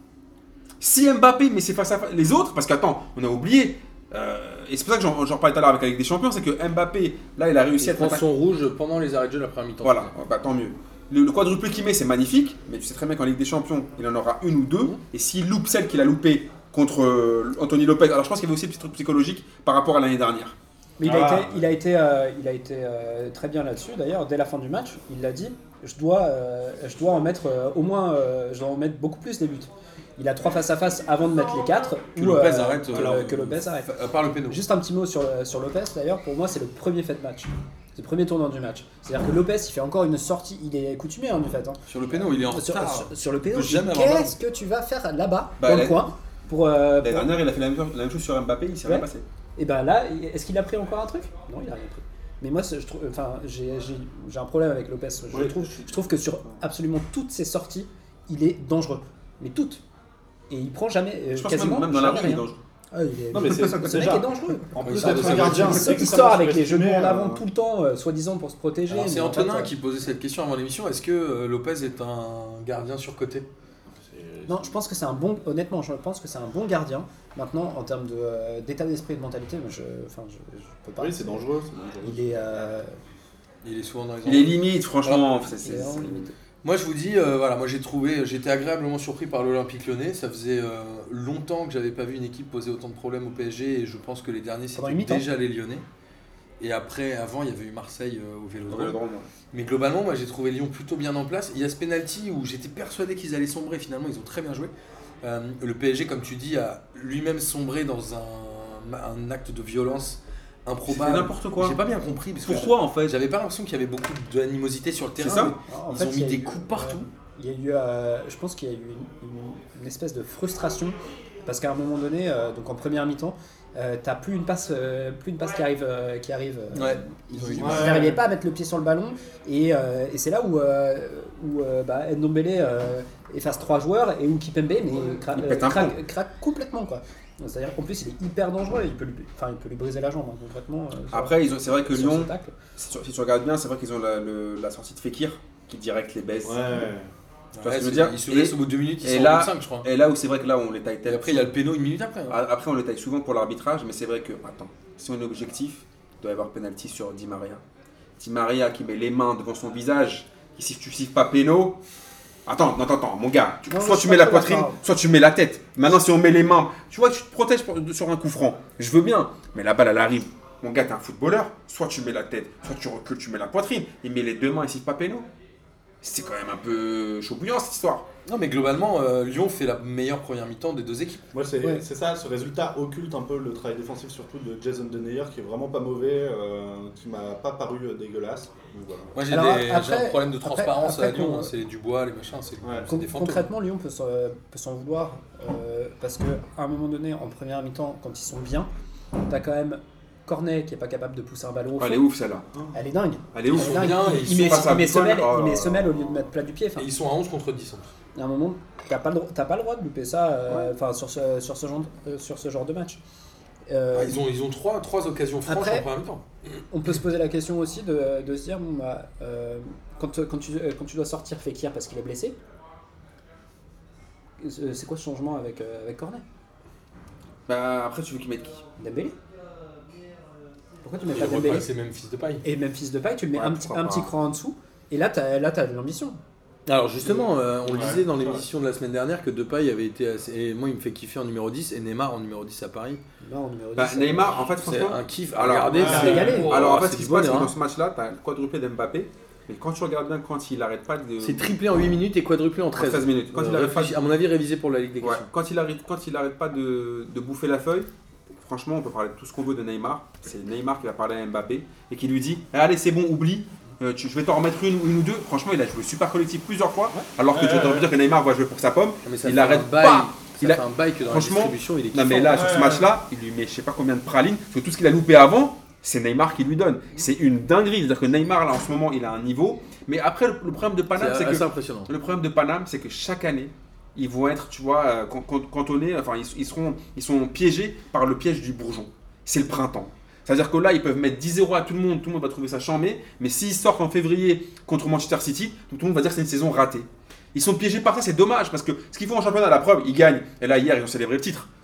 Si Mbappé, mais c'est face à face, les autres, parce qu'attends, on a oublié, euh, et c'est pour ça que j'en j'en parlais tout à l'heure avec la Ligue des Champions, c'est que Mbappé, là, il a réussi Il à être prend son rouge pendant les arrêts de jeu de la première mi-temps. Voilà, bah, tant mieux. Le, le quadruplé qu'il met, c'est magnifique, mais tu sais très bien qu'en Ligue des Champions, il en aura une ou deux, et s'il loupe celle qu'il a loupée contre euh, Anthony Lopez, alors je pense qu'il y avait aussi un petit truc psychologique par rapport à l'année dernière. Mais il a Ah. été, il a été, euh, il a été euh, très bien là-dessus. D'ailleurs, dès la fin du match, il l'a dit. Je dois, euh, je dois en mettre euh, au moins, euh, je dois en mettre beaucoup plus des buts. Il a trois face à face avant de mettre les quatre. Que où, Lopez euh, arrête. Que, alors, que Lopez arrête. À part le péno. Juste un petit mot sur, sur Lopez d'ailleurs. Pour moi, c'est le premier fait de match. C'est le premier tournant du match. C'est-à-dire que Lopez, il fait encore une sortie. Il est coutumier hein, du fait. Hein. Sur le péno, il est en Sur, retard. sur, sur le péno. Il peut jamais avoir Qu'est-ce que tu vas faire là-bas, Bah, dans la- le coin, pour, euh, L'année pour- dernière, il a fait la même, chose- la même chose sur Mbappé, il s'est Ouais. rien passé. Et ben là, est-ce qu'il a pris encore un truc? Non, il a rien pris. Mais moi, c'est- je trouve, enfin, j'ai, j'ai, j'ai un problème avec Lopez. Je, Oui. trouve, je trouve que sur absolument toutes ses sorties, il est dangereux. Mais toutes. Et il prend jamais, euh, Je pense quasiment même, même dans la jamais rue, il est rien. dangereux. Ah, il est- Non, mais c'est- ce mec déjà- est dangereux. En Il plus sort de d'être sa un gardien, voiture. c'est Il sort avec les genoux en surestimé, avant euh, tout le temps, euh, soi-disant pour se protéger. Alors, c'est mais en fait, Antonin euh, qui posait cette question avant l'émission. Est-ce que euh, Lopez est un gardien surcoté? Non, je pense que c'est un bon. Honnêtement, je pense que c'est un bon gardien. Maintenant, en termes de, euh, d'état d'esprit et de mentalité, moi, je, enfin, je, je peux pas. Oui, c'est dangereux. c'est dangereux. Il est. euh, Il est souvent dans les Il est limite, franchement. c'est- il c'est- est vraiment c'est- limite. Moi, je vous dis, euh, voilà, moi j'ai trouvé, j'étais agréablement surpris par l'Olympique Lyonnais. Ça faisait euh, longtemps que j'avais pas vu une équipe poser autant de problèmes au P S G et je pense que les derniers Pendant c'était une mi-temps. déjà les Lyonnais. Et après, avant, il y avait eu Marseille euh, au Vélodrome. Vélodrome, ouais. Mais globalement, moi j'ai trouvé Lyon plutôt bien en place. Il y a ce penalty où j'étais persuadé qu'ils allaient sombrer. Finalement, ils ont très bien joué. Euh, le P S G, comme tu dis, a lui-même sombré dans un, un acte de violence C'était improbable. n'importe quoi. J'ai pas bien compris parce que Pourquoi en fait j'avais pas l'impression qu'il y avait beaucoup d'animosité sur le terrain. ça. mais En Ils fait, ont il mis y a des eu, coups partout. euh, Il y a eu, euh, je pense qu'il y a eu une, une- une espèce de frustration parce qu'à un moment donné, euh, donc en première mi-temps, euh, t'as plus une passe, euh, plus une passe qui arrive, euh, qui arrive. euh, Ouais, ils ont eu Ils du Ouais. mal. n'arrivaient pas à mettre le pied sur le ballon et, euh, et c'est là où, euh, où euh, bah, Ndombele euh, efface trois joueurs et où Kipembe mais cra- Il euh, pète un craque, plomb. craque complètement quoi. C'est-à-dire qu'en plus il est hyper dangereux, il peut lui, enfin, il peut lui briser la jambe hein, concrètement. euh, sur- Après, ils ont- c'est vrai que sur Lyon, ce tacle. si tu, si tu regardes bien, c'est vrai qu'ils ont la, le- la sortie de Fekir qui direct les baisse. Ouais. Tu vois Ouais, ce que je veux c'est- dire ils se laissent Et- au bout de deux minutes, ils et sont là- au bout de cinq, je crois. Et là où c'est vrai que là on les taille Et tellement. après, il y a le péno une minute après. hein. Après, on le taille souvent pour l'arbitrage, mais c'est vrai que, attends, si on est objectif, il doit y avoir penalty sur Di Maria. Di Maria qui met les mains devant son visage, qui si tu siffles pas péno. Attends, non, attends, attends, mon gars, tu- Non, soit je tu suis mets pas la trop poitrine, d'accord. soit tu mets la tête. Maintenant, si on met les mains, tu vois, tu te protèges pour- sur un coup franc. Je veux bien, mais la balle, elle arrive. Mon gars, t'es un footballeur, soit tu mets la tête, soit tu recules, tu mets la poitrine. Il met les deux mains, il siffle pas péno. C'est quand même un peu chaud bouillant cette histoire. Non, mais globalement, euh, Lyon fait la meilleure première mi-temps des deux équipes. Moi, c'est Ouais. c'est ça, ce résultat occulte un peu le travail défensif, surtout de Jason Denayer, qui est vraiment pas mauvais, euh, qui m'a pas paru euh, dégueulasse. Donc, voilà. Moi, j'ai Alors, des- j'ai après- un problème de après- transparence après à Lyon. qu'on- hein, c'est les Dubois, les machins, c'est Ouais. c'est Con- des fantômes. concrètement, Lyon peut s'en, peut s'en vouloir euh, parce qu'à un moment donné, en première mi-temps, quand ils sont bien, t'as quand même Cornet qui est pas capable de pousser un ballon au fond. Elle est ouf celle-là. Elle est dingue. Elle est ouf. Elle est dingue. bien, Il- et il, ils met, sont face à il met Buffon, semelle, oh il met là semelle au lieu de mettre plat du pied. Enfin, Et ils sont à onze contre dix en plus. à un moment, t'as pas, le droit- t'as pas le droit de louper ça euh, enfin, sur, ce, sur, ce genre, de- euh, sur ce genre de match. Euh, Ah, ils ont, ils ont trois, trois occasions franches Après- en première mi-temps. On peut se poser la question aussi de, de se dire bon, bah, euh, quand, quand, tu, euh, quand tu dois sortir Fekir parce qu'il est blessé, euh, c'est quoi ce changement avec, euh, avec Cornet? Bah, après, tu veux qu'ils mettent qui Dembélé? Pourquoi tu mets Il pas Dembélé? repasse, c'est même fils de paille. Et même fils de paille, tu le mets Ouais, un, petit, pourquoi un petit pas. cran en dessous, et là t'as là, t'as de l'ambition. Alors justement, euh, on le Ouais. disait dans l'émission de la semaine dernière que Depay avait été assez... Et moi, il me fait kiffer en numéro dix et Neymar en numéro dix à Paris. Là, en numéro Bah, dix, Neymar, en fait, C'est franchement. un kiff à Alors, regarder. ouais, c'est- régalé. Oh, Alors, en fait, c'est ce qui du se passe, c'est que bonheur, dans hein. ce match-là, t'as le quadruplé d'Mbappé. Mais quand tu regardes bien, quand il arrête pas de. C'est triplé en huit minutes et quadruplé en treize. treize minutes. Quand il Euh, arrête pas réfléchi- À mon avis, révisé pour la Ligue des Ouais, Questions. quand il arrête, quand il arrête pas de, de bouffer la feuille, franchement, on peut parler de tout ce qu'on veut de Neymar. C'est Neymar qui va parler à Mbappé et qui lui dit eh, allez, c'est bon, oublie. Euh, tu- je vais t'en remettre une, une ou deux. Franchement, il a joué super collectif plusieurs fois. Alors que Ouais, tu as envie ouais. de dire que Neymar va jouer pour sa pomme. Mais ça Il fait arrête un bail, pas. Ça Il a- fait un bail que dans la Franchement, distribution, il est kiffant. Non, mais là, sur ce Ouais. match-là, il lui met je sais pas combien de pralines. Parce que tout ce qu'il a loupé avant, c'est Neymar qui lui donne. C'est une dinguerie. C'est-à-dire que Neymar, là, en ce moment, il a un niveau. Mais après, le, le problème de Paname, c'est C'est que. assez impressionnant. Le problème de Paname, c'est que chaque année, ils vont être, tu vois, euh, can- can- cantonnés, enfin, ils, ils seront, ils sont piégés par le piège du bourgeon. C'est le printemps. C'est-à-dire que là, ils peuvent mettre dix zéro à tout le monde, tout le monde va trouver ça chambé, mais s'ils sortent en février contre Manchester City, tout le monde va dire que c'est une saison ratée. Ils sont piégés par ça, c'est dommage, parce que ce qu'ils font en championnat, la preuve, ils gagnent. Et là, hier, ils ont célébré le titre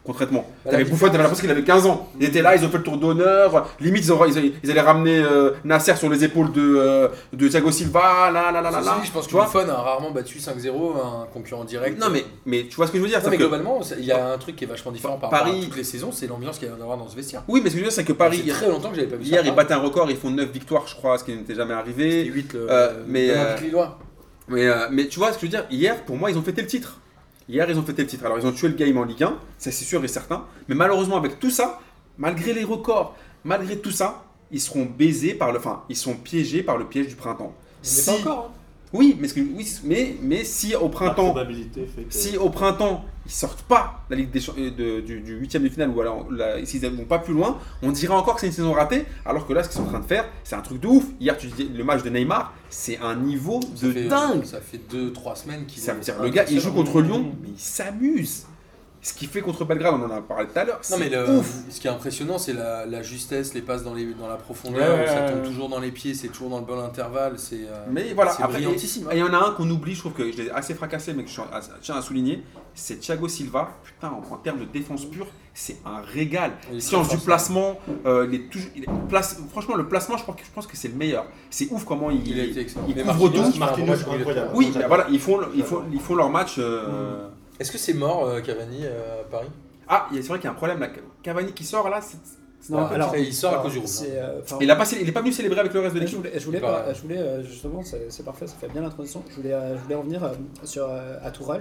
concrètement. Bah, T'avais la Buffon, t'avais l'impression qu'il avait quinze ans. Il était là, ils ont fait le tour d'honneur. Limite, ils, ont- ils, ils allaient ramener euh, Nasser sur les épaules de, euh, de Thiago Silva. Là, là, là, là, Ceci là. dit, je pense que Tu vois Buffon a rarement battu cinq zéro un concurrent direct. Non, mais, mais tu vois ce que je veux dire Non, c'est mais que- globalement, c'est- il y a un truc qui est vachement différent par rapport Paris- à toutes les saisons, c'est l'ambiance qu'il y a d'avoir dans ce vestiaire. Oui, mais ce que je veux dire, c'est que Paris, C'est hier, très longtemps que j'avais pas vu ça. hier, ils Paris. battent un record, ils font neuf victoires, je crois, ce qui n'était jamais C'était arrivé. huit le Euh, mais, l'Olympique euh, Lillois. Mais, euh, mais tu vois ce que je veux dire, hier, pour moi, ils ont fêté le titre. Hier, ils ont fêté le titre. Alors, ils ont tué le game en Ligue un, ça c'est sûr et certain. Mais malheureusement, avec tout ça, malgré les records, malgré tout ça, ils seront baisés par le. Enfin, ils sont piégés par le piège du printemps. Il n'est pas encore. hein. Oui, mais, ce que- oui, mais, mais si au La printemps. probabilité fait que. Si au printemps, ils sortent pas la Ligue des Champ- euh, de- du, du huitième de finale ou alors la- s'ils ne vont pas plus loin, on dirait encore que c'est une saison ratée, alors que là, ce qu'ils sont en train de faire, c'est un truc de ouf. Hier, tu disais, le match de Neymar, c'est un niveau Ça de fait- dingue. Ça fait deux trois semaines qu'il Ça veut est- dire, c'est le gars, il joue impressionnant. contre Lyon, mais il s'amuse. Ce qu'il fait contre Belgrade, on en a parlé tout à l'heure, Non c'est mais le- ouf. ce qui est impressionnant c'est la, la justesse, les passes dans, les, dans la profondeur, Ouais, ouais, où ça ouais, tombe ouais. toujours dans les pieds, c'est toujours dans le bon intervalle, c'est euh, Mais voilà, c'est après, brillantissime. et il y en a un qu'on oublie, je trouve que je l'ai assez fracassé, mais que je tiens à souligner, c'est Thiago Silva. Putain, en, en termes de défense pure, c'est un régal. Il est Science très du fort, placement, euh, il est toujours, il est- place, franchement, le placement, je pense, que- je pense que c'est le meilleur. C'est ouf comment il, Il a été excellent. il Mais couvre Marquinhos, tout. Marquinhos, Marquinhos, il est incroyable. Oui, bah voilà, ils font, ils font, ils font leur match. euh, Est-ce que c'est mort euh, Cavani euh, à Paris? Ah, il y a- c'est vrai qu'il y a un problème là. Cavani qui sort là, c'est. c'est Non, un peu- alors, il sort à alors, cause du rouge, c'est, euh, enfin, Il a pas, célé- il est pas venu célébrer avec le reste de je l'équipe. voulais, je voulais, Il pas- paraît. je voulais euh, justement, c'est c'est parfait, ça fait bien l'introduction. Je voulais, euh, je voulais revenir euh, sur euh, à Tourelle.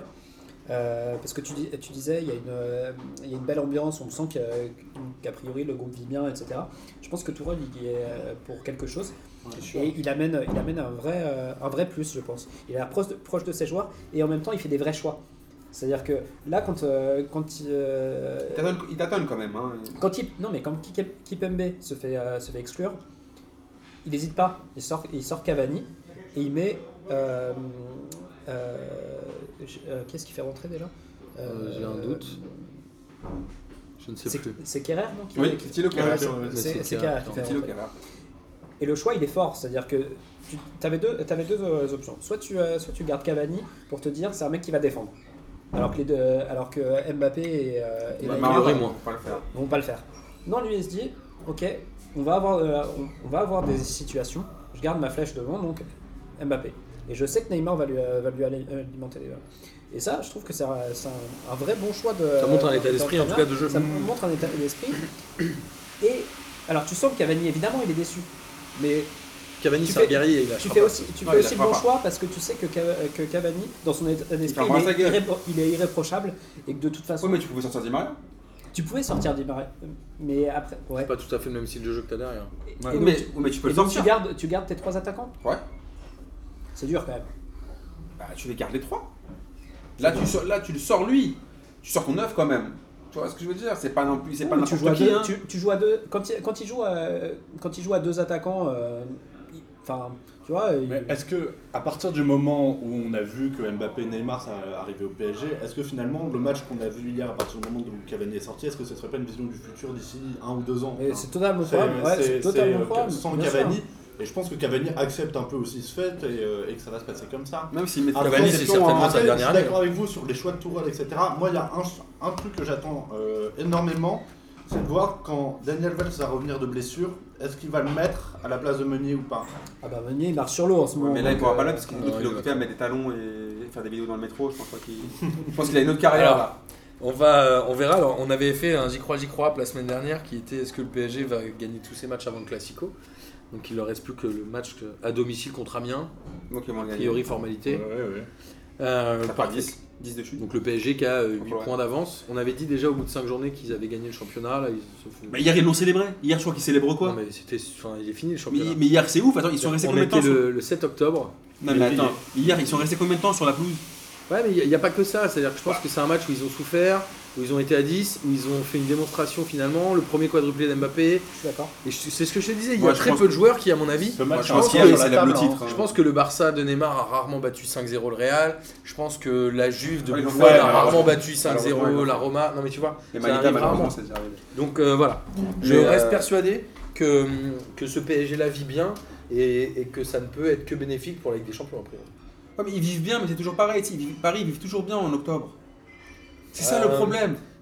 Euh, parce que tu, dis, tu disais, il y, a une, euh, il y a une belle ambiance, on sent qu'a qu'a priori le groupe vit bien, et cetera. Je pense que Tourelle, il y est euh, pour quelque chose. Et il amène, il amène un, vrai, euh, un vrai plus, je pense. Il est proche de, proche de ses joueurs et en même temps, il fait des vrais choix. C'est-à-dire que là, quand, euh, quand, il, euh, Il tâtonne- Il tâtonne quand même. Hein. quand il, non, mais quand Kike- Kipembe se fait, euh, se fait exclure, il n'hésite pas. Il sort, il sort Cavani et il met. Euh, euh, je- euh, Qu'est-ce qu'il fait rentrer déjà Euh, j'ai un doute. Je ne sais C'est plus. c'est Kerrer, non qui- Oui, qui- Thilo Ouais, Kerrer. c'est- ouais, c'est- c'est c'est Kerrer. Kerrer qui fait Thilo rentrer. Kerrer. Et le choix, il est fort, c'est-à-dire que tu avais deux, t'avais deux euh, options. Soit tu, euh, soit tu gardes Cavani pour te dire c'est un mec qui va défendre. Alors que, les deux, alors que Mbappé et, euh, et Ouais, Neymar Marlery, moi. moi. On va pas le faire. vont pas le faire. Non, lui, il se dit ok, on va avoir, euh, on, on va avoir des situations. Je garde ma flèche devant, donc Mbappé. Et je sais que Neymar va lui, euh, va lui ali- alimenter les. Et ça, je trouve que c'est un, c'est un- un vrai bon choix de. Ça montre un état de- d'esprit en tout cas de jeu. Ça montre un état d'esprit. Et alors, tu sens que Cavani, évidemment, il est déçu. Mais Cavani Tu c'est fais- un guerrier, il tu lâchera fais pas. aussi, tu Non, fais il aussi le lâchera bon pas. choix parce que tu sais que, Ca- que Cavani, dans son état d'esprit, fermera il, sa est gueule. irrépro- il est irréprochable et que de toute façon, Oui, mais tu pouvais sortir Di Maria. tu pouvais sortir Di Maria. Mais après, ouais. C'est pas tout à fait le même style de jeu que t'as derrière. Et Oui, donc, mais, tu- oui, mais tu peux et le donc tu sortir. gardes, tu gardes tes trois attaquants. Ouais. C'est dur quand même. Bah, tu les gardes les trois. Là, tu, sors- là, tu le sors lui. Tu sors ton neuf quand même. Tu vois ce que je veux dire? C'est pas non plus, c'est pas Oui, tu joues à n'importe qui. deux. Hein. Tu, tu joues à deux. Quand il, quand il joue à, quand il joue à deux attaquants, euh, il- enfin, tu vois. il- Mais est-ce que, à partir du moment où on a vu que Mbappé et Neymar ça arrivait au P S G, est-ce que finalement le match qu'on a vu hier, à partir du moment où Cavani est sorti, est-ce que ce serait pas une vision du futur d'ici un ou deux ans? mais Enfin, c'est totalement c'est- probable. Ouais, c'est- c'est totalement c'est, probable. euh, sans bien sûr. Cavani, et je pense que Cavani accepte un peu aussi ce fait et, euh, et que ça va se passer comme ça. Même s'il met Après, Cavani, c'est c'est sûr, certainement après, sa dernière Je suis année. d'accord avec vous sur les choix de Tourelle, et cetera. Moi, il y a un, un truc que j'attends euh, énormément, c'est de voir quand Daniel Vels va revenir de blessure, est-ce qu'il va le mettre à la place de Meunier ou pas? Ah bah Meunier, il marche sur l'eau en ce Ouais, moment. mais là, il donc, pourra euh, pas là parce qu'il euh, il est ouais, occupé il à mettre des talons et faire des vidéos dans le métro. Je pense pas qu'il. Je pense qu'il a une autre carrière Alors, là. On va, euh, on verra. Alors, on avait fait un j'y crois, j'y crois la semaine dernière qui était est-ce que le P S G va gagner tous ses matchs avant le Classico. Donc il ne leur reste plus que le match à domicile contre Amiens, Donc ils vont a gagner. priori formalité. Ouais, ouais. Euh, Ça part parfait. dix. dix de chute. Donc le P S G qui a huit Ouais. points d'avance. On avait dit déjà au bout de cinq journées qu'ils avaient gagné le championnat. Là, ils se font- Bah, hier, ils l'ont célébré. Hier, je crois qu'ils célèbrent quoi? Non, mais c'était, enfin, il est fini le mais, championnat. mais hier, c'est ouf. Attends, ils sont restés on combien de temps était sur... le, le sept octobre. Non, mais attends. Hier, ils sont restés combien de temps sur la pelouse? Ouais, mais il n'y a, a pas que ça. C'est-à-dire que je pense que c'est un match où ils ont souffert, où ils ont été à dix, où ils ont fait une démonstration finalement. Le premier quadruplé d'Mbappé. Je suis d'accord. Et je- c'est ce que je te disais. Il y Moi, a je très pense peu de joueurs qui, à mon avis, Ce Moi, match, je un pense peu qu'hier, sur ils la célèbrent le table, titre. hein. je pense que le Barça de Neymar a rarement battu cinq zéro le Real. Je pense que la Juve de Ouais, ils l'ont Buffon fait, a rarement malheureusement. battu cinq zéro. Malheureusement, ils La l'ont fait. Roma. Non, mais tu vois, Et ça Malika, arrive malheureusement, rarement. c'est déjà arrivé. Donc euh, voilà. Je Mais, reste euh, persuadé que, que ce P S G là vit bien et, et que ça ne peut être que bénéfique pour la Ligue des Champions après. Ouais, mais ils vivent bien, mais c'est toujours pareil. tu sais, Ils vivent, Paris, ils vivent toujours bien en octobre. C'est ça Euh, le problème.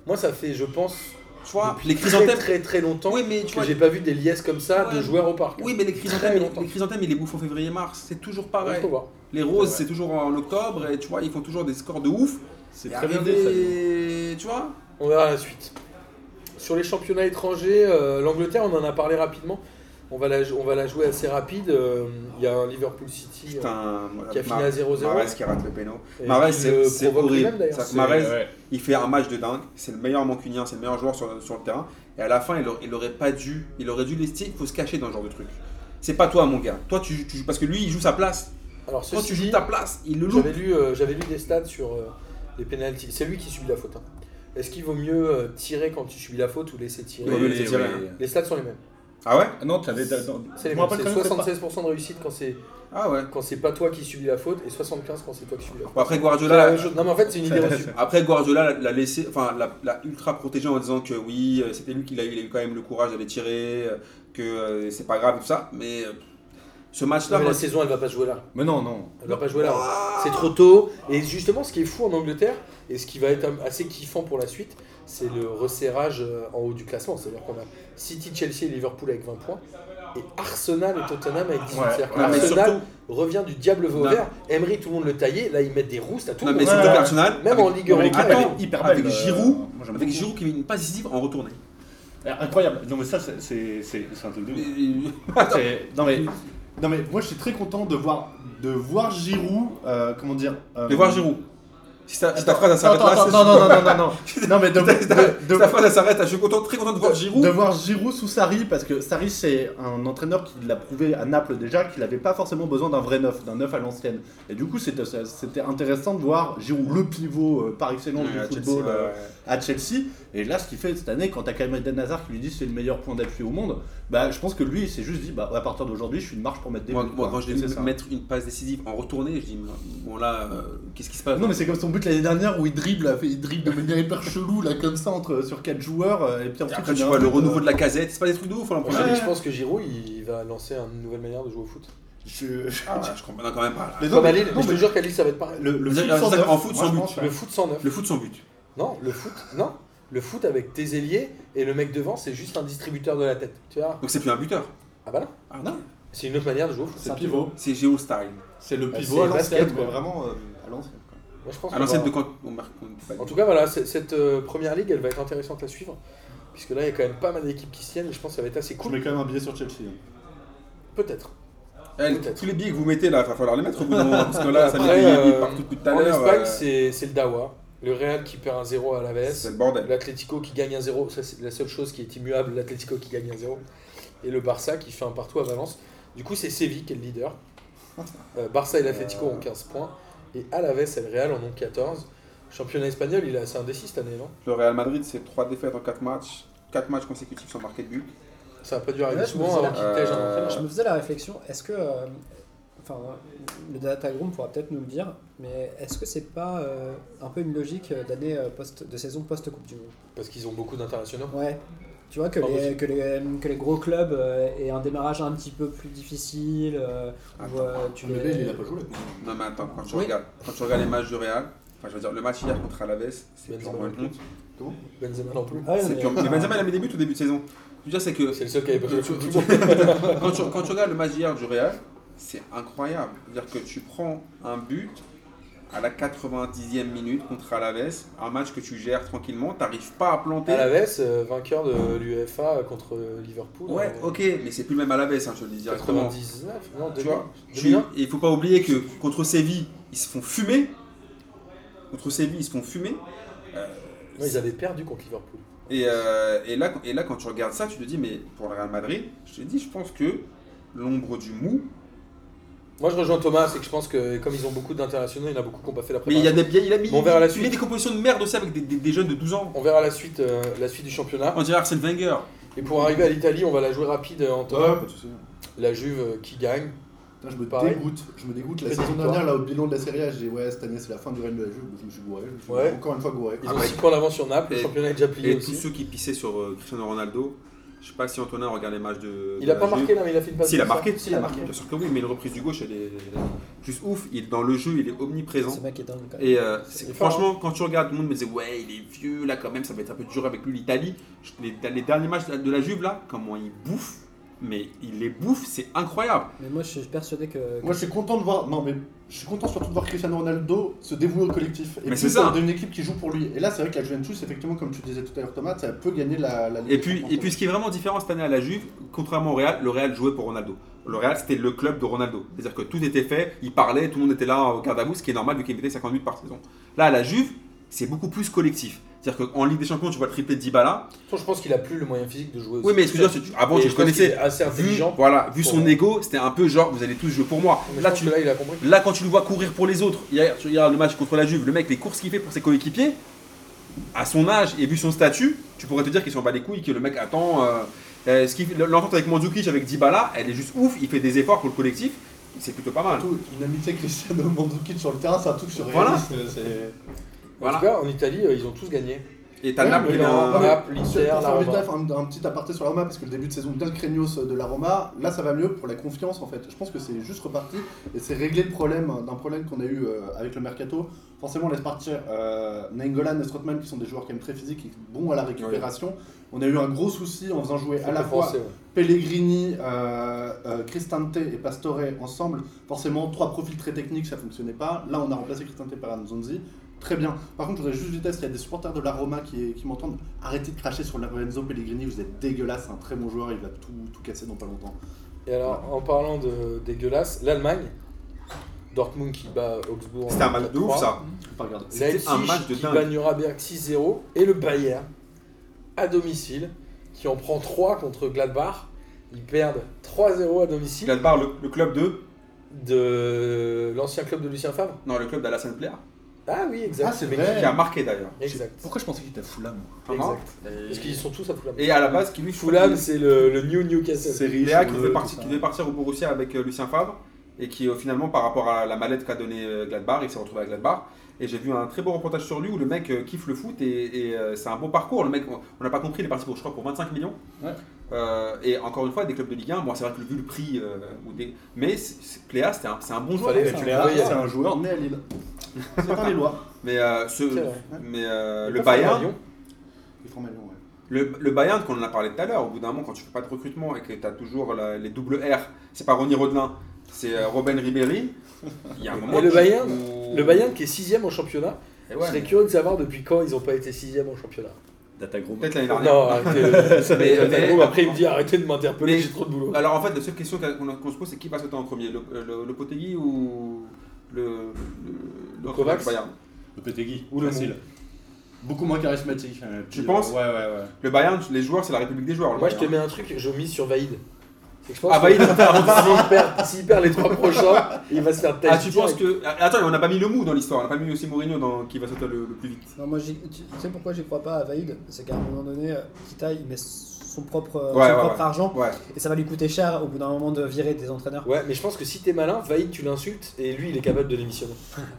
Moi, ça fait, je pense, Tu vois, depuis les très, chrysanthèmes. très très longtemps Oui, mais tu que vois, j'ai pas vu des liesses comme ça Ouais. de joueurs au parc. oui, mais les Très chrysanthèmes, longtemps. les chrysanthèmes, ils les bouffent en février-mars. C'est toujours Ouais, pareil. faut voir. Les roses, C'est c'est toujours en octobre et tu vois, ils font toujours des scores de ouf. C'est Et très bien fait, ça. arrivé, tu vois. On verra la suite. Sur les championnats étrangers, euh, l'Angleterre, on en a parlé rapidement. On va la, on va la jouer assez rapide. Euh, Il y a un Liverpool City euh, Putain, qui a fini à zéro zéro. Mahrez qui rate le péno. et Mahrez, qui c'est le c'est provoque horrible. lui-même, d'ailleurs. C'est-à-dire que C'est- Mahrez, ouais. il fait un match de dingue. C'est le meilleur mancunien, c'est le meilleur joueur sur, sur le terrain. Et à la fin, il, aurait- il aurait pas dû, il aurait dû laisser. Il faut se cacher dans ce genre de truc. C'est pas toi, mon gars. Toi, tu, tu joues parce que lui, il joue sa place. Alors, Toi, ceci tu joues dit, ta place. Il le loupe. j'avais lu, euh, j'avais lu des stats sur euh, les pénaltys. C'est lui qui subit la faute. hein. Est-ce qu'il vaut mieux euh, tirer quand tu subis la faute ou laisser tirer Il vaut mieux Oui, laisser tirer, oui. hein. Les stats sont les mêmes. Ah ouais? Ah non, tu avais. C'est les Je me mêmes. rappelle C'est quand même que c'est pas- soixante-seize pour cent de réussite quand c'est Ah ouais. quand c'est pas toi qui subis la faute et soixante-quinze quand c'est toi qui subis la faute. Bon, après C'est la Guardiola, même chose. Non mais en fait c'est une idée reçue. après Guardiola l'a- l'a laissé, enfin l'a, l'a ultra protégé en disant que oui, euh, c'était lui qui l'a eu, il a eu quand même le courage d'aller tirer, euh, que euh, c'est pas grave tout ça. Mais euh, ce match-là, Mais moi, la saison elle va pas se jouer là. Mais non, non. Elle va pas jouer là. Ah. C'est trop tôt. Et justement ce qui est fou en Angleterre et ce qui va être assez kiffant pour la suite, c'est le resserrage euh, en haut du classement. C'est-à-dire qu'on a City, Chelsea et Liverpool avec vingt points. Et Arsenal et Tottenham avec dix-huit. Ouais, C'est-à-dire que ouais, mais Arsenal surtout- revient du diable vauvert. Emery, tout le monde le taillait. Là, ils mettent des roustes à tout Non, le mais monde. surtout Ouais. qu'Arsenal, Même avec, en Ligue Non, mais Europa. l'équipe, elle attends, est hyper avec belle, euh, Giroud, moi, j'aime avec beaucoup. Giroud qui met une passe décisive en retourné. Eh, Incroyable. Non, mais ça, c'est c'est- c'est- c'est un truc de ouf. Et- C'est- Non, mais. Non mais moi je suis très content de voir de voir Giroud, euh, comment dire. euh, De voir Giroud. Si ta, si ta Attends, phrase elle s'arrête attends, là, attends, c'est- non, non, non, non, non, non, non, mais de, Si ta- de- si de- ta phrase elle s'arrête là, je suis content, très content de voir Giroud. de voir Giroud sous Sarri, parce que Sarri c'est un entraîneur qui l'a prouvé à Naples déjà qu'il n'avait pas forcément besoin d'un vrai neuf, d'un neuf à l'ancienne. Et du coup c'était c'était intéressant de voir Giroud, le pivot euh, par excellence Ouais, à du Chelsea, football ouais, euh, ouais. à Chelsea. Et là ce qu'il fait cette année, quand t'as quand même Eden Hazard qui lui dit c'est le meilleur point d'appui au monde, bah je pense que lui il s'est juste dit bah à partir d'aujourd'hui je suis une marche pour mettre des Moi, buts. moi, quoi. quand je Et l'ai c'est ça. vu mettre une passe décisive en retourné, je dis bon là, euh, qu'est-ce qui se passe? Non mais c'est comme son but l'année dernière où il dribble, là, fait- il dribble de manière hyper chelou là comme ça entre sur quatre joueurs euh, et puis Et ensuite après il tu met un vois le but, renouveau euh, de la casette, c'est pas des trucs de ouf hein, l'an Moi, prochain. je- Je pense que Giroud il va lancer une nouvelle manière de jouer au foot. je- Ah, je comprends non, quand même pas. là. Mais non, Comme mais- à Lille, non, mais je te mais- jure qu'à Lille ça va être pareil. Le, le Vous foot avez- sans vous avez- neuf, en foot moi, sans je but. pense, Le foot sans neuf. Le foot sans but. Non, le foot, non. Le foot avec tes ailiers et le mec devant, c'est juste un distributeur de la tête. Tu vois? Donc c'est plus un buteur. Ah bah non. Ah non. C'est une autre manière de jouer au foot. C'est un pivot. C'est Géo Style. C'est le Bah, pivot c'est à l'ancienne, basket, quoi, quoi. vraiment euh, à l'ancienne. quoi. Moi, je pense À qu'on l'ancienne va- de quand on marque. on peut pas En dire. tout cas, voilà, c- cette euh, première ligue, elle va être intéressante à suivre. Puisque là, il y a quand même pas mal d'équipes qui se tiennent et je pense que ça va être assez Je cool. mets quand même un billet sur Chelsea. hein. Peut-être. Eh, peut-être. tous les billets que vous mettez là, il va falloir les mettre au bout d'un moment parce que là, ça Après, met des billets euh, partout depuis tout à En l'heure. Espagne, euh, c'est c'est le Dawa. Le Real qui perd un zéro à l'Aves. C'est le bordel. L'Atlético qui gagne un zéro. Ça, c'est la seule chose qui est immuable. L'Atlético qui gagne un zéro. Et le Barça qui fait un partout à Valence. Du coup, c'est Séville qui est le leader. Euh, Barça et l'Atlético ont quinze points. Et Alaves et le Real en ont quatorze. Championnat espagnol, il est assez indécis cette année, non? Le Real Madrid, c'est trois défaites en quatre matchs. quatre matchs consécutifs sans marquer de but. Ça n'a pas dû arriver Ouais, je me souvent disais avant là- qu'il tège un Euh, entraîneur. Je me faisais la réflexion, est-ce que, euh, enfin, le Datagroom pourra peut-être nous le dire, mais est-ce que c'est pas euh, un peu une logique d'année euh, post, de saison post-Coupe du Monde? Parce qu'ils ont beaucoup d'internationaux. Ouais. Tu vois que Pas les, possible. que, les, que les gros clubs euh, aient un démarrage un petit peu plus difficile, euh, où Attends. euh, tu Le les... Bale, il a pas joué. Non mais attends, quand tu, Oui. regardes, quand tu regardes les matchs du Real, enfin je veux dire le match hier contre Alaves, c'est Benzema purement non une plus. honte. Benzema non plus. Ah ouais, C'est mais- pure- Mais Benzema il a mis des buts au début de saison. Je veux dire c'est que C'est le seul qui avait pas joué tu- tout tu- le monde. quand, tu, quand tu regardes le match d'hier du Real, c'est incroyable. C'est-à-dire que tu prends un but à la quatre-vingt-dixième minute contre Alaves, un match que tu gères tranquillement, t'arrives pas à planter. Alaves, euh, vainqueur de l'U E F A contre Liverpool. Ouais, en ok, mais c'est plus le même Alaves, hein, je te le dis directement. quatre-vingt-dix-neuf, non, Tu deux mille un. vois, deux tu- mille un. il faut pas oublier que contre Séville, ils se font fumer. Contre Séville, ils se font fumer. Euh, Non, ils avaient perdu contre Liverpool. Et, euh, et, là, et là, quand tu regardes ça, tu te dis, mais pour le Real Madrid, je te dis, je pense que l'ombre du mou. Moi, je rejoins Thomas, c'est que je pense que comme ils ont beaucoup d'internationaux, il y en a beaucoup qui n'ont pas fait la Mais il y a préparation. des, il a mis, Bon, on verra la il suite. met des compositions de merde aussi avec des, des- des jeunes de douze ans. On verra la suite, euh, la suite du championnat. On dirait Arsène Wenger. Et pour arriver à l'Italie, on va la jouer rapide euh, en Ouais, Thomas. pas de soucis. La Juve euh, qui gagne. Putain, je me Pareil. dégoûte. Je me dégoûte. La Fais des saison victoires. dernière, là, au bilan de la Serie A, j'ai dit ouais, cette année c'est la fin du règne de la Juve. Je me suis gouré. Je me suis Ouais. encore une fois gouré. Ils Ah ont ouais. six points d'avance sur Naples, le Et- championnat est déjà plié Et tous aussi. ceux qui pissaient sur euh, Cristiano Ronaldo, Je sais pas si Antonin regarde les matchs de. Il de a la pas Juve. marqué là, mais il a fait une passe. Si, il a comme ça. marqué, Si, il a marqué. bien sûr que oui, mais une reprise du gauche, elle est juste ouf. Il, dans le jeu, il est omniprésent. Ce mec est dingue quand même. Et euh, C'est c'est- fort, franchement, quand tu regardes, tout le monde me disait ouais, il est vieux là quand même, ça va être un peu dur avec lui l'Italie. Je- Les, les derniers matchs de la Juve là, comment il bouffe, mais il les bouffe, c'est incroyable. Mais moi je suis persuadé que. Moi je suis content de voir. Non mais je suis content surtout de voir Cristiano Ronaldo se dévouer au collectif. Et Mais puis c'est ça. d'une équipe qui joue pour lui. Et là c'est vrai que la Juventus, effectivement, comme tu disais tout à l'heure Thomas, ça peut gagner la, la Ligue Et des puis, Champions. et puis ce qui est vraiment différent cette année à la Juve, contrairement au Real, le Real jouait pour Ronaldo. Le Real c'était le club de Ronaldo. C'est-à-dire que tout était fait, il parlait, tout le monde était là au garde à vous, ce qui est normal vu qu'il mettait cinquante buts par saison. Là à la Juve, c'est beaucoup plus collectif. C'est-à-dire qu'en Ligue des Champions, tu vois le triplé de Dybala. Je pense qu'il a plus le moyen physique de jouer aussi. Oui, mais excuse-moi, tu- avant Et tu je le pense qu'il est connaissais. assez Vu, intelligent. voilà, vu pour son moi. ego, c'était un peu genre vous allez tous jouer pour moi. Mais Là, je pense tu, que là, il a compris. là, quand tu le vois courir pour les autres, hier, tu regardes le match contre la Juve, le mec, les courses qu'il fait pour ses coéquipiers, à son âge et vu son statut, tu pourrais te dire qu'il s'en bat les couilles, que le mec attend. euh, euh, ce qu'il fait- L'entente avec Mandzukic, avec Dybala, elle est juste ouf, il fait des efforts pour le collectif, c'est plutôt pas mal. Surtout, une amitié Cristiano Mandzukic sur le terrain, c'est un truc sur Voilà. c'est... En tout cas, en Italie, euh, ils ont tous gagné. Et t'as Ouais, Naples mais qui a non, un- non, mais Naples, sur- l'Inter, pour la faire vite Roma. bref, un, un petit aparté sur la Roma, parce que le début de saison bien craignos de la Roma, là ça va mieux pour la confiance en fait. Je pense que c'est juste reparti et c'est réglé le problème d'un problème qu'on a eu euh, avec le mercato. Forcément, on laisse partir euh, Nainggolan et Strootman qui sont des joueurs quand même très physiques et bons à la récupération. On a eu un gros souci en faisant jouer à la fois Français, ouais. Pellegrini, euh, euh, Cristante et Pastore ensemble. Forcément, trois profils très techniques, ça fonctionnait pas. Là, on a remplacé Cristante par Nzonzi. Très bien. Par contre, je voudrais juste vitesse, il y a des supporters de la Roma qui, qui m'entendent. Arrêtez de cracher sur Lorenzo Pellegrini, vous êtes dégueulasse, c'est un très bon joueur, il va tout, tout casser dans pas longtemps. Et alors, en parlant de dégueulasse, l'Allemagne, Dortmund qui bat Augsbourg. C'était un match de ouf ça. Faut pas regarder. C'était Leipzig un match de qui dingue. bat Nuremberg six zéro. Et le Bayern, à domicile, qui en prend trois contre Gladbach. Ils perdent trois zéro à domicile Gladbach, le, le club de. de l'ancien club de Lucien Favre. Non, le club d'Alassane Player, Ah oui, exact. Ah, c'est Mais vrai. qui a marqué d'ailleurs. Exact. Pourquoi je pensais qu'il était à Fulham? Vraiment. Exact. Parce qu'ils sont tous à Fulham. Et à la base, qui lui Fulham, c'est le, le New Newcastle. C'est riche. Léa qui heureux, devait, tout partir, ça. qui devait partir au Borussia avec euh, Lucien Favre et qui euh, finalement par rapport à la mallette qu'a donné euh, Gladbach, il s'est retrouvé à Gladbach et j'ai vu un très beau reportage sur lui où le mec euh, kiffe le foot et, et, euh, c'est un beau parcours. Le mec, on on n'a pas compris, il est parti pour je crois pour vingt-cinq millions. Ouais. Euh, et encore une fois des clubs de Ligue un, bon c'est vrai que vu le prix, euh, ou des... mais c'est- c'est- Pléa c'est un, c'est un bon joueur. Fallait- en fait. tu C'est l'as un- envoyé. c'est un joueur né à Lille. C'est un Lillois. Mais, euh, ce, C'est vrai. mais euh, Il le est pas fait à Bayern, Lyon. Il est formellement, ouais. Le, le Bayern, qu'on en a parlé tout à l'heure, au bout d'un moment, quand tu fais pas de recrutement et que tu as toujours la- les double R, c'est pas Ronny Rodelin, c'est euh, Robben Ribéry, il y a un moment. Et le tu- Bayern, où- Le Bayern qui est sixième au championnat. Et Je ouais, serais mais curieux de savoir depuis quand ils n'ont pas été sixième au championnat. Datagroup. peut-être l'année dernière. Non, arrêtez. Mais- Mais, mais- après, il me dit arrêtez de m'interpeller, Mais- j'ai trop de boulot. Alors en fait, la seule question qu'on a- qu'on se pose, c'est qui va sauter en premier, le, le, le Potegui ou le, le, le Kovacs du Bayern. Le Pétegui. Ou le facile. Beaucoup moins charismatique. hein, Tu puis, penses euh, Ouais, ouais, ouais. Le Bayern, les joueurs, c'est la République des joueurs. le Moi, je te Bayern. mets un truc, je mise sur Vaïd. C'est que je pense Ah, que Vaïd. s'il perd, s'il perd les trois prochains, il va se faire têche. Ah, tu penses que. Ah, Attends, on n'a pas mis le mou dans l'histoire, on n'a pas mis aussi Mourinho dans... qui va sauter le, le plus vite. Non, moi, j'y- tu sais pourquoi j'y crois pas à Vaïd? C'est qu'à un moment donné, euh, Kita, il met son propre, euh, Ouais, son ouais, propre ouais. argent Ouais. et ça va lui coûter cher au bout d'un moment de virer des entraîneurs. Ouais, mais je pense que si t'es malin, Vaïd, tu l'insultes et lui, il est capable de démissionner.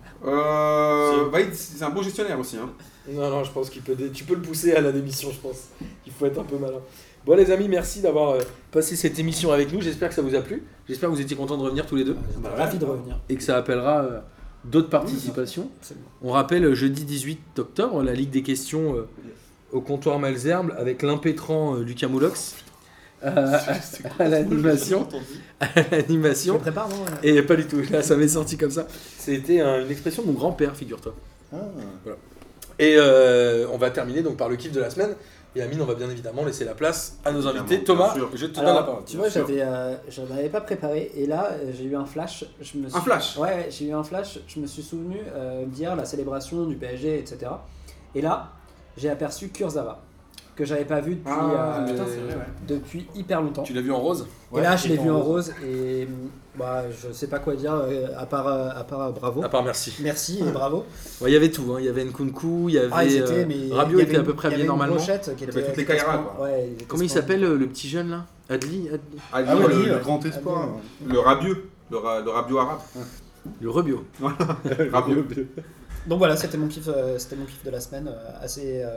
Euh, Vaïd, c'est un bon gestionnaire aussi. Hein. Non, non, je pense qu'il peut. dé- Tu peux le pousser à la démission, je pense. Il faut être un peu malin. Bon, les amis, merci d'avoir euh, passé cette émission avec nous. J'espère que ça vous a plu. J'espère que vous étiez contents de revenir tous les deux Bah, ravi de revenir. et que ça appellera euh, d'autres participations. Absolument. On rappelle euh, jeudi dix-huit octobre, la Ligue des questions euh, au comptoir Malzerbe avec l'impétrant euh, Lucas Moulox euh, à l'animation. À Je l'animation. me prépare, non? Et pas du tout, là ça m'est sorti comme ça. C'était un- une expression de mon grand-père, figure-toi. Ah. Et euh, on va terminer donc par le kiff de la semaine. Et Amine, on va bien évidemment laisser la place à nos invités. Évidemment, Thomas, bien sûr. je te donne la Alors, parole. tu vois, bien sûr. j'avais, euh, j'en avais pas préparé et là, euh, j'ai eu un flash. Je me suis... Un flash Ouais, ouais, j'ai eu un flash. Je me suis souvenu euh, d'hier, la célébration du P S G, et cetera. Et là, j'ai aperçu Kurzawa, que j'avais pas vu depuis, Ah, euh, putain, c'est vrai, ouais. depuis hyper longtemps. Tu l'as vu en rose? Et là, je il l'ai est vu en en rose et bah, je sais pas quoi dire euh, à part, euh, à part euh, bravo. À part merci. Merci et bravo. Ouais, il y avait tout, hein. Il y avait Nkunku, il y avait. Ah, ils étaient, euh, mais Rabiot il y était avait à peu une- près il y habillé avait une normalement. brochette qui Il y avait était- toutes les qui était Kaira, span- quoi. ouais, il était Comment il span- s'appelle euh, le petit jeune là? Adli, Ad- Ah, Ah oui, oui, le, le grand espoir. le rabieux, le, ra- le rabieux arabe. Le Rebio. Rabieux. Donc voilà, c'était mon kiff, euh, c'était mon kiff de la semaine, euh, assez, euh,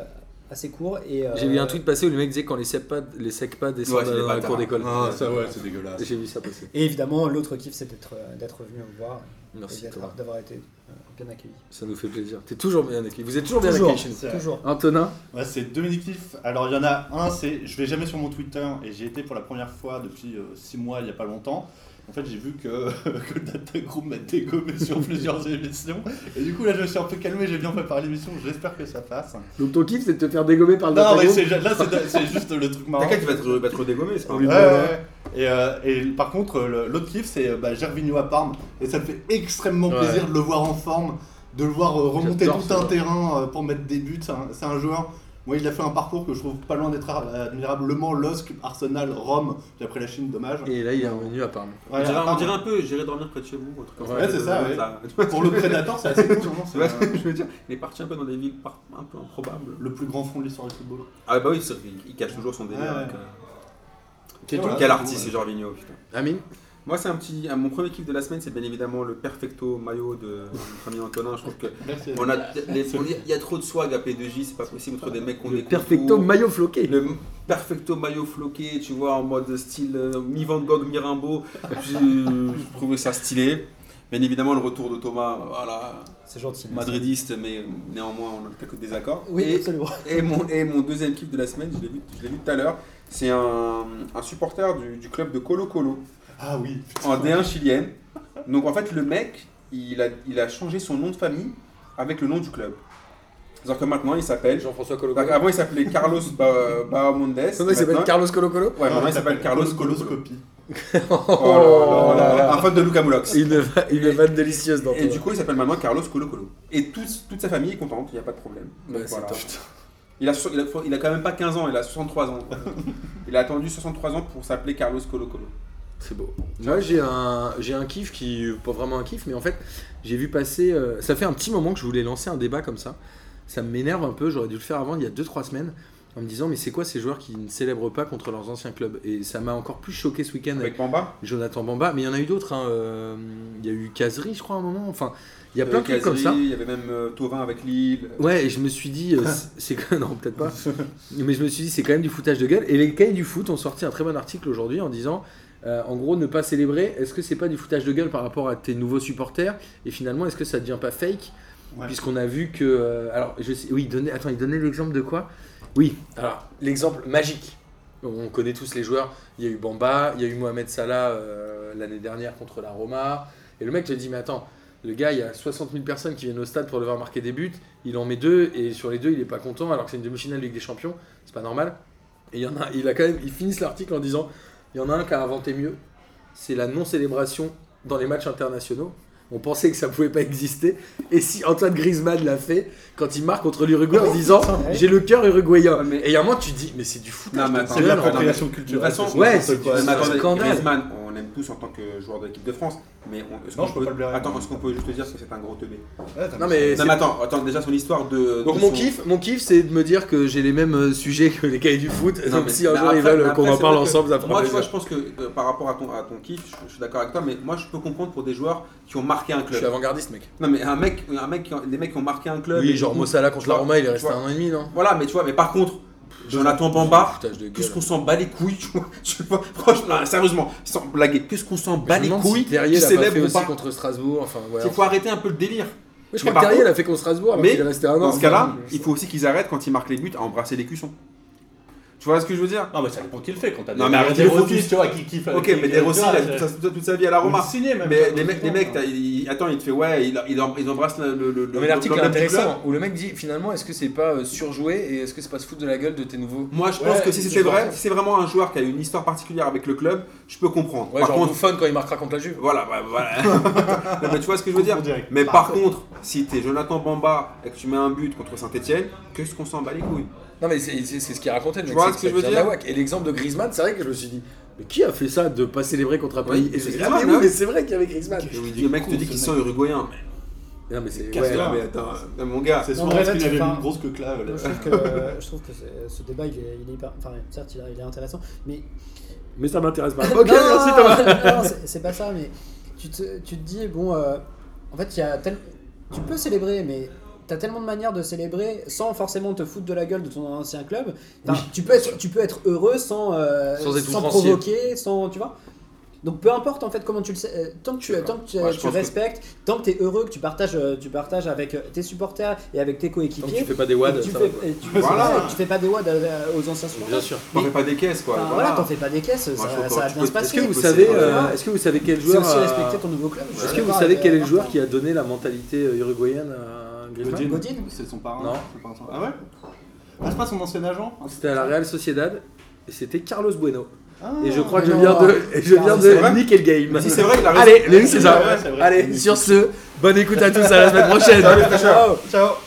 assez court. Et, euh, J'ai vu un tweet passer où le mec disait quand les secpas les secpas descendent Ouais, c'est des dans la bâtards. cour d'école. Ah, ça, ouais, c'est dégueulasse. J'ai vu ça passer. Et évidemment, l'autre kiff, c'est d'être euh, d'être venu me voir Merci et d'être- Thomas. d'avoir été euh, bien accueilli. Ça nous fait plaisir. T'es toujours bien accueilli. Vous êtes toujours bien Toujours. accueilli chez nous. C'est- Toujours. Antonin, Ouais, c'est Dominique Tiff. Alors, il y en a un, c'est. Je vais jamais sur mon Twitter et j'y étais pour la première fois depuis six mois, il y a pas longtemps. En fait, j'ai vu que, que Data Group m'a dégommé sur plusieurs émissions. Et du coup, là, je me suis un peu calmé, j'ai bien préparé l'émission. J'espère que ça passe. donc ton kiff c'est de te faire dégommer par le Non, mais Data c'est, là, c'est, c'est juste le truc marrant. T'inquiète, tu vas te, vas te redégommer, c'est pas Oui, Ouais, grave. ouais, ouais. Et, euh, et par contre, le- l'autre kiff, c'est euh, bah, Gervinho à Parme. Et ça me fait extrêmement Ouais. plaisir de le voir en forme, de le voir euh, remonter J'adore tout ce un joueur. terrain euh, pour mettre des buts. C'est un, c'est un joueur. Moi, il a fait un parcours que je trouve pas loin d'être admirable. Le Mans, L O S C, Arsenal, Rome. Puis après la Chine, dommage. Et là il est revenu à Parme. Ouais, on, dirait, à on Parme. dirait un peu, j'irai dormir près de chez vous, un truc comme Ouais, c'est ça, ouais. Ça- Pour le Predator, c'est assez cool. non, Tu c'est vois ce un- que je veux dire? Il est parti un peu dans des villes par- un peu improbables. le plus grand fond de l'histoire du football. Ah bah oui, c'est- il, il cache toujours son délire. Ouais, ouais. avec, euh, Quel, Voilà. Quel artiste, c'est Jorginho, putain. Amine Moi, c'est un petit. Mon premier kiff de la semaine, c'est bien évidemment le perfecto maillot de notre ami Antonin. Je trouve que. Merci. On a, les- on- il y a trop de swag à P deux J, c'est pas possible entre des mecs qui ont Le des perfecto contours. maillot floqué. Le perfecto maillot floqué, tu vois, en mode style euh, mi-Van Gogh, mi-Rimbaud. Je, je trouvais ça stylé. Bien évidemment, le retour de Thomas, voilà, C'est gentil. merci. madridiste, mais néanmoins, on a quelques désaccords. Oui, et, absolument. et, mon, et mon deuxième kiff de la semaine, je l'ai vu, je l'ai vu tout à l'heure, c'est un, un supporter du, du club de Colo Colo, Ah oui. en D un chilienne. Donc en fait, le mec, il a, il a changé son nom de famille avec le nom du club. C'est-à-dire que maintenant, il s'appelle. Jean-François Colo Donc, avant, il s'appelait Carlos ba Bahamondes. Non, il s'appelle Maintenant- Carlos Colo Colo. Ouais, maintenant, il s'appelle Carlos Colo Colo. Coloscopie. Oh là là, un fan de Luca Moulox. Une, va- une vanne délicieuse dans Et du coup, il s'appelle maintenant Carlos Colo Colo. Et tous- toute sa famille est contente, il n'y a pas de problème. Donc, Ouais, c'est voilà. top. Il a, so- il, a, il a quand même pas quinze ans, il a soixante-trois ans. Il a attendu soixante-trois ans pour s'appeler Carlos Colo Colo. C'est beau. Moi j'ai un, j'ai un kiff qui, pas vraiment un kiff, mais en fait j'ai vu passer, euh, ça fait un petit moment que je voulais lancer un débat comme ça. Ça m'énerve un peu, j'aurais dû le faire avant, il y a deux trois semaines, en me disant mais c'est quoi ces joueurs qui ne célèbrent pas contre leurs anciens clubs? Et ça m'a encore plus choqué ce week-end avec Avec Bamba. Jonathan Bamba, mais il y en a eu d'autres, hein, euh, il y a eu Kazri je crois à un moment, enfin il y a plein Euh, de trucs comme ça. Kazri, Il y avait même euh, Thauvin avec Lille. Ouais, et je me suis dit, euh, c'est- c'est que non, peut-être pas. Mais je me suis dit, c'est quand même du foutage de gueule. Et les cahiers du foot ont sorti un très bon article aujourd'hui en disant, euh, en gros, ne pas célébrer. Est-ce que c'est pas du foutage de gueule par rapport à tes nouveaux supporters? Et finalement, est-ce que ça devient pas fake? Ouais. Puisqu'on a vu que, euh, alors, je sais, oui, donnez, attends, il donnait l'exemple de quoi? Oui, alors l'exemple magique. On connaît tous les joueurs. Il y a eu Bamba, il y a eu Mohamed Salah euh, l'année dernière contre la Roma. Et le mec te dit, mais attends. Le gars, il y a soixante mille personnes qui viennent au stade pour le voir marquer des buts. Il en met deux et sur les deux, il est pas content alors que c'est une demi-finale de Ligue des Champions. C'est pas normal. Et il y en a, il a quand même, ils finissent l'article en disant, il y en a un qui a inventé mieux. C'est la non-célébration dans les matchs internationaux. On pensait que ça pouvait pas exister. Et si Antoine Griezmann l'a fait quand il marque contre l'Uruguay en disant, j'ai le cœur uruguayen. Ouais, mais- Et il y a un moment, tu te dis, mais c'est du foutage. Non, mais de attends, C'est de gueule, en fait. l'appropriation De culturelle. toute façon, c'est ouais, n'importe c'est quoi. du- Mais attendez, scandale. Griezmann, on aime tous en tant que joueur de l'équipe de France, mais on, est-ce Non, qu'on je peux peut, pas le blairer. attends, est-ce qu'on peut juste te dire que c'est un gros teubé? Ouais, t'as Non, mis mais Non mais attends, attends, déjà son histoire de... Donc de mon son- kiff, mon kiff, c'est de me dire que j'ai les mêmes euh, sujets que les cahiers du foot. Non, Donc mais- si un mais jour après- ils veulent mais qu'on après, en c'est parle vrai que ensemble, ça fera Moi, tu vois, plaisir. je pense que euh, par rapport à ton, à ton kiff, je, je suis d'accord avec toi, mais moi je peux comprendre pour des joueurs qui ont marqué un Je club. suis avant-gardiste, mec. Non mais un mec, un mec qui ont- des mecs qui ont marqué un club. Oui, et genre du coup- Mossala contre tu la vois, Roma, il est tu resté vois. un an et demi, non? Voilà, mais tu vois, mais par contre, Jonathan Bamba, Foutage de gueule. qu'est-ce qu'on s'en bat les couilles, tu vois, tu vois, franchement, sérieusement, sans blaguer, qu'est-ce qu'on s'en bat Je me les demande si couilles Terrier qui l'a pas fait célèbre ou aussi pas. contre Strasbourg. Enfin, ouais. Il faut arrêter un peu le délire. Oui, je Mais crois que par Terrier contre- l'a fait contre Strasbourg alors mais qu'il est resté un an. Dans ce cas-là, Enfin, il faut aussi qu'ils arrêtent quand ils marquent les buts à embrasser les cuissons. Tu vois ce que je veux dire? Non, mais ça dépend qui le fait quand t'as Non, des- mais des arrêtez Rossi, Rossi. tu vois, qui kiffe. Ok, qui- mais qui- Des Rossi, tu vois, il a toute sa, toute- toute sa vie à la Roma. Ou signé, même, Mais ça, les ça mecs, les dépend, mecs hein. t'as- il- attends, il te fait ouais, il, il, ils embrassent le, le, le, Non, mais l'article est l'emblème du club. intéressant où le mec dit finalement est-ce que c'est pas euh, surjoué et est-ce que c'est pas se foutre de la gueule de tes nouveaux. Moi, je Ouais, pense que si je c'était vrai, pense. si c'est vraiment un joueur qui a une histoire particulière avec le club, je peux comprendre. Ouais, par genre contre, Buffon quand il marquera contre la Juve. voilà, bah, voilà. Non, mais tu vois ce que je veux dire? Confond direct. Mais Ah. par contre, si t'es Jonathan Bamba et que tu mets un but contre Saint-Etienne, qu'est-ce qu'on s'en bat les couilles? Non, mais c'est c'est- c'est ce qu'il racontait. Le Tu mec, vois c'est ce que ça je veux vient de dire la whack. Et l'exemple de Griezmann, c'est vrai que je me suis dit mais qui a fait ça de pas célébrer contre un Oui, pays? Et c'est je me suis dit, ah, Griezmann, mais oui, hein. mais c'est vrai qu'il y avait Griezmann. Et oui, le mec te dit qu'il sent uruguayen. Non, mais c'est. Casse-toi. ouais, Ouais, mais attends, non, mon gars. C'est Non, souvent mais en parce fait, qu'il avait enfin, une grosse queue là. Moi, je trouve que, je trouve que c'est- ce débat il est, il est hyper. Enfin, certes, il, est- il est intéressant, mais. Mais ça m'intéresse pas. Ok, Non, merci Thomas. non, c'est- c'est pas ça, mais tu te, tu te dis, bon, euh, en fait, il y a tel... tu peux célébrer, mais t'as tellement de manières de célébrer sans forcément te foutre de la gueule de ton ancien club. Enfin, tu, peux être, tu peux être heureux sans, euh, Sans être sans outrancier. provoquer, sans. Tu vois. Donc peu importe en fait comment tu le sais, euh, tant que tu, tant que tu, Ouais, je tu pense que- respectes, tant que tu es heureux, que tu partages, euh, tu partages avec euh, tes supporters et avec tes Tant que coéquipiers. tu fais pas des wads, et tu ça fais, va, quoi. et tu, Voilà. voilà, et tu fais pas des wads euh, aux anciens supporters. Bien sûr. T'en fais pas des caisses, quoi. Enfin, voilà. voilà, t'en fais pas des caisses, Moi, ça, je peux ça pas- va tu bien peux- se passer. Est-ce que vous c'est- savez, c'est- euh, voilà. est-ce que vous savez quel C'est joueur aussi a- respecter ton nouveau club. je suis Est-ce que vous d'accord savez avec, quel est euh, le joueur Martin. qui a donné la mentalité euh, uruguayenne à Griezmann? Godin. Godin. C'est son parrain. Non. c'est pas son- Ah ouais Ah, c'est pas son ancien agent Ah, C'était à la Real Sociedad et c'était Carlos Bueno. Ah, Et je crois que je non. viens de, et je viens C'est vrai de niquer le game. Si, c'est vrai, il a raison. Allez, mais oui, c'est Ouais, ça. ouais, c'est vrai. Allez, sur ce, bonne écoute à tous, à la semaine prochaine. Ciao. Ciao.